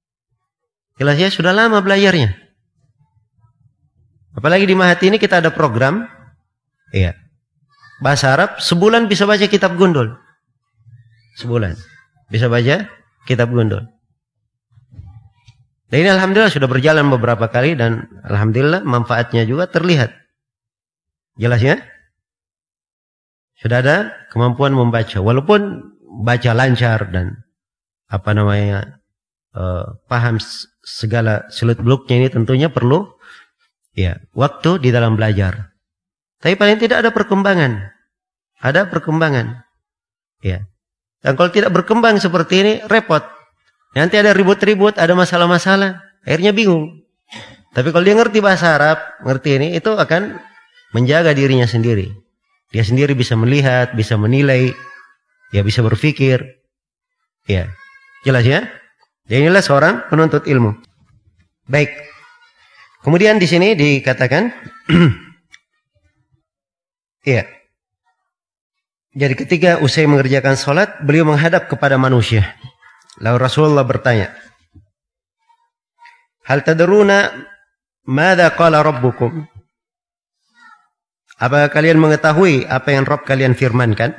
Jelas ya, sudah lama belajarnya. Apalagi di Mahat ini kita ada program, ya, bahasa Arab, sebulan bisa baca kitab Gundul. Sebulan bisa baca kitab Gundul. Dan ini alhamdulillah sudah berjalan beberapa kali dan alhamdulillah manfaatnya juga terlihat. Jelas ya? Sudah ada kemampuan membaca, walaupun baca lancar dan paham segala seluk-beluknya ini tentunya perlu ya waktu di dalam belajar. Tapi paling tidak ada perkembangan. Ada perkembangan. Ya. Dan kalau tidak berkembang seperti ini repot. Nanti ada ribut-ribut, ada masalah-masalah, akhirnya bingung. Tapi kalau dia ngerti bahasa Arab, ngerti ini, itu akan menjaga dirinya sendiri. Dia sendiri bisa melihat, bisa menilai, ya bisa berpikir. Ya, jelas ya? Jadi inilah seorang penuntut ilmu. Baik. Kemudian di sini dikatakan, ya. Jadi ketika usai mengerjakan sholat, beliau menghadap kepada manusia. Lalu Rasulullah bertanya, hal tadruna madza qala rabbukum? Apakah kalian mengetahui apa yang Rabb kalian firmankan?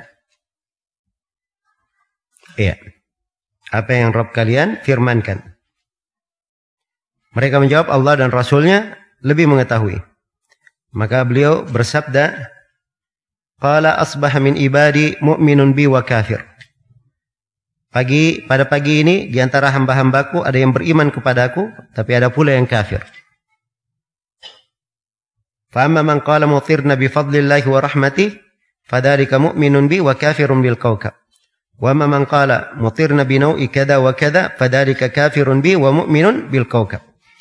Iya. Apa yang Rabb kalian firmankan? Mereka menjawab, Allah dan Rasulnya lebih mengetahui. Maka beliau bersabda, qala asbaha min ibadi mu'minun bi wa kafir. Pada pagi ini di antara hamba-hambaku ada yang beriman kepadaku, tapi ada pula yang kafir. Fa amma man qala mutirna bi fadlillahi wa rahmatihi fadzalika mu'minun bi wa kafirun bil kawkab. Wa amma man qala mutirna bi nau'i kada wa kada fadzalika kafirun bi wa mu'minun bil kawkab.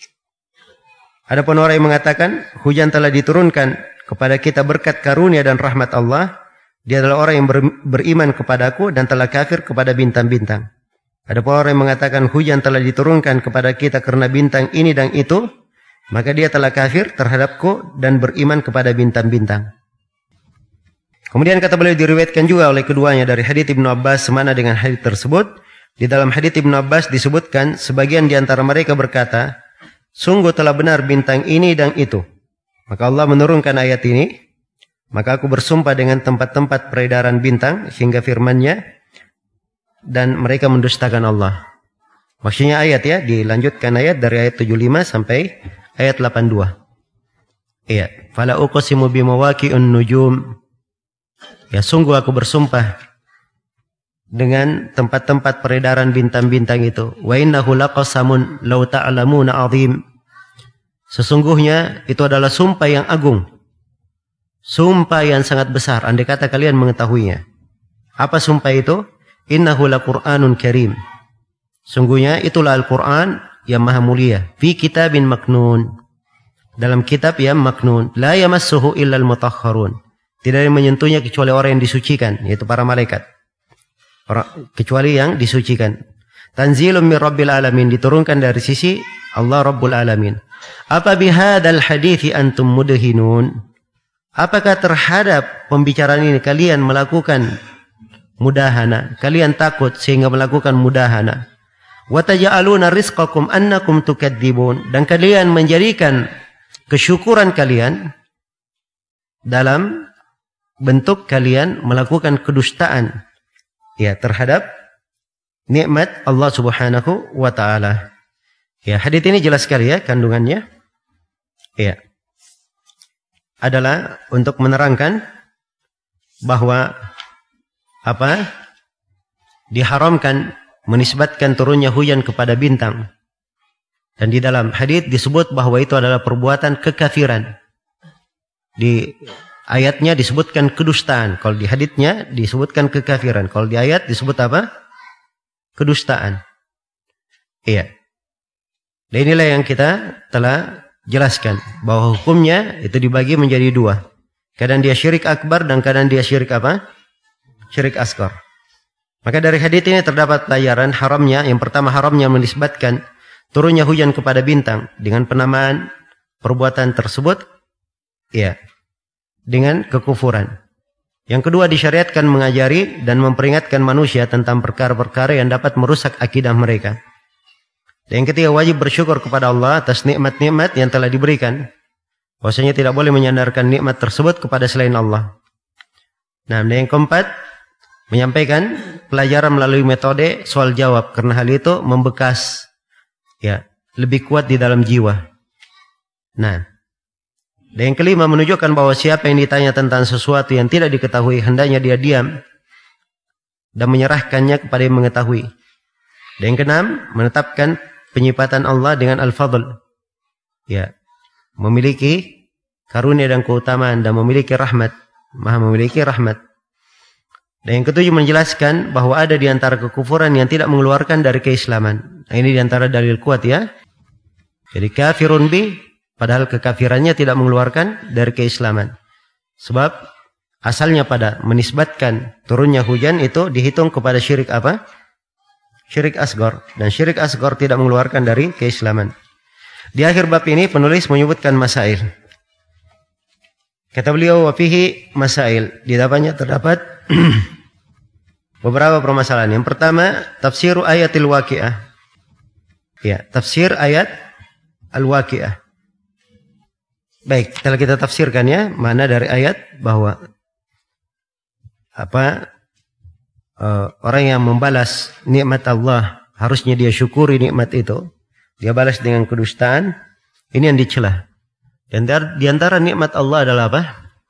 Adapun orang yang mengatakan hujan telah diturunkan kepada kita berkat karunia dan rahmat Allah, dia adalah orang yang beriman kepadaku dan telah kafir kepada bintang-bintang. Adapun orang yang mengatakan hujan telah diturunkan kepada kita karena bintang ini dan itu, maka dia telah kafir terhadapku dan beriman kepada bintang-bintang. Kemudian kata beliau diriwayatkan juga oleh keduanya dari hadits Ibnu Abbas semana dengan hadits tersebut. Di dalam hadits Ibnu Abbas disebutkan sebagian di antara mereka berkata, sungguh telah benar bintang ini dan itu. Maka Allah menurunkan ayat ini. Maka aku bersumpah dengan tempat-tempat peredaran bintang hingga firman-Nya dan mereka mendustakan Allah. Maksudnya ayat ya, dilanjutkan ayat dari ayat 75 sampai ayat 82. Iya, fala uqsimu bimawaqi'un nujum. Ya, sungguh aku bersumpah dengan tempat-tempat peredaran bintang-bintang itu. Wa innahu laqasamun law ta'lamuna 'azim. Sesungguhnya itu adalah sumpah yang agung. Sumpah yang sangat besar, andai kata kalian mengetahuinya. Apa sumpah itu? Innahu laqur'anun karim. Sungguhnya itulah Al-Quran yang maha mulia. Fi kitabin maknun. Dalam kitab yang maknun. La yamassuhu illal mutahharun. Tidak ada yang menyentuhnya kecuali orang yang disucikan, yaitu para malaikat. Kecuali yang disucikan. Tanzilun min rabbil alamin. Diturunkan dari sisi Allah Rabbul Alamin. Apa bihadal hadithi antum mudhinun? Apakah terhadap pembicaraan ini kalian melakukan mudahana? Kalian takut sehingga melakukan mudahana. Wa taj'aluna rizqakum annakum tukadzibun. Dan kalian menjadikan kesyukuran kalian dalam bentuk kalian melakukan kedustaan ya terhadap nikmat Allah Subhanahu wa taala. Ya, hadits ini jelas sekali ya kandungannya. Ya. Adalah untuk menerangkan bahwa diharamkan menisbatkan turunnya hujan kepada bintang. Dan di dalam hadits disebut bahwa itu adalah perbuatan kekafiran. Di ayatnya disebutkan kedustaan. Kalau di haditsnya disebutkan kekafiran. Kalau di ayat disebut apa? Kedustaan. Iya. Dan inilah yang kita telah jelaskan bahwa hukumnya itu dibagi menjadi dua. Kadang dia syirik akbar dan kadang dia syirik apa? Syirik asghar. Maka dari hadits ini terdapat pelajaran haramnya. Yang pertama haramnya menisbatkan turunnya hujan kepada bintang dengan penamaan perbuatan tersebut ya dengan kekufuran. Yang kedua disyariatkan mengajari dan memperingatkan manusia tentang perkara-perkara yang dapat merusak akidah mereka. Dan yang ketiga wajib bersyukur kepada Allah atas nikmat-nikmat yang telah diberikan. Bahwasanya tidak boleh menyandarkan nikmat tersebut kepada selain Allah. Nah, dan yang keempat menyampaikan pelajaran melalui metode soal jawab karena hal itu membekas ya, lebih kuat di dalam jiwa. Nah, dan yang kelima menunjukkan bahwa siapa yang ditanya tentang sesuatu yang tidak diketahui hendaknya dia diam dan menyerahkannya kepada yang mengetahui. Dan yang keenam menetapkan penyifatan Allah dengan al-fadl. Ya, memiliki karunia dan keutamaan dan memiliki rahmat, maha memiliki rahmat. Dan yang ketujuh menjelaskan bahwa ada di antara kekufuran yang tidak mengeluarkan dari keislaman. Nah, ini diantara dalil kuat ya. Jadi kafirun bi, padahal kekafirannya tidak mengeluarkan dari keislaman. Sebab asalnya pada menisbatkan turunnya hujan itu dihitung kepada syirik apa? Syirik asghar. Dan syirik asghar tidak mengeluarkan dari keislaman. Di akhir bab ini penulis menyebutkan masail. Kata beliau, wa fihi masail. Di dalamnya terdapat beberapa permasalahan. Yang pertama, tafsir ayatil waqi'ah. Ya, tafsir ayat al-waqi'ah. Baik, setelah kita tafsirkan ya, mana dari ayat bahwa orang yang membalas nikmat Allah harusnya dia syukuri nikmat itu. Dia balas dengan kedustaan. Ini yang dicela. Dan di antara nikmat Allah adalah apa?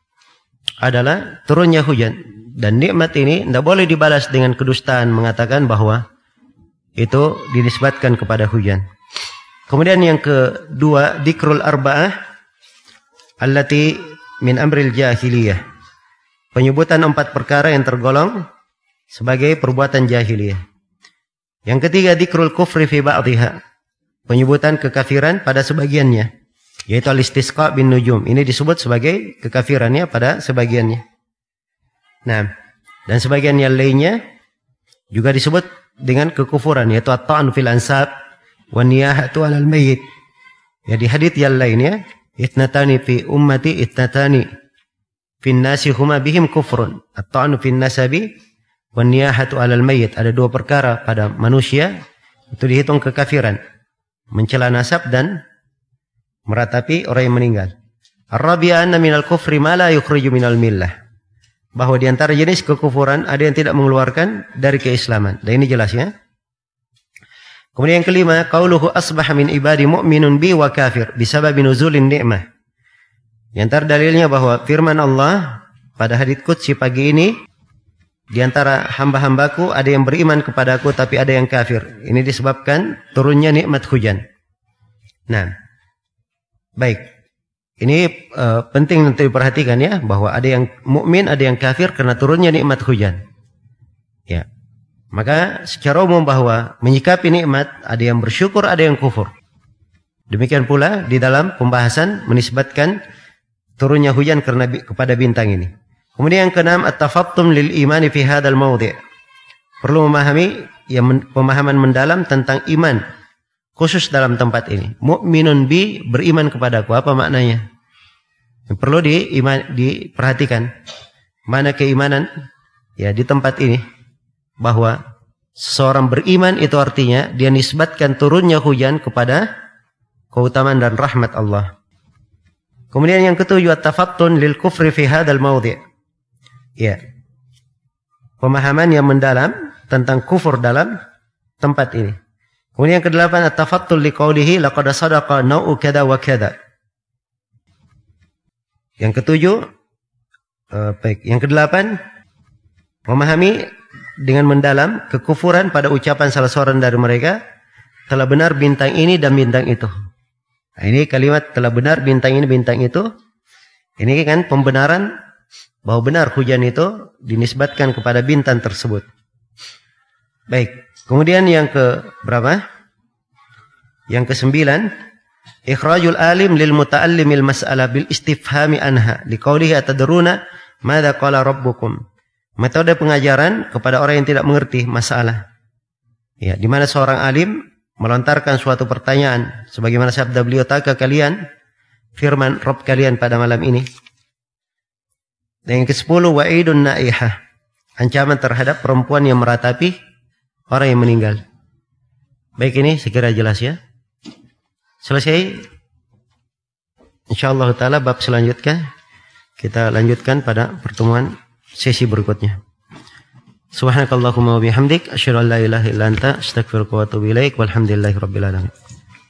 Adalah turunnya hujan. Dan nikmat ini tidak boleh dibalas dengan kedustaan, mengatakan bahwa itu dinisbatkan kepada hujan. Kemudian yang kedua, dzikrul arba'ah allati min amril jahiliyah. Penyebutan 4 perkara yang tergolong sebagai perbuatan jahiliyah. Yang ketiga, dzikrul kufri fi ba'dihha. Penyebutan kekafiran pada sebagiannya, yaitu al-istisqa bin nujum. Ini disebut sebagai kekafirannya pada sebagiannya. Nah, dan sebagian yang lainnya juga disebut dengan kekufuran, yaitu at-ta'an fil ansab wa niyahatu 'alal mayyit. Ya, di hadits yang lainnya, itnatani fi ummati itnatani fin nasi huma bihim kufrun. At-ta'anu fin nasabi wa niyahatu 'alal mayyit. Ada 2 perkara pada manusia itu dihitung kekafiran. Mencela nasab dan meratapi orang yang meninggal. Ar-rabi'a anna minal kufri ma la yukhriju minal millah. Bahwa di antara jenis kekufuran ada yang tidak mengeluarkan dari keislaman. Dan ini jelas ya. Kemudian yang kelima, qauluhu asbaha min ibadi mu'minun bi wa kafir bisababi nuzulin ni'mah. Di antara dalilnya bahwa firman Allah pada hadits qudsi pagi ini, di antara hamba-hambaku ada yang beriman kepadaku tapi ada yang kafir. Ini disebabkan turunnya nikmat hujan. Nah, baik. Ini penting untuk diperhatikan ya, bahwa ada yang mukmin, ada yang kafir karena turunnya nikmat hujan. Ya. Maka secara umum bahwa menyikapi nikmat ada yang bersyukur, ada yang kufur. Demikian pula di dalam pembahasan menisbatkan turunnya hujan karena kepada bintang ini. Kemudian yang keenam, at-tafattum lil imani fi hadzal mawdi'. Perlu memahami pemahaman mendalam tentang iman khusus dalam tempat ini. Mu'minun bi, beriman kepadaku. Apa maknanya? Yang perlu diperhatikan. Mana keimanan ya di tempat ini, bahwa seseorang beriman itu artinya dia nisbatkan turunnya hujan kepada keutamaan dan rahmat Allah. Kemudian yang ketujuh, at-tafattun lil kufri fi hadzal mawdi'. Ya, pemahaman yang mendalam tentang kufur dalam tempat ini. Kemudian yang kedelapan, at-tafattul liqaulihi laqad sadaqa nau'u kada wa kada. Yang ketujuh, yang kedelapan, memahami dengan mendalam kekufuran pada ucapan salah seorang dari mereka, telah benar bintang ini dan bintang itu. Nah, ini kalimat telah benar bintang ini bintang itu. Ini kan pembenaran bahwa benar hujan itu dinisbatkan kepada bintang tersebut. Baik, kemudian yang ke berapa? Yang ke-9, ikhrajul alim lil muta'allimil mas'alah bil istifhami anha liqaulihi atadruna madza qala rabbukum. Metode pengajaran kepada orang yang tidak mengerti masalah. Ya, di mana seorang alim melontarkan suatu pertanyaan sebagaimana sabda beliau, "Tahukah kalian firman Rabb kalian pada malam ini?" Dan yang ke-10, wa'idun naihah, ancaman terhadap perempuan yang meratapi orang yang meninggal. Baik, ini sekira jelas ya. Selesai. Insyaallah taala bab selanjutnya kita lanjutkan pada pertemuan sesi berikutnya. Subhanakallahumma wa bihamdik asyhadu an la ilaha illa anta astaghfiruka wa atubu ilaik walhamdulillahirabbil alamin.